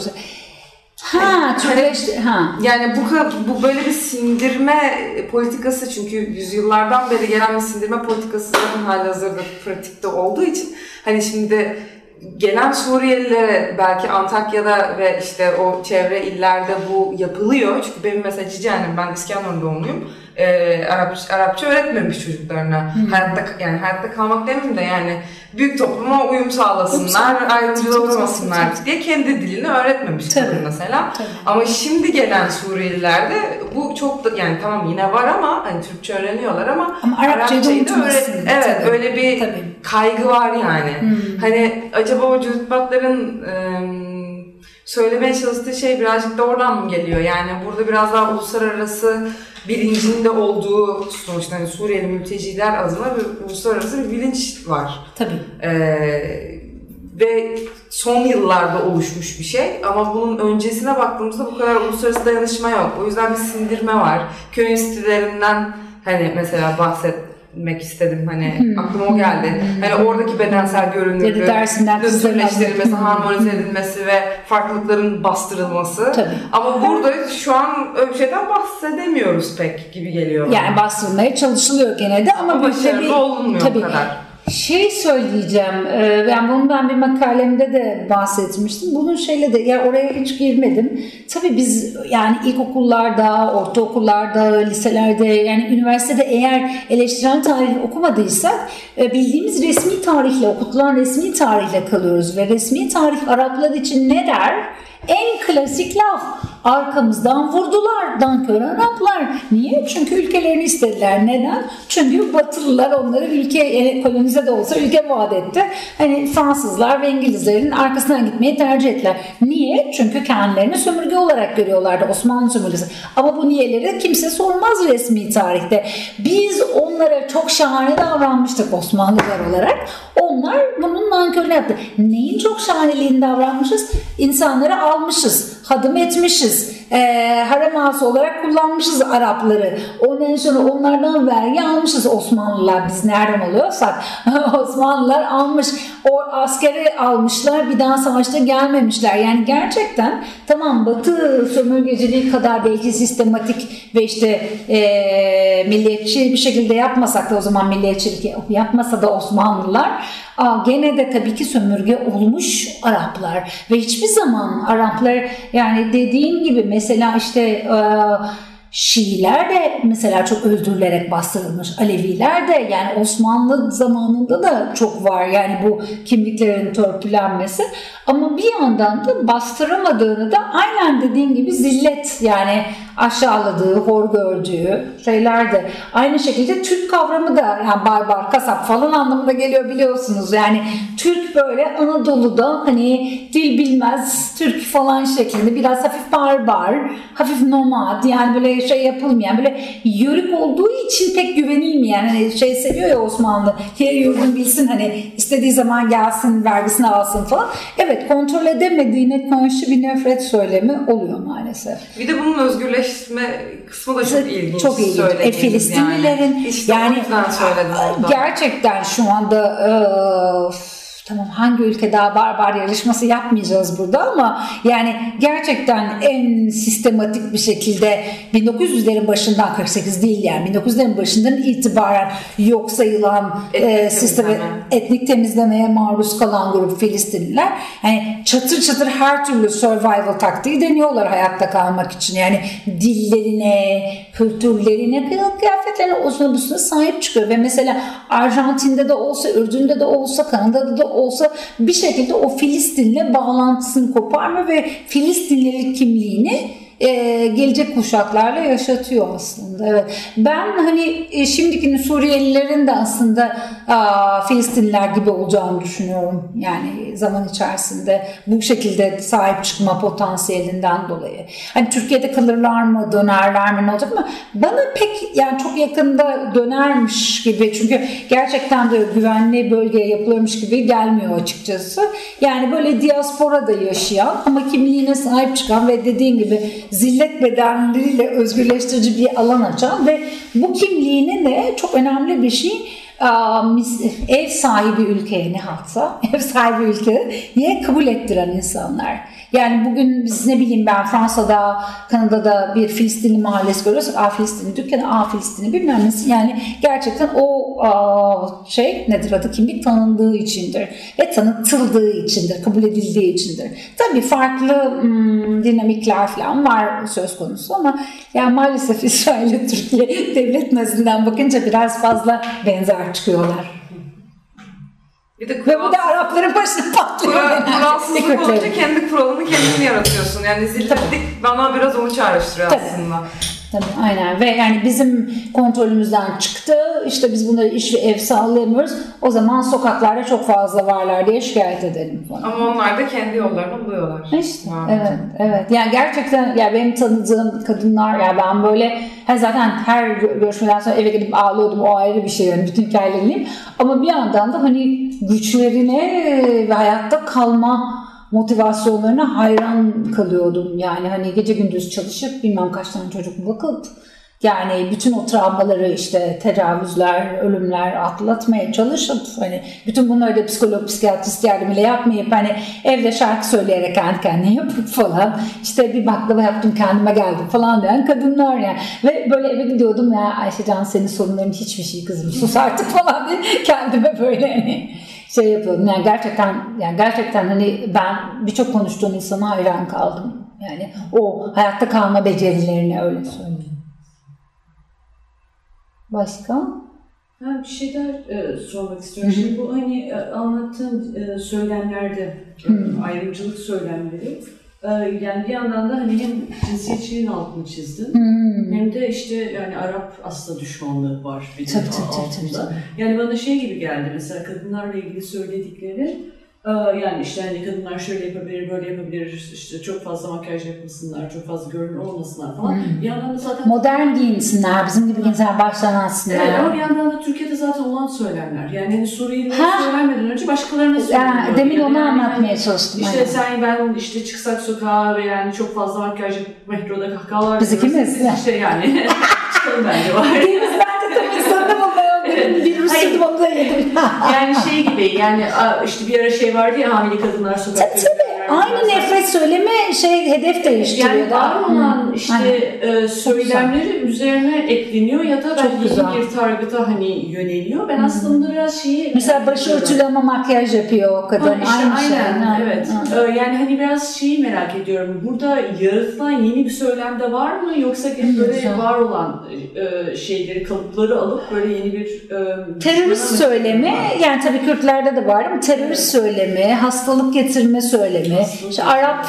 [SPEAKER 6] Yani bu böyle bir sindirme politikası çünkü yüzyıllardan beri gelen bir sindirme politikası zaten halihazırda pratikte olduğu için hani şimdi gelen Suriyelilere belki Antakya'da ve işte o çevre illerde bu yapılıyor. Çünkü benim mesela ciğerim, ben İskenderun doğumluyum. Arapça öğretmemiş çocuklarına. Hayatta kalmak demeyeyim de yani büyük topluma uyum sağlasınlar, ayrımcılığa uğramasınlar diye kendi dilini öğretmemiş mesela. Tabii. Ama şimdi gelen Suriyelilerde bu çok da yani tamam yine var ama hani Türkçe öğreniyorlar ama Arapçayı da öyle bir kaygı var yani. Hani acaba o Judith Butler'ın söylemeye çalıştığı şey birazcık da oradan mı geliyor? Yani burada biraz daha uluslararası bilincinde olduğu sonuçta hani Suriyeli mülteciler adına bir uluslararası bir bilinç var.
[SPEAKER 2] Tabii.
[SPEAKER 6] Ve son yıllarda oluşmuş bir şey ama bunun öncesine baktığımızda bu kadar uluslararası dayanışma yok. O yüzden bir sindirme var. Köy enstitülerinden hani mesela bahsetmek istedim. Hani aklıma o geldi. Hani oradaki bedensel görünürlüğü, özgürleştirilmesi, harmonize edilmesi ve farklılıkların bastırılması.
[SPEAKER 2] Tabii.
[SPEAKER 6] Ama burada şu an öyle bir şeyden bahsedemiyoruz pek gibi geliyor.
[SPEAKER 2] Yani bastırılmaya çalışılıyor gene de ama
[SPEAKER 6] başarılı olunmuyor
[SPEAKER 2] tabii,
[SPEAKER 6] o kadar.
[SPEAKER 2] Söyleyeceğim, ben bir makalemde de bahsetmiştim. Bunun şeyle de, ya oraya hiç girmedim. Tabii biz yani ilkokullarda, ortaokullarda, liselerde, yani üniversitede eğer eleştirel tarih okumadıysak bildiğimiz resmi tarihle, okutulan resmi tarihle kalıyoruz. Ve resmi tarih Araplar için ne der? En klasik laf, arkamızdan vurdular, nankör Araplar. Niye? Çünkü ülkelerini istediler. Neden? Çünkü Batılılar onları ülke, kolonize de olsa ülke vaat etti. Hani Fransızlar ve İngilizlerin arkasından gitmeyi tercih ettiler. Niye? Çünkü kendilerini sömürge olarak görüyorlardı, Osmanlı sömürgesi. Ama bu niyeleri kimse sormaz resmi tarihte. Biz onlara çok şahane davranmıştık Osmanlılar olarak. Onlar bunun nankörünü yaptı. Neyin çok şahaneliğini davranmışız? İnsanları almışız, hadım etmişiz, harem ağası olarak kullanmışız Arapları. Ondan sonra onlardan vergi almışız Osmanlılar. Biz nereden alıyorsak Osmanlılar almış. O askeri almışlar, bir daha savaşta gelmemişler. Yani gerçekten tamam, Batı sömürgeciliği kadar belki sistematik ve işte milliyetçi bir şekilde yapmasak da, o zaman milliyetçilik yapmasa da Osmanlılar gene de tabii ki sömürge olmuş Araplar. Ve hiçbir zaman Araplar, yani dediğim gibi mesela işte Şiiler de mesela çok öldürülerek bastırılmış. Aleviler de, yani Osmanlı zamanında da çok var yani bu kimliklerin törpülenmesi. Ama bir yandan da bastıramadığını da aynen dediğim gibi zillet, yani aşağıladığı, hor gördüğü şeyler de. Aynı şekilde Türk kavramı da, yani barbar, kasap falan anlamında geliyor biliyorsunuz. Yani Türk böyle Anadolu'da hani dil bilmez Türk falan şeklinde, biraz hafif barbar, hafif nomad, yani böyle şey yapılmayan, böyle yörük olduğu için pek güvenilmeyen, hani şey seviyor ya Osmanlı, yeri yurdun bilsin, hani istediği zaman gelsin, vergisini alsın falan. Evet, kontrol edemediğine karşı bir nefret söylemi oluyor maalesef.
[SPEAKER 6] Bir de bunun özgürleşme kısmı da çok ilginç.
[SPEAKER 2] Çok ilginç. Filistinlilerin
[SPEAKER 6] yani. İşte o yüzden söyledim orada.
[SPEAKER 2] Gerçekten şu anda tamam, hangi ülke daha barbar yarışması yapmayacağız burada ama yani gerçekten en sistematik bir şekilde 1900'lerin başından, 48 değil yani 1900'lerin başından itibaren yok sayılan etnik temizlemeye maruz kalan grup Filistinliler, yani çatır çatır her türlü survival taktiği deniyorlar hayatta kalmak için. Yani dillerine, kültürlerine, kıyafetlerine, uzun sahip çıkıyor ve mesela Arjantin'de de olsa, Ürdün'de de olsa, Kanada'da da olsa bir şekilde o Filistin'le bağlantısını koparma ve Filistinlilik kimliğini gelecek kuşaklarla yaşatıyor aslında. Evet. Ben hani şimdiki Suriyelilerin de aslında Filistinliler gibi olacağını düşünüyorum. Yani zaman içerisinde bu şekilde sahip çıkma potansiyelinden dolayı. Hani Türkiye'de kalırlar mı, dönerler mi, ne olacak mı? Bana pek yani çok yakında dönermiş gibi, çünkü gerçekten de güvenli bölgeye yapılırmış gibi gelmiyor açıkçası. Yani böyle diasporada yaşayan ama kimliğine sahip çıkan ve dediğin gibi zillet bedenleriyle özgürleştirici bir alan açan ve bu kimliğini de çok önemli bir şey, ev sahibi ülkeye, ne halksa ev sahibi ülkeye kabul ettiren insanlar. Yani bugün biz, ne bileyim ben, Fransa'da, Kanada'da bir Filistinli mahallesi görüyorsak, Filistinli dükkanı, Filistinli bilmem nesi, yani gerçekten o nedir adı, kimlik tanındığı içindir ve tanıtıldığı içindir, kabul edildiği içindir. Tabii farklı dinamikler falan var söz konusu ama yani maalesef İsrail'e Türkiye devlet nezdinde bakınca biraz fazla benzer çıkıyorlar. Ve bu da Arapların başına patlıyor.
[SPEAKER 6] Kuralsızlık olunca kendi kuralını kendin yaratıyorsun. Yani zilletlik bana biraz onu çağrıştırıyor aslında.
[SPEAKER 2] Tabii, aynen. Ve yani bizim kontrolümüzden çıktı. İşte biz bunları iş ve ev sağlayamıyoruz. O zaman sokaklarda çok fazla varlar diye şikayet edelim falan.
[SPEAKER 6] Ama onlar da kendi yollarını buluyorlar.
[SPEAKER 2] İşte, evet. Yani gerçekten yani benim tanıdığım kadınlar, yani ben böyle zaten her görüşmeden sonra eve gidip ağlıyordum. O ayrı bir şey, yani bütün hikayelerini. Ama bir yandan da hani güçlerine ve hayatta kalma motivasyonlarına hayran kalıyordum. Yani hani gece gündüz çalışıp bilmem kaç tane çocuk bakıp Yani bütün o travmaları işte tecavüzler, ölümler atlatmaya çalışıp hani bütün bunları da psikolog, psikiyatrist yardımıyla yapmayıp hani evde şarkı söyleyerek kendi kendine yapıp falan işte bir baklava yaptım kendime geldim falan diyen kadınlar yani. Ve böyle eve gidiyordum ya Ayşecan senin sorunların hiçbir şey kızım sus artık falan diye kendime böyle hani şey yapıyordum. Yani gerçekten hani ben birçok konuştuğum insana hayran kaldım. Yani o hayatta kalma becerilerini öyle söyleyeyim. Başka?
[SPEAKER 5] Ben bir şeyler sormak istiyorum. Şimdi bu hani anlattığın söylemlerde ayrımcılık söylemleri yani bir yandan da hani hem cinsiyetçiliğin altını çizdin hem de işte yani Arap asla düşmanlığı var bir de altında. Yani bana şey gibi geldi mesela kadınlarla ilgili söyledikleri yani işte hani kadınlar şöyle yapabilir, böyle yapabilir, işte çok fazla makyaj yapmasınlar, çok fazla görünür olmasınlar falan. Bir yandan da zaten
[SPEAKER 2] modern giyinsinler, bizim gibi giyinsinler, başlanansınlar.
[SPEAKER 5] Evet ama bir yandan da Türkiye'de zaten olan söylemler. Yani hani Suriyelilere söylenmeden önce başkalarına söyleniyor.
[SPEAKER 2] Demin
[SPEAKER 5] yani
[SPEAKER 2] onu anlatmaya çalıştım.
[SPEAKER 5] İşte ben işte çıksak sokağa ve yani çok fazla makyaj yapıp metroda kahkahalar
[SPEAKER 2] biz ikimiz.
[SPEAKER 5] İşte yani çıkalım bence var.
[SPEAKER 2] Biz bence tabii sandım onu. Bir ısırdım onu da yedim.
[SPEAKER 5] Yani şey gibi yani işte bir ara şey vardı ya hamile kadınlar sokakta.
[SPEAKER 2] Tabii. Aynı nefret söylemi hedef değiştiriyor.
[SPEAKER 5] Yani var olan işte söylemleri üzerine ekleniyor ya da belki bir targıta hani yöneliyor. Ben aslında biraz şeyi...
[SPEAKER 2] Mesela başörtülü ama makyaj yapıyor o kadın.
[SPEAKER 5] İşte aynen evet. Yani hani biraz şeyi merak ediyorum. Burada yaratılan yeni bir söylem de var mı? Yoksa böyle var olan şeyleri, kalıpları alıp böyle yeni bir...
[SPEAKER 2] terörist söylemi, yani tabii Kürtlerde de var ama terörist söylemi, hastalık getirme söylemi, işte Arap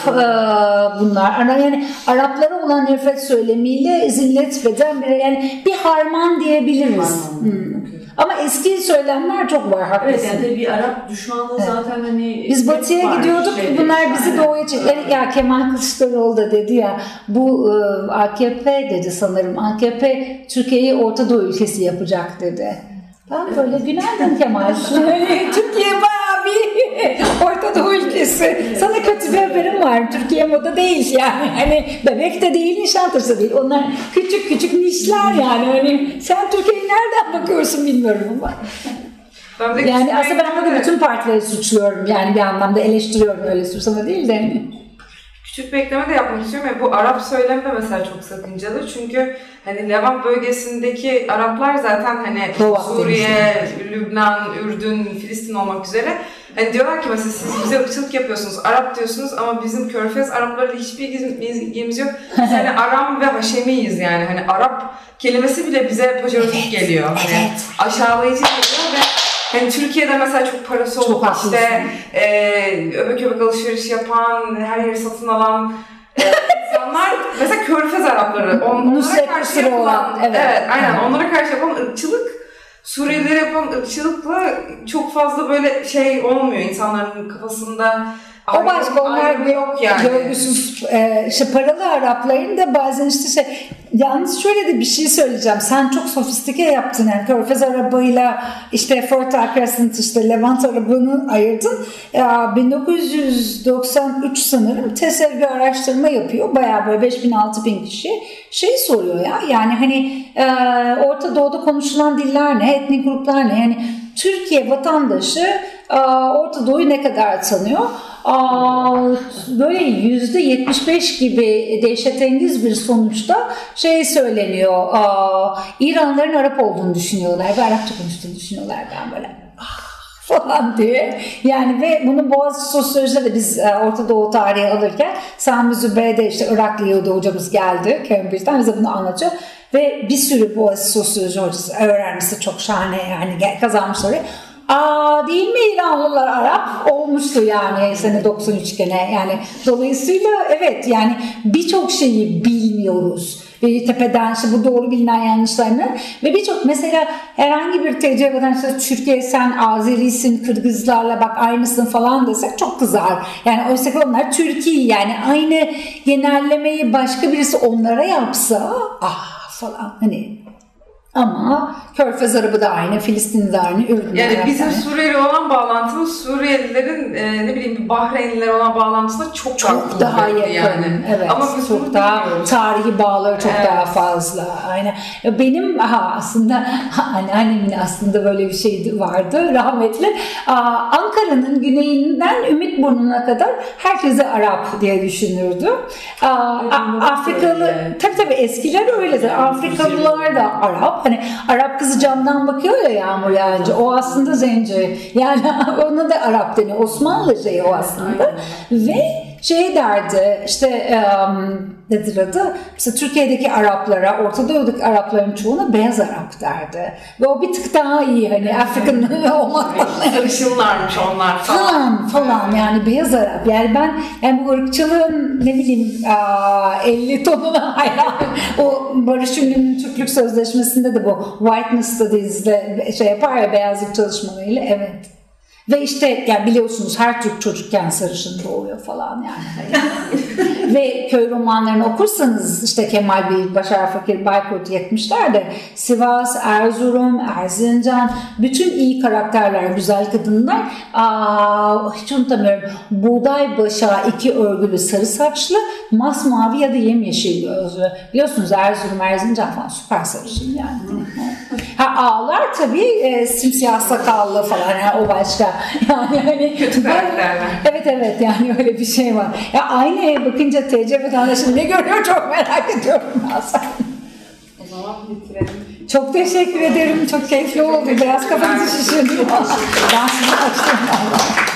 [SPEAKER 2] bunlar, yani Araplara olan nefret söylemiyle zillet beden yani bir harman diyebiliriz. Ama eski söylemler çok var haklısın.
[SPEAKER 5] Evet yani bir Arap düşmanlığı zaten hani...
[SPEAKER 2] Biz batıya gidiyorduk, bunlar bizi doğuya çekiyor. Ya Kemal Kılıçdaroğlu da dedi ya, bu AKP dedi sanırım, AKP Türkiye'yi Orta Doğu ülkesi yapacak dedi. Ben böyle günaydın Kemal. Türkiye bayağı bir Orta Doğu ülkesi. Sana kötü bir haberim var. Türkiye moda değil yani. Hani Bebek de değil, Nişantaşı değil. Onlar küçük küçük nişler yani. Hani sen Türkiye'yi nereden bakıyorsun bilmiyorum ama. Yani aslında ben de bütün partileri suçluyorum. Yani bir anlamda eleştiriyorum, öyle suçlama değil de.
[SPEAKER 6] Küçük bir ekleme de yapmak istiyorum. Yani bu Arap söylemi de mesela çok sakıncalı. Çünkü hani Levant bölgesindeki Araplar zaten hani Suriye, Lübnan, Ürdün, Filistin olmak üzere hani diyorlar ki mesela siz bize ırkçılık yapıyorsunuz, Arap diyorsunuz ama bizim Körfez Araplarıyla hiçbir ilgimiz yok. Biz hani Aram ve Haşemiyiz yani. Hani Arap kelimesi bile bize pejoratif geliyor. Hani aşağılayıcı geliyor ve hani Türkiye'de mesela çok parası olup işte öbek öbek alışveriş yapan, her yeri satın alan insanlar mesela Körfez Arapları. Onlara karşı yapılan, aynen onlara karşı yapılan ırkçılık, Suriyelilere yapılan ırkçılıkla çok fazla böyle şey olmuyor insanların kafasında.
[SPEAKER 2] O başka, onlar
[SPEAKER 6] yok yani.
[SPEAKER 2] Görgüsüz, işte paralı Arapların da bazen işte yalnız şöyle de bir şey söyleyeceğim. Sen çok sofistike yaptın yani Körfez Arabıyla işte Fertile Crescent, işte Levant Arabını ayırdın. 1993 sanırım TESEV bir araştırma yapıyor. Bayağı böyle 5.000-6.000 kişi şey soruyor ya. Yani hani Orta Doğu'da konuşulan diller ne, etnik gruplar ne? Yani Türkiye vatandaşı Orta Doğu'yu ne kadar tanıyor? Böyle %75 gibi dehşetengiz bir sonuçta şey söyleniyor. İranlıların Arap olduğunu düşünüyorlar ve Arapça konuştuğunu düşünüyorlar. Ben böyle falan diye. Yani ve bunu Boğaziçi Sosyoloji'de de biz Orta Doğu tarihi alırken Sami Zübeyde işte Iraklı Yahudi hocamız geldi Cambridge'den bize bunu anlatıyor. Ve bir sürü Boğaziçi Sosyoloji hocası, öğrencisi çok şahane yani kazanmış oraya. Değil mi İranlılar Arap? Olmuştu yani sene 93 gene yani. Dolayısıyla evet yani birçok şeyi bilmiyoruz. Ve tepeden işte bu doğru bilinen yanlışlarını ve birçok mesela herhangi bir TC vatandaşı Türkiye sen Azerisin, Kırgızlarla bak aynısın falan desek çok kızar. Yani oysa ki onlar Türkiye yani aynı genellemeyi başka birisi onlara yapsa falan hani Ama Körfez Arabı da aynı, Filistin de aynı, Ürdün de
[SPEAKER 6] Yani
[SPEAKER 2] aynı.
[SPEAKER 6] bizim Suriyeli olan bağlantımız Suriyelilerin ne bileyim Bahreynliler olan bağlantısına çok
[SPEAKER 2] daha yakın.
[SPEAKER 6] yani.
[SPEAKER 2] Evet.
[SPEAKER 6] Ama biz
[SPEAKER 2] çok
[SPEAKER 6] bunu
[SPEAKER 2] daha
[SPEAKER 6] bilmiyoruz.
[SPEAKER 2] tarihi bağları çok daha fazla. Aynen. Benim aslında anneannemin aslında böyle bir şeydi vardı rahmetli. Ankara'nın güneyinden Ümitburnu'na kadar herkese Arap diye düşünürdü. Afrikalı tabii eskiler öyledir. Afrikalılar da Arap. Hani Arap kızı camdan bakıyor ya yağmur yağınca. O aslında zenci. Yani ona da Arap deniyor. Osmanlı şeyi o aslında. Ve şey derdi işte nedir adı? Mesela Türkiye'deki Araplara, Orta Doğu'daki Arapların çoğuna beyaz Arap derdi. Ve o bir tık daha iyi hani Afrika'nın olmaktan.
[SPEAKER 6] Sarışınlarmış onlar
[SPEAKER 2] falan yani beyaz Arap. Yani bu ırkçılığın ne bileyim 50 tonuna hayran. O Barış Ünlü'nün Türklük Sözleşmesi'nde de bu Whiteness Studies'de şey yapar ya beyazlık çalışmalarıyla evet. Ve işte yani biliyorsunuz her Türk çocukken sarışın doğuyor falan yani. Ve köy romanlarını okursanız işte Kemal Bey, Başar Fakir Baykurt 70'lerde Sivas, Erzurum, Erzincan bütün iyi karakterler, güzel kadınlar hiç unutamıyorum. Buğday başağı 2 örgülü sarı saçlı, masmavi ya da yemyeşil gözlü. Biliyorsunuz Erzurum, Erzincan falan süper sarışın yani. Ağlar tabii simsiyah sakallı falan yani o başka. Yani hani
[SPEAKER 6] kötü karakterler.
[SPEAKER 2] Evet yani öyle bir şey var. Ya aynaya bakınca TC vatandaşı ne görüyor çok merak ediyorum bazen.
[SPEAKER 6] O zaman bitirelim.
[SPEAKER 2] Çok teşekkür ederim. Çok keyifli oldu. Biraz kafanızı şişirdim. Ben sizi açtım.